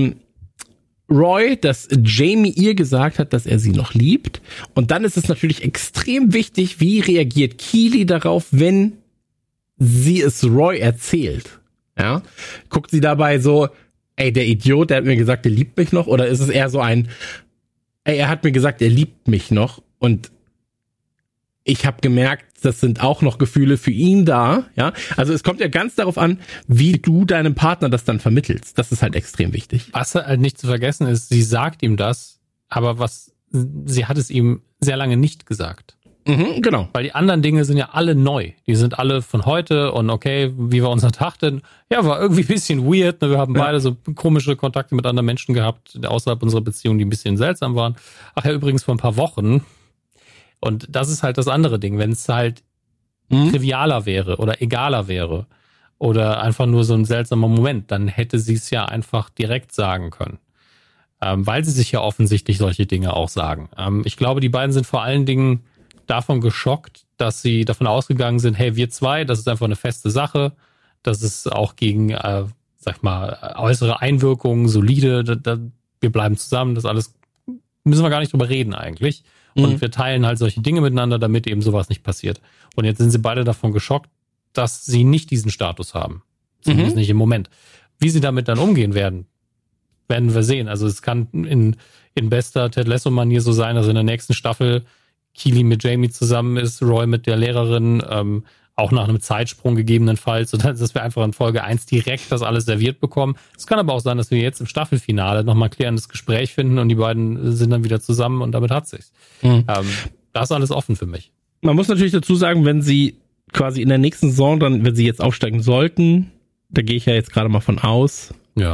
Roy, dass Jamie ihr gesagt hat, dass er sie noch liebt. Und dann ist es natürlich extrem wichtig, wie reagiert Keely darauf, wenn sie es Roy erzählt. Ja, guckt sie dabei so, ey, der Idiot, der hat mir gesagt, er liebt mich noch, oder ist es eher so ein, ey, er hat mir gesagt, er liebt mich noch und ich habe gemerkt, das sind auch noch Gefühle für ihn da, ja. Also es kommt ja ganz darauf an, wie du deinem Partner das dann vermittelst. Das ist halt extrem wichtig. Was halt nicht zu vergessen ist, sie sagt ihm das, aber sie hat es ihm sehr lange nicht gesagt. Genau. Weil die anderen Dinge sind ja alle neu. Die sind alle von heute und okay, wie war unser Tag denn? Ja, war irgendwie ein bisschen weird. Ne? Wir haben beide so komische Kontakte mit anderen Menschen gehabt, außerhalb unserer Beziehung, die ein bisschen seltsam waren. Ach ja, übrigens vor ein paar Wochen. Und das ist halt das andere Ding. Wenn es halt trivialer wäre oder egaler wäre oder einfach nur so ein seltsamer Moment, dann hätte sie es ja einfach direkt sagen können. Weil sie sich ja offensichtlich solche Dinge auch sagen. Ich glaube, die beiden sind vor allen Dingen davon geschockt, dass sie davon ausgegangen sind, hey, wir zwei, das ist einfach eine feste Sache, das ist auch gegen, sag ich mal, äußere Einwirkungen solide, wir bleiben zusammen, das alles, müssen wir gar nicht drüber reden eigentlich. Und wir teilen halt solche Dinge miteinander, damit eben sowas nicht passiert. Und jetzt sind sie beide davon geschockt, dass sie nicht diesen Status haben. Zumindest nicht im Moment. Wie sie damit dann umgehen werden wir sehen. Also es kann in bester Ted Lasso-Manier so sein, dass in der nächsten Staffel Keely mit Jamie zusammen ist, Roy mit der Lehrerin, auch nach einem Zeitsprung gegebenenfalls, sodass wir einfach in Folge 1 direkt das alles serviert bekommen. Es kann aber auch sein, dass wir jetzt im Staffelfinale nochmal ein klärendes Gespräch finden und die beiden sind dann wieder zusammen und damit hat sich's. Da ist alles offen für mich. Man muss natürlich dazu sagen, wenn sie quasi in der nächsten Saison dann, wenn sie jetzt aufsteigen sollten, da gehe ich ja jetzt gerade mal von aus. Ja.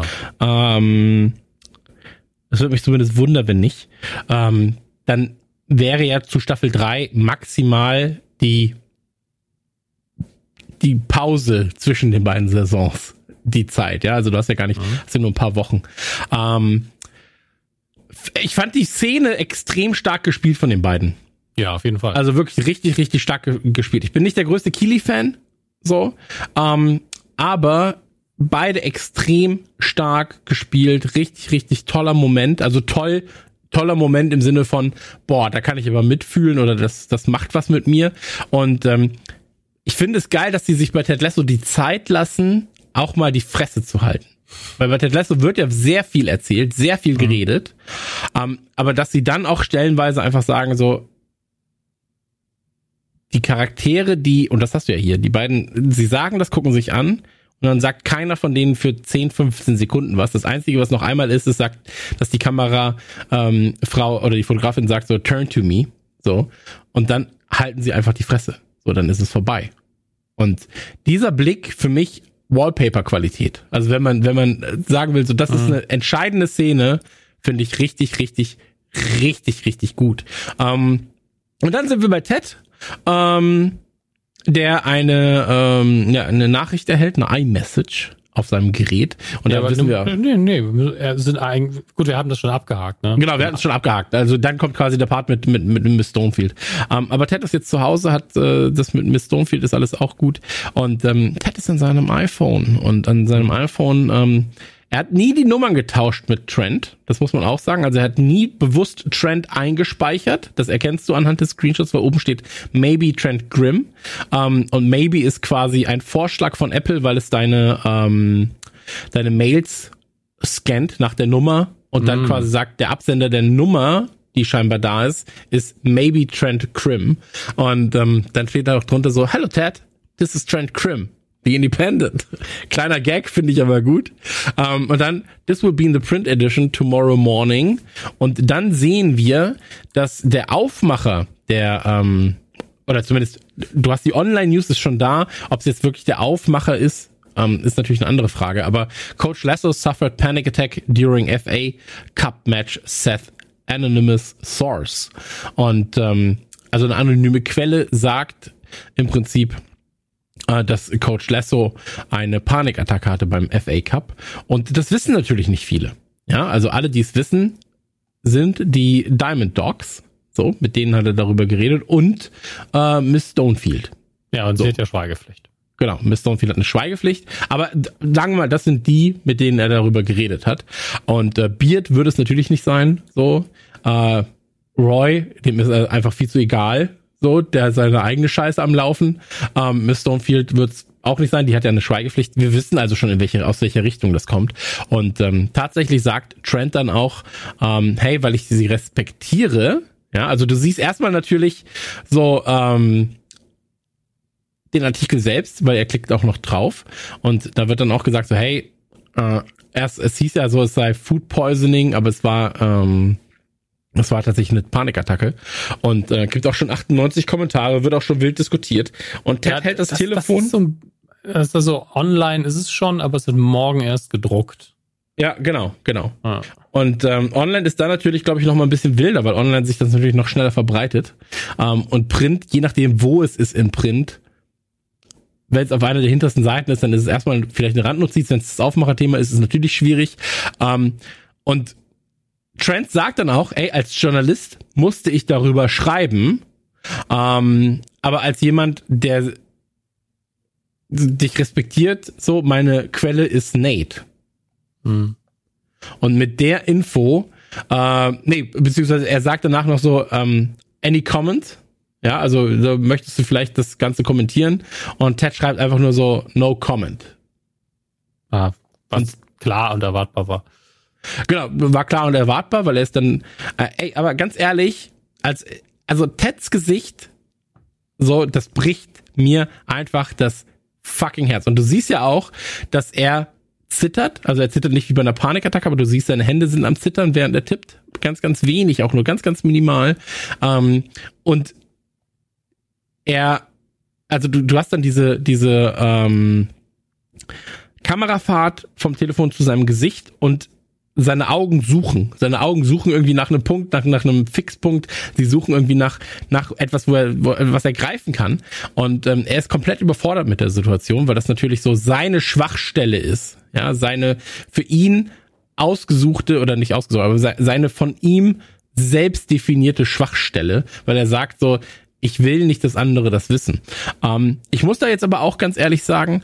Das würde mich zumindest wundern, wenn nicht. Dann wäre ja zu Staffel 3 maximal die Pause zwischen den beiden Saisons, die Zeit, ja, also du hast ja gar nicht, das sind nur ein paar Wochen. Ich fand die Szene extrem stark gespielt von den beiden. Ja, auf jeden Fall. Also wirklich richtig, richtig stark gespielt. Ich bin nicht der größte Keely-Fan, so, aber beide extrem stark gespielt, richtig, richtig toller Moment, also toller Moment im Sinne von, boah, da kann ich aber mitfühlen oder das macht was mit mir. Und ich finde es geil, dass sie sich bei Ted Lasso die Zeit lassen, auch mal die Fresse zu halten. Weil bei Ted Lasso wird ja sehr viel erzählt, sehr viel geredet, aber dass sie dann auch stellenweise einfach sagen so, die Charaktere, und das hast du ja hier, die beiden, sie sagen das, gucken sich an, und dann sagt keiner von denen für 10, 15 Sekunden was. Das Einzige, was noch einmal ist, sagt, dass die Kamerafrau oder die Fotografin sagt so, turn to me. So. Und dann halten sie einfach die Fresse. So, dann ist es vorbei. Und dieser Blick für mich Wallpaper-Qualität. Also wenn man sagen will, so das ist eine entscheidende Szene, finde ich richtig, richtig, richtig, richtig gut. Und dann sind wir bei Ted. Der eine Nachricht erhält, eine iMessage auf seinem Gerät. Und ja, da wissen wir... Gut, wir haben das schon abgehakt, ne? Genau, wir hatten es schon abgehakt. Also dann kommt quasi der Part mit Miss Stonefield. Aber Ted ist jetzt zu Hause, hat das mit Miss Stonefield ist alles auch gut. Und Ted ist an seinem iPhone. Und an seinem iPhone Er hat nie die Nummern getauscht mit Trent, das muss man auch sagen. Also er hat nie bewusst Trent eingespeichert. Das erkennst du anhand des Screenshots, weil oben steht Maybe Trent Grimm. Und Maybe ist quasi ein Vorschlag von Apple, weil es deine Mails scannt nach der Nummer und dann quasi sagt, der Absender der Nummer, die scheinbar da ist Maybe Trent Grimm. Und dann steht da auch drunter so, Hello Ted, this is Trent Grimm. The Independent. Kleiner Gag, finde ich aber gut. Und dann, this will be in the print edition tomorrow morning. Und dann sehen wir, dass der Aufmacher oder zumindest, du hast die Online-News ist schon da, ob es jetzt wirklich der Aufmacher ist natürlich eine andere Frage. Aber Coach Lasso suffered panic attack during FA Cup match, Seth Anonymous Source. Und also eine anonyme Quelle sagt im Prinzip, dass Coach Lasso eine Panikattacke hatte beim FA Cup. Und das wissen natürlich nicht viele. Ja, also alle, die es wissen, sind die Diamond Dogs. So, mit denen hat er darüber geredet. Und Miss Stonefield. Ja, und sie hat ja Schweigepflicht. Genau, Miss Stonefield hat eine Schweigepflicht. Aber sagen wir mal, das sind die, mit denen er darüber geredet hat. Und Beard würde es natürlich nicht sein. So, Roy, dem ist einfach viel zu egal. So, der hat seine eigene Scheiße am Laufen. Miss Stonefield wird's auch nicht sein, die hat ja eine Schweigepflicht. Wir wissen also schon, aus welcher Richtung das kommt. Und tatsächlich sagt Trent dann auch, hey, weil ich sie respektiere, ja, also du siehst erstmal natürlich so den Artikel selbst, weil er klickt auch noch drauf. Und da wird dann auch gesagt so, hey, es hieß ja so, es sei Food Poisoning, aber es war tatsächlich eine Panikattacke und gibt auch schon 98 Kommentare, wird auch schon wild diskutiert. Und Ted hält das Telefon. Das ist also online ist es schon, aber es wird morgen erst gedruckt. Ja, genau. Ah. Und online ist da natürlich, glaube ich, noch mal ein bisschen wilder, weil online sich das natürlich noch schneller verbreitet. Und Print, je nachdem, wo es ist in Print, wenn es auf einer der hintersten Seiten ist, dann ist es erstmal vielleicht eine Randnotiz. Wenn es das Aufmacherthema ist, ist es natürlich schwierig. Und Trent sagt dann auch, ey, als Journalist musste ich darüber schreiben, aber als jemand, der dich respektiert, so, meine Quelle ist Nate. Und mit der Info, beziehungsweise er sagt danach noch so, any comment? Ja, also so, möchtest du vielleicht das Ganze kommentieren? Und Ted schreibt einfach nur so, no comment. Was klar und erwartbar war. Genau, war klar und erwartbar, weil er ist dann, aber ganz ehrlich, also Teds Gesicht, so, das bricht mir einfach das fucking Herz. Und du siehst ja auch, dass er zittert, also er zittert nicht wie bei einer Panikattacke, aber du siehst, seine Hände sind am Zittern, während er tippt. Ganz, ganz wenig, auch nur ganz, ganz minimal. Und also du hast dann diese Kamerafahrt vom Telefon zu seinem Gesicht und seine Augen suchen irgendwie nach einem Punkt, nach einem Fixpunkt. Sie suchen irgendwie nach etwas, was er greifen kann. Und er ist komplett überfordert mit der Situation, weil das natürlich so seine Schwachstelle ist. Ja, seine für ihn ausgesuchte oder nicht ausgesucht, aber seine von ihm selbst definierte Schwachstelle, weil er sagt so, ich will nicht, dass andere das wissen. Ich muss da jetzt aber auch ganz ehrlich sagen,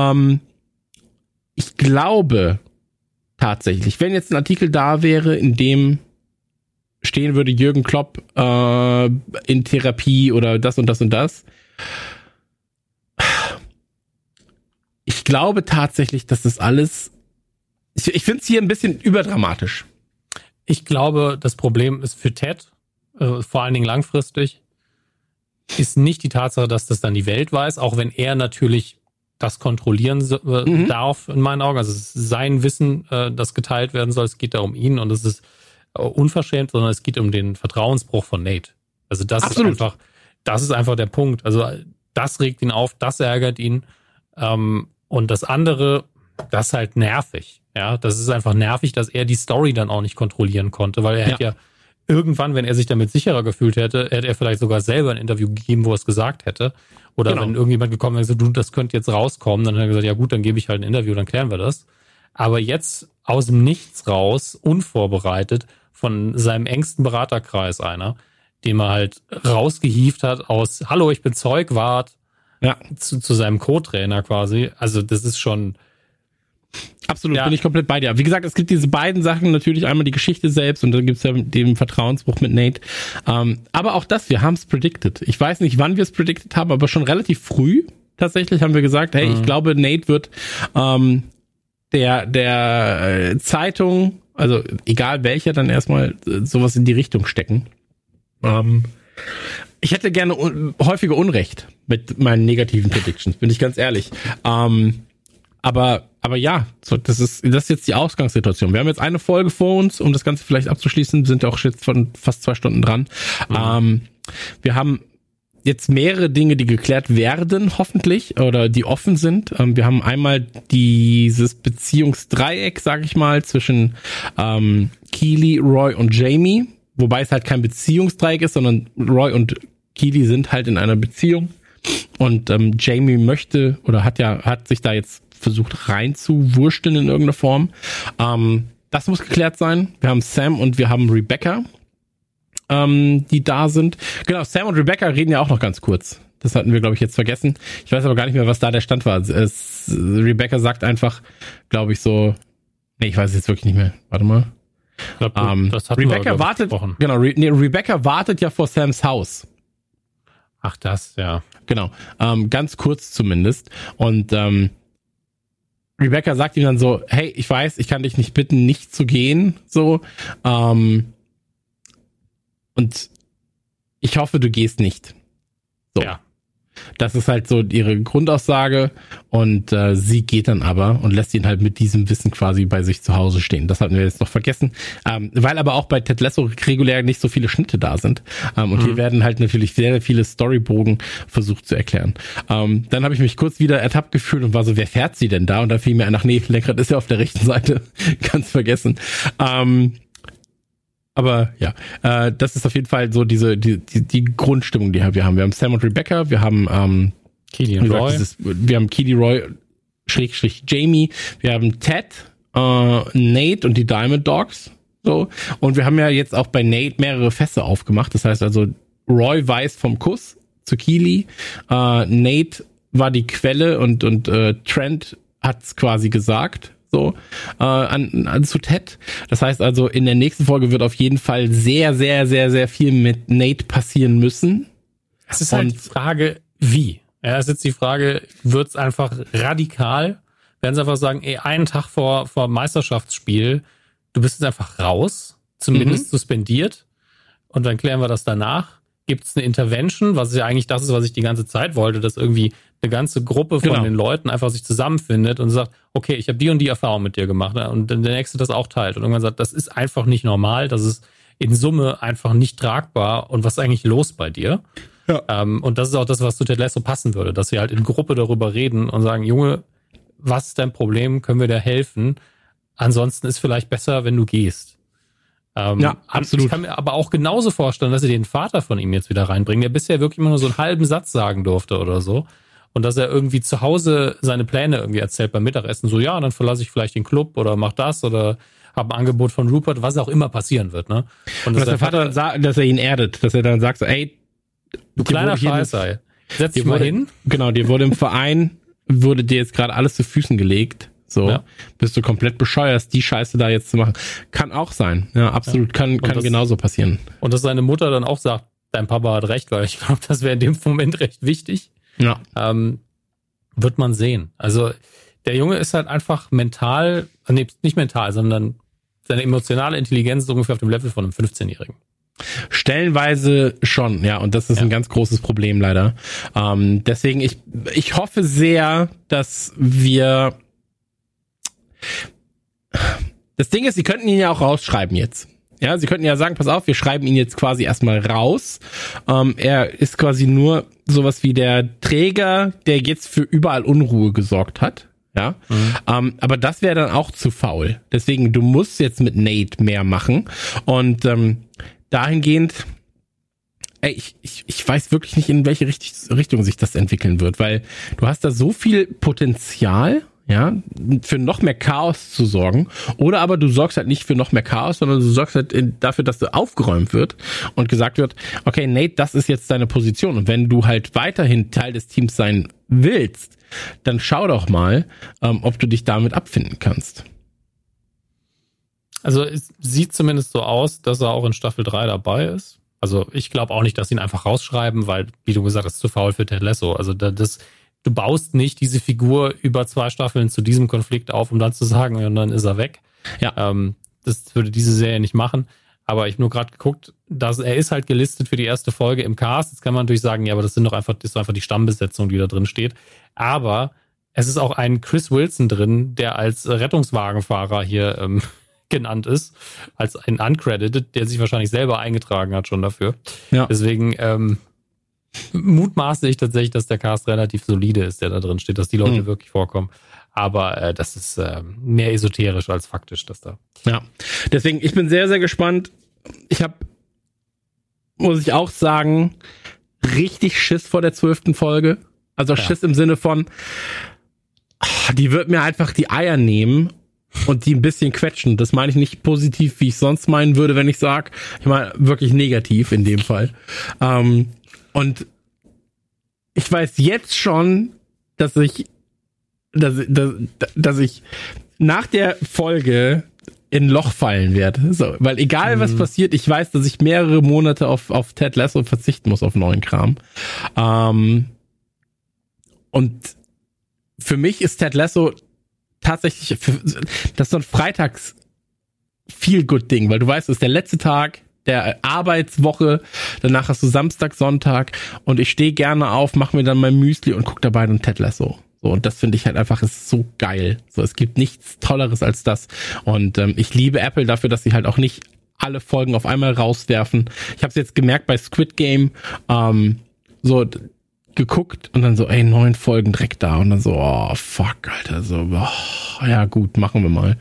ich glaube tatsächlich, wenn jetzt ein Artikel da wäre, in dem stehen würde, Jürgen Klopp in Therapie oder das und das und das. Ich glaube tatsächlich, dass das alles, ich finde es hier ein bisschen überdramatisch. Ich glaube, das Problem ist für Ted, vor allen Dingen langfristig, ist nicht die Tatsache, dass das dann die Welt weiß, auch wenn er natürlich das kontrollieren darf, in meinen Augen. Also es ist sein Wissen, das geteilt werden soll. Es geht da um ihn und es ist unverschämt, sondern es geht um den Vertrauensbruch von Nate. Also das ist einfach der Punkt. Also das regt ihn auf, das ärgert ihn. Und das andere, das ist halt nervig. Ja, das ist einfach nervig, dass er die Story dann auch nicht kontrollieren konnte, weil er hätte ja irgendwann, wenn er sich damit sicherer gefühlt hätte, hätte er vielleicht sogar selber ein Interview gegeben, wo er es gesagt hätte. Oder wenn irgendjemand gekommen wäre und gesagt, du, das könnte jetzt rauskommen, dann hat er gesagt, ja gut, dann gebe ich halt ein Interview, dann klären wir das. Aber jetzt aus dem Nichts raus, unvorbereitet, von seinem engsten Beraterkreis einer, den er halt rausgehievt hat aus, hallo, ich bin Zeugwart, zu seinem Co-Trainer quasi. Also das ist schon... Absolut, bin ich komplett bei dir. Wie gesagt, es gibt diese beiden Sachen, natürlich einmal die Geschichte selbst und dann gibt's ja den Vertrauensbruch mit Nate. Aber auch das, wir haben es predicted. Ich weiß nicht, wann wir es predicted haben, aber schon relativ früh tatsächlich haben wir gesagt, hey, ich glaube, Nate wird der Zeitung, also egal welcher, dann erstmal sowas in die Richtung stecken. Ich hätte gerne häufiger Unrecht mit meinen negativen Predictions, bin ich ganz ehrlich. Aber ja, so, das ist jetzt die Ausgangssituation. Wir haben jetzt eine Folge vor uns, um das Ganze vielleicht abzuschließen, sind ja auch jetzt von fast 2 Stunden dran. Wir haben jetzt mehrere Dinge, die geklärt werden, hoffentlich, oder die offen sind. Wir haben einmal dieses Beziehungsdreieck, sag ich mal, zwischen Keely, Roy und Jamie, wobei es halt kein Beziehungsdreieck ist, sondern Roy und Keely sind halt in einer Beziehung und Jamie möchte oder hat sich da jetzt versucht reinzuwursteln in irgendeiner Form. Das muss geklärt sein. Wir haben Sam und wir haben Rebecca, die da sind. Genau, Sam und Rebecca reden ja auch noch ganz kurz. Das hatten wir, glaube ich, jetzt vergessen. Ich weiß aber gar nicht mehr, was da der Stand war. Rebecca sagt einfach, glaube ich, so, nee, ich weiß es jetzt wirklich nicht mehr. Warte mal. Ich glaub, das hatten Rebecca wartet, genau, Rebecca wartet ja vor Sams Haus. Ach, das, ja. Genau, ganz kurz zumindest. Und Rebecca sagt ihm dann so, hey, ich weiß, ich kann dich nicht bitten, nicht zu gehen, so, und ich hoffe, du gehst nicht. So. Ja. Das ist halt so ihre Grundaussage und sie geht dann aber und lässt ihn halt mit diesem Wissen quasi bei sich zu Hause stehen. Das hatten wir jetzt noch vergessen, weil aber auch bei Ted Lasso regulär nicht so viele Schnitte da sind und hier werden halt natürlich sehr, sehr viele Storybogen versucht zu erklären. Dann habe ich mich kurz wieder ertappt gefühlt und war so, wer fährt sie denn da? Und da fiel mir ein, ach nee, Lenkrad ist ja auf der rechten Seite, ganz vergessen. Aber ja, das ist auf jeden Fall so die Grundstimmung, die wir haben. Wir haben Sam und Rebecca, wir haben Keely und Roy. Wir haben Keely, Roy, / Jamie, wir haben Ted, Nate und die Diamond Dogs. So. Und wir haben ja jetzt auch bei Nate mehrere Fässer aufgemacht. Das heißt also, Roy weiß vom Kuss zu Keely, Nate war die Quelle und Trent hat's quasi gesagt. So, zu Ted. Das heißt also, in der nächsten Folge wird auf jeden Fall sehr, sehr, sehr, sehr viel mit Nate passieren müssen. Es ist halt die Frage, wie? Ja, es ist jetzt die Frage, wird's einfach radikal? Werden sie einfach sagen, ey, einen Tag vor Meisterschaftsspiel, du bist jetzt einfach raus, zumindest suspendiert, und dann klären wir das danach. Gibt's eine Intervention, was ja eigentlich das ist, was ich die ganze Zeit wollte, dass irgendwie eine ganze Gruppe von den Leuten einfach sich zusammenfindet und sagt, okay, ich habe die und die Erfahrung mit dir gemacht, und dann der Nächste das auch teilt und irgendwann sagt, das ist einfach nicht normal, das ist in Summe einfach nicht tragbar und was ist eigentlich los bei dir? Ja. Und das ist auch das, was zu Ted Lasso passen würde, dass sie halt in Gruppe darüber reden und sagen, Junge, was ist dein Problem, können wir dir helfen? Ansonsten ist vielleicht besser, wenn du gehst. Ja, absolut. Ich kann mir aber auch genauso vorstellen, dass sie den Vater von ihm jetzt wieder reinbringen, der bisher wirklich immer nur so einen halben Satz sagen durfte oder so. Und dass er irgendwie zu Hause seine Pläne irgendwie erzählt beim Mittagessen. So, ja, dann verlasse ich vielleicht den Club oder mach das oder habe ein Angebot von Rupert, was auch immer passieren wird, ne? Und dass der Vater dann sagt, dass er ihn erdet, dass er dann sagt so, ey, du kleiner Scheißer, setz dich mal hin. Genau, dir wurde im Verein, wurde dir jetzt gerade alles zu Füßen gelegt. So, ja. Bist du komplett bescheuert, die Scheiße da jetzt zu machen. Kann auch sein. Ja, absolut. Ja. Kann genauso passieren. Und dass seine Mutter dann auch sagt, dein Papa hat recht, weil ich glaube, das wäre in dem Moment recht wichtig. Ja. Wird man sehen. Also, der Junge ist halt einfach mental, nee, nicht mental, sondern seine emotionale Intelligenz ist ungefähr auf dem Level von einem 15-Jährigen. Stellenweise schon, ja, und das ist ein ganz großes Problem leider. Deswegen, ich hoffe sehr, dass wir. Das Ding ist, sie könnten ihn ja auch rausschreiben jetzt. Ja, sie könnten ja sagen, pass auf, wir schreiben ihn jetzt quasi erstmal raus. Er ist quasi nur sowas wie der Träger, der jetzt für überall Unruhe gesorgt hat. Ja, aber das wäre dann auch zu faul. Deswegen, du musst jetzt mit Nate mehr machen. Und dahingehend, ich weiß wirklich nicht, in welche Richtung sich das entwickeln wird, weil du hast da so viel Potenzial, ja, für noch mehr Chaos zu sorgen. Oder aber du sorgst halt nicht für noch mehr Chaos, sondern du sorgst halt dafür, dass aufgeräumt wird und gesagt wird, okay, Nate, das ist jetzt deine Position. Und wenn du halt weiterhin Teil des Teams sein willst, dann schau doch mal, ob du dich damit abfinden kannst. Also es sieht zumindest so aus, dass er auch in Staffel 3 dabei ist. Also ich glaube auch nicht, dass sie ihn einfach rausschreiben, weil, wie du gesagt hast, zu faul für Ted Lasso. Also du baust nicht diese Figur über 2 Staffeln zu diesem Konflikt auf, um dann zu sagen, und dann ist er weg. Ja. Das würde diese Serie nicht machen. Aber ich habe nur gerade geguckt, dass er ist halt gelistet für die erste Folge im Cast. Jetzt kann man natürlich sagen, ja, aber das ist einfach die Stammbesetzung, die da drin steht. Aber es ist auch ein Chris Wilson drin, der als Rettungswagenfahrer hier genannt ist, als ein Uncredited, der sich wahrscheinlich selber eingetragen hat schon dafür. Ja. Deswegen mutmaße ich tatsächlich, dass der Cast relativ solide ist, der da drin steht, dass die Leute wirklich vorkommen. Aber das ist mehr esoterisch als faktisch, dass da. Ja, deswegen, ich bin sehr, sehr gespannt. Ich habe, muss ich auch sagen, richtig Schiss vor der 12. Folge. Also Schiss im Sinne von, die wird mir einfach die Eier nehmen und die ein bisschen quetschen. Das meine ich nicht positiv, wie ich sonst meinen würde, wenn ich sage. Ich meine wirklich negativ in dem Fall. Und ich weiß jetzt schon, dass ich nach der Folge in ein Loch fallen werde. So, weil egal was passiert, ich weiß, dass ich mehrere Monate auf Ted Lasso verzichten muss, auf neuen Kram. Und für mich ist Ted Lasso tatsächlich, das ist so ein Freitags-Feel-Good-Ding, weil du weißt, es ist der letzte Tag der Arbeitswoche, danach hast du Samstag, Sonntag und ich stehe gerne auf, mache mir dann mein Müsli und gucke dabei dann Ted Lasso. So, und das finde ich halt einfach, ist so geil. So, es gibt nichts Tolleres als das. Und ich liebe Apple dafür, dass sie halt auch nicht alle Folgen auf einmal rauswerfen. Ich habe es jetzt gemerkt bei Squid Game, so geguckt und dann so, 9 Folgen direkt da. Und dann so, oh, fuck, Alter. So, ja gut, machen wir mal.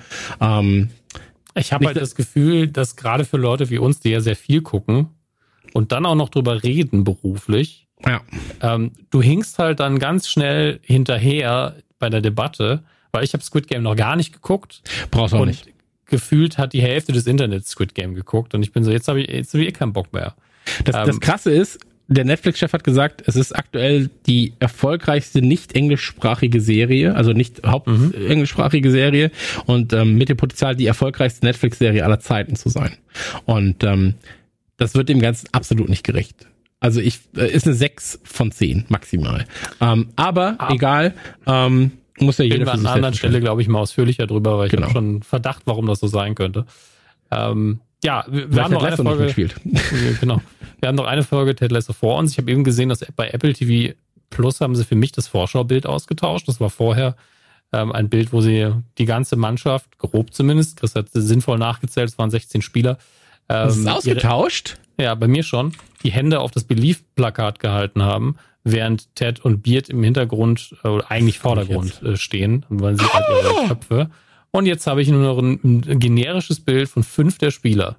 Ich habe halt das Gefühl, dass gerade für Leute wie uns, die ja sehr viel gucken und dann auch noch drüber reden beruflich, ja. Du hinkst halt dann ganz schnell hinterher bei der Debatte, weil ich habe Squid Game noch gar nicht geguckt. Brauchst auch nicht. Gefühlt hat die Hälfte des Internets Squid Game geguckt und ich bin so, jetzt hab ich keinen Bock mehr. Das Krasse ist, der Netflix-Chef hat gesagt, es ist aktuell die erfolgreichste nicht englischsprachige Serie, also nicht hauptenglischsprachige Serie und mit dem Potenzial die erfolgreichste Netflix-Serie aller Zeiten zu sein. Und das wird dem Ganzen absolut nicht gerecht. Also ist eine 6 von 10 maximal. Aber egal, muss ja jeder für sich an einer anderen Stelle, glaube ich, mal ausführlicher drüber, weil ich habe schon Verdacht, warum das so sein könnte. Wir haben noch eine Folge. Genau. Wir haben noch eine Folge Ted Lasso vor uns. Ich habe eben gesehen, dass bei Apple TV Plus haben sie für mich das Vorschaubild ausgetauscht. Das war vorher ein Bild, wo sie die ganze Mannschaft, grob zumindest, Chris hat sinnvoll nachgezählt, es waren 16 Spieler. Das ist ausgetauscht? Ja, bei mir schon. Die Hände auf das Believe-Plakat gehalten haben, während Ted und Beard im Hintergrund oder eigentlich Vordergrund stehen. Und man sieht halt ihre Köpfe. Und jetzt habe ich nur noch ein generisches Bild von 5 der Spieler.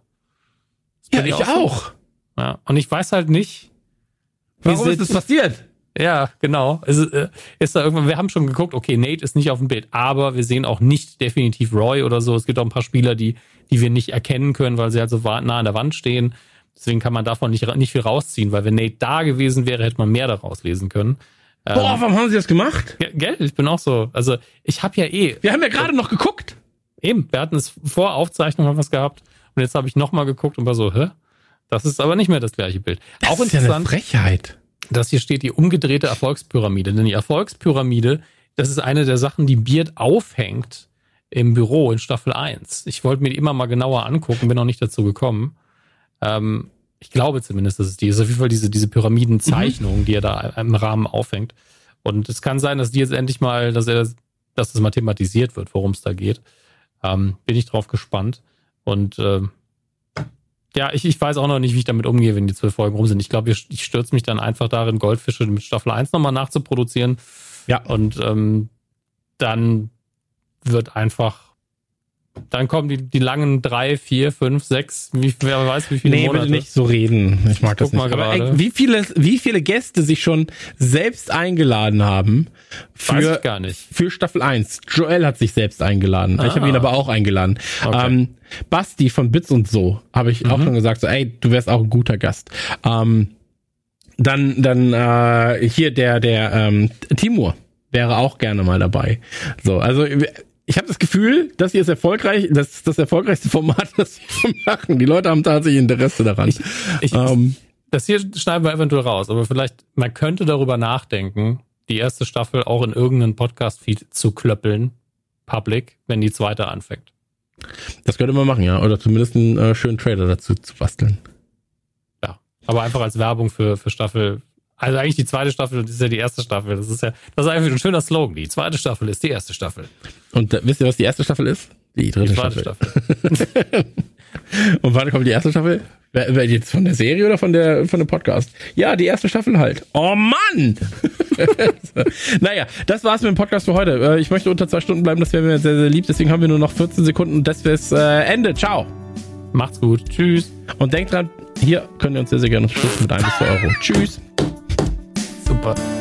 Ja, ich auch. So. Ja, und ich weiß halt nicht, warum ist das passiert? Ja, genau. Ist da irgendwann, wir haben schon geguckt, okay, Nate ist nicht auf dem Bild, aber wir sehen auch nicht definitiv Roy oder so. Es gibt auch ein paar Spieler, die wir nicht erkennen können, weil sie halt so nah an der Wand stehen. Deswegen kann man davon nicht viel rausziehen, weil wenn Nate da gewesen wäre, hätte man mehr daraus lesen können. Warum haben sie das gemacht? Gell, ich bin auch so. Also ich habe ja Wir haben ja gerade noch geguckt. Eben, wir hatten es vor Aufzeichnung haben wir es gehabt und jetzt habe ich nochmal geguckt und war so, das ist aber nicht mehr das gleiche Bild. Das ist ja eine Frechheit. Dass hier steht die umgedrehte Erfolgspyramide. Denn die Erfolgspyramide, das ist eine der Sachen, die Beard aufhängt im Büro in Staffel 1. Ich wollte mir die immer mal genauer angucken, bin noch nicht dazu gekommen. Ich glaube zumindest, dass es die ist. Auf jeden Fall diese Pyramidenzeichnung, die er da im Rahmen aufhängt. Und es kann sein, dass die jetzt endlich mal, dass das mal thematisiert wird, worum es da geht. Bin ich drauf gespannt. Und ich weiß auch noch nicht, wie ich damit umgehe, wenn die 12 Folgen rum sind. Ich glaube, ich stürze mich dann einfach darin, Goldfische mit Staffel 1 nochmal nachzuproduzieren. Ja. Und dann wird einfach, dann kommen die langen 3, 4, 5, 6, wer weiß wie viele Monate. Nee, bitte nicht so reden. Ich mag das nicht. Aber wie viele Gäste sich schon selbst eingeladen haben weiß ich gar nicht. Für Staffel 1. Joel hat sich selbst eingeladen. Ich habe ihn aber auch eingeladen. Okay. Basti von Bits und so habe ich auch schon gesagt, so, ey, du wärst auch ein guter Gast. Dann hier der Timur. wäre auch gerne mal dabei. So, also ich habe das Gefühl, das hier ist erfolgreich, das ist das erfolgreichste Format, das wir machen. Die Leute haben tatsächlich Interesse daran. Das hier schneiden wir eventuell raus, aber vielleicht, man könnte darüber nachdenken, die erste Staffel auch in irgendeinen Podcast-Feed zu klöppeln, public, wenn die zweite anfängt. Das könnte man machen, ja. Oder zumindest einen schönen Trailer dazu zu basteln. Ja, aber einfach als Werbung für Staffel. Also eigentlich die zweite Staffel, das ist ja die erste Staffel. Das ist einfach ein schöner Slogan. Die zweite Staffel ist die erste Staffel. Und wisst ihr, was die erste Staffel ist? Die dritte Staffel. Und wann kommt die erste Staffel? Jetzt von der Serie oder von dem Podcast? Ja, die erste Staffel halt. Oh Mann! Naja, das war's mit dem Podcast für heute. Ich möchte unter 2 Stunden bleiben, das wäre mir sehr, sehr lieb. Deswegen haben wir nur noch 14 Sekunden und das wär's Ende. Ciao! Macht's gut. Tschüss. Und denkt dran, hier könnt ihr uns sehr, sehr gerne unterstützen mit 1 bis 2 Euro. Tschüss! Super.